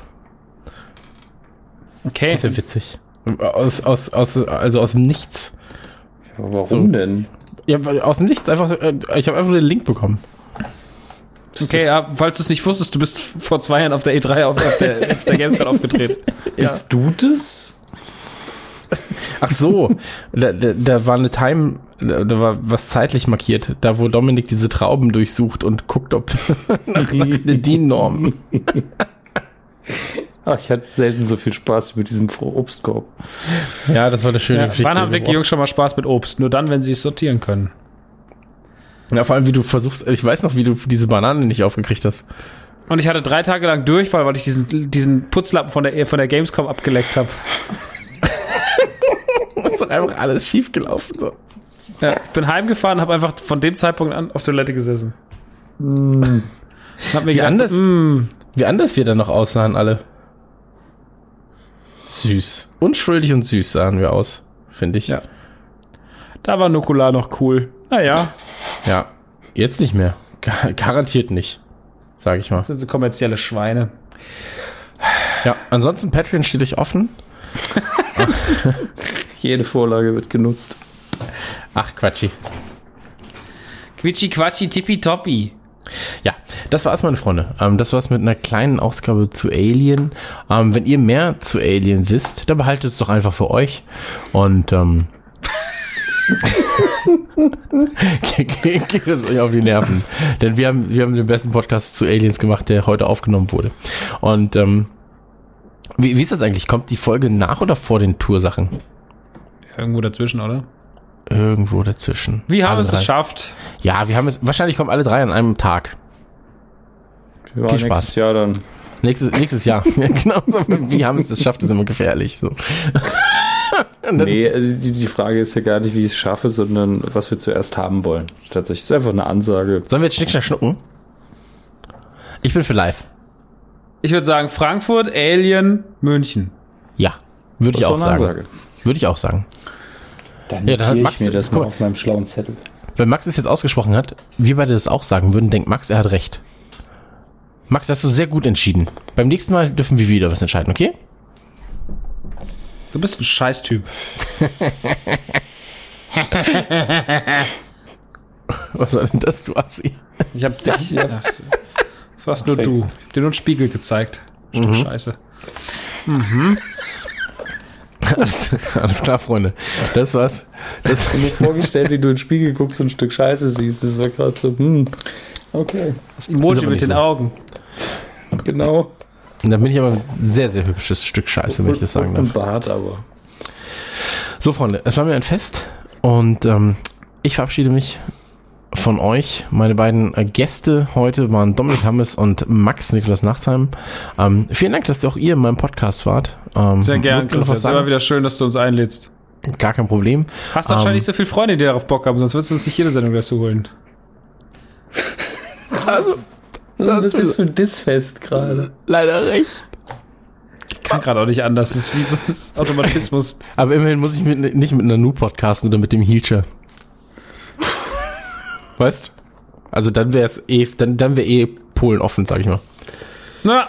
Okay. Das ist ja witzig. Aus, aus, aus, also aus dem Nichts. Aber warum So. denn? Ja, aus dem Nichts. Einfach, äh, ich habe einfach den Link bekommen. Okay, ja, falls du es nicht wusstest, du bist vor zwei Jahren auf der E drei auf, auf der, auf der Gamescom aufgetreten. Ja. Bist du das? Ach so, da, da, da war eine Time, da, da war was zeitlich markiert, da wo Dominik diese Trauben durchsucht und guckt, ob nach, nach der D I N-Norm. Ach, ich hatte selten so viel Spaß mit diesem Obstkorb. Ja, das war eine schöne Ja, Geschichte. wann haben wirklich die Jungs schon mal Spaß mit Obst? Nur dann, wenn sie es sortieren können. Ja, vor allem, wie du versuchst, ich weiß noch, wie du diese Banane nicht aufgekriegt hast. Und ich hatte drei Tage lang Durchfall, weil ich diesen, diesen Putzlappen von der, von der Gamescom abgeleckt habe. Das ist doch einfach alles schief gelaufen. So. Ja, ich bin heimgefahren, habe einfach von dem Zeitpunkt an auf Toilette gesessen. Mm. Hab mir Wie gedacht, anders? mm, Wie anders wir dann noch aussahen, alle. Süß. Unschuldig und süß sahen wir aus, finde ich. Ja. Da war Nukular noch cool. Naja, Ja, jetzt nicht mehr. Gar, garantiert nicht, sage ich mal. das sind so kommerzielle Schweine. Ja, ansonsten Patreon steht euch offen. Jede Vorlage wird genutzt. Ach, Quatschi. Quitschi, Quatschi, Tippitoppi. Ja, das war's, meine Freunde. Ähm, das war's mit einer kleinen Ausgabe zu Alien. Ähm, wenn ihr mehr zu Alien wisst, dann behaltet es doch einfach für euch. Und ähm, geht, geht es euch auf die Nerven. Denn wir haben, wir haben den besten Podcast zu Aliens gemacht, der heute aufgenommen wurde. Und ähm, wie, wie ist das eigentlich? Kommt die Folge nach oder vor den Toursachen? Irgendwo dazwischen, oder? Irgendwo dazwischen. Wie haben Alle wir es drei. geschafft? Ja, wir haben es. Wahrscheinlich kommen alle drei an einem Tag. Ja, Viel Spaß. nächstes Jahr dann. Nächstes, nächstes Jahr. Ja, genau so. Wie haben es das schafft, ist immer gefährlich. So. Und dann, Nee, also die, die Frage ist ja gar nicht, wie ich es schaffe, sondern was wir zuerst haben wollen. Tatsächlich ist einfach eine Ansage. Sollen wir jetzt Schnick, Schnack, Schnucken? Ich bin für live. Ich würde sagen Frankfurt, Alien, München. Ja, würde ich Das auch war eine sagen. Ansage. Würde ich auch sagen. Dann Ja, dann hat notiere Max- ich mir das guck mal mal. auf meinem schlauen Zettel. Wenn Max es jetzt ausgesprochen hat, wir beide das auch sagen würden, denkt Max, er hat recht. Max, das hast du sehr gut entschieden. Beim nächsten Mal dürfen wir wieder was entscheiden, okay? Du bist ein Scheißtyp. Was war denn das, du Assi? Ich hab dich. Ja, das, das warst nur du. Ich hab dir nur einen Spiegel gezeigt. Stück Scheiße. Alles, alles klar, Freunde. Das war's. Das Ich habe mir vorgestellt, wie du in den Spiegel guckst und ein Stück Scheiße siehst. Das war gerade so, hm, okay, Das Emoji Ist aber mit nicht den so. Augen. genau. Und dann bin ich aber ein sehr, sehr hübsches Stück Scheiße, wenn ich das sagen darf. Und Bart aber. So, Freunde, es war mir ein Fest und ähm, ich verabschiede mich von euch. Meine beiden äh, Gäste heute waren Dominik Hammes und Max Nikolaus Nachtsheim. Ähm, vielen Dank, dass auch ihr in meinem Podcast wart. Ähm, Sehr gern, wollt ihr noch Chris. was Es ist immer sagen? wieder schön, dass du uns einlädst. Gar kein Problem. Hast anscheinend Ähm, nicht so viele Freunde, die darauf Bock haben, sonst würdest du uns nicht jede Sendung dazu holen. Also, Das ist jetzt für ein Dissfest gerade. leider recht. Ich kann gerade auch nicht anders. Das ist wie so ein Automatismus. Aber immerhin muss ich mit, nicht mit einer Nu podcasten oder mit dem Heelcher. Weißt? Also dann wäre es eh, dann, dann wäre eh Polen offen, sag ich mal. Na,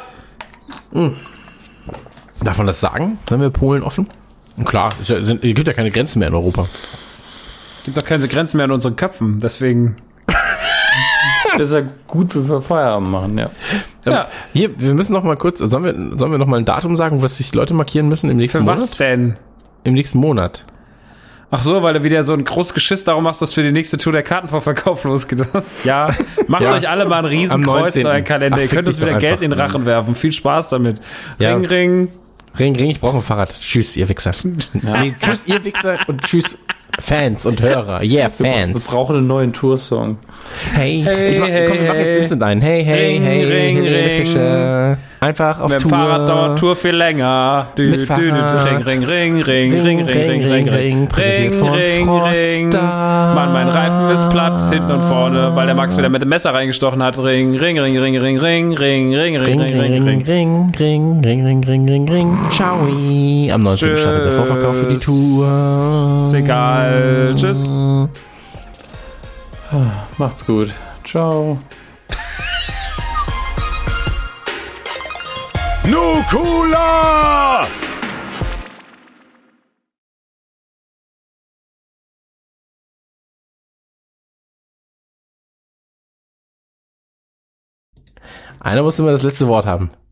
Darf man das sagen? Dann wäre Polen offen? Klar, es ja- sind- es gibt ja keine Grenzen mehr in Europa. gibt doch keine Grenzen mehr in unseren Köpfen. Deswegen. Ist besser gut, wenn wir Feierabend machen, ja. Ja. Hier, wir müssen noch mal kurz, sollen wir, sollen wir noch mal ein Datum sagen, was sich die Leute markieren müssen im nächsten Für Monat? was denn? Im nächsten Monat. Ach so, weil du wieder so ein großes Geschiss darum machst, dass für die nächste Tour der Kartenvorverkauf losgeht. Ja, macht Ja. euch alle mal ein riesen Am Kreuz in neunzehnten. euren Kalender. Ach, Ihr fick könnt uns dich doch wieder Geld einfach. in den Rachen werfen. Viel Spaß damit. Ja. Ring, ring. Ring, Ring, ich brauche ein Fahrrad. Tschüss, ihr Wichser. Nee, tschüss, ihr Wichser und tschüss, Fans und Hörer. Yeah, Wir Fans. brauchen einen neuen Toursong. Hey, Hey, ich mach, hey, komm, ich mach jetzt hey. instant ein. Hey, hey, Ring, hey, ring, Helene ring. Fischer. Einfach auf Mit dem Tour. Fahrrad dauert Tour viel länger. Dü, Mit dü, dü, dü, Fahrrad. Ring, ring, ring, ring, Ring, ring, ring, ring, ring, ring, präsentiert von ring, ring. Froster. Mann, mein Reifen ist platt, hinten und vorne, weil der Max wieder mit dem Messer reingestochen hat. Ring, ring, ring, ring, ring, ring, ring, ring, ring, Ring, ring, ring, ring. ring, ring, ring, ring, ring, ring, ring. Ciao. Am neunzehnten startet der Vorverkauf für die Tour. Ist egal. Tschüss. Macht's gut. Ciao. Nukular! Einer muss immer das letzte Wort haben.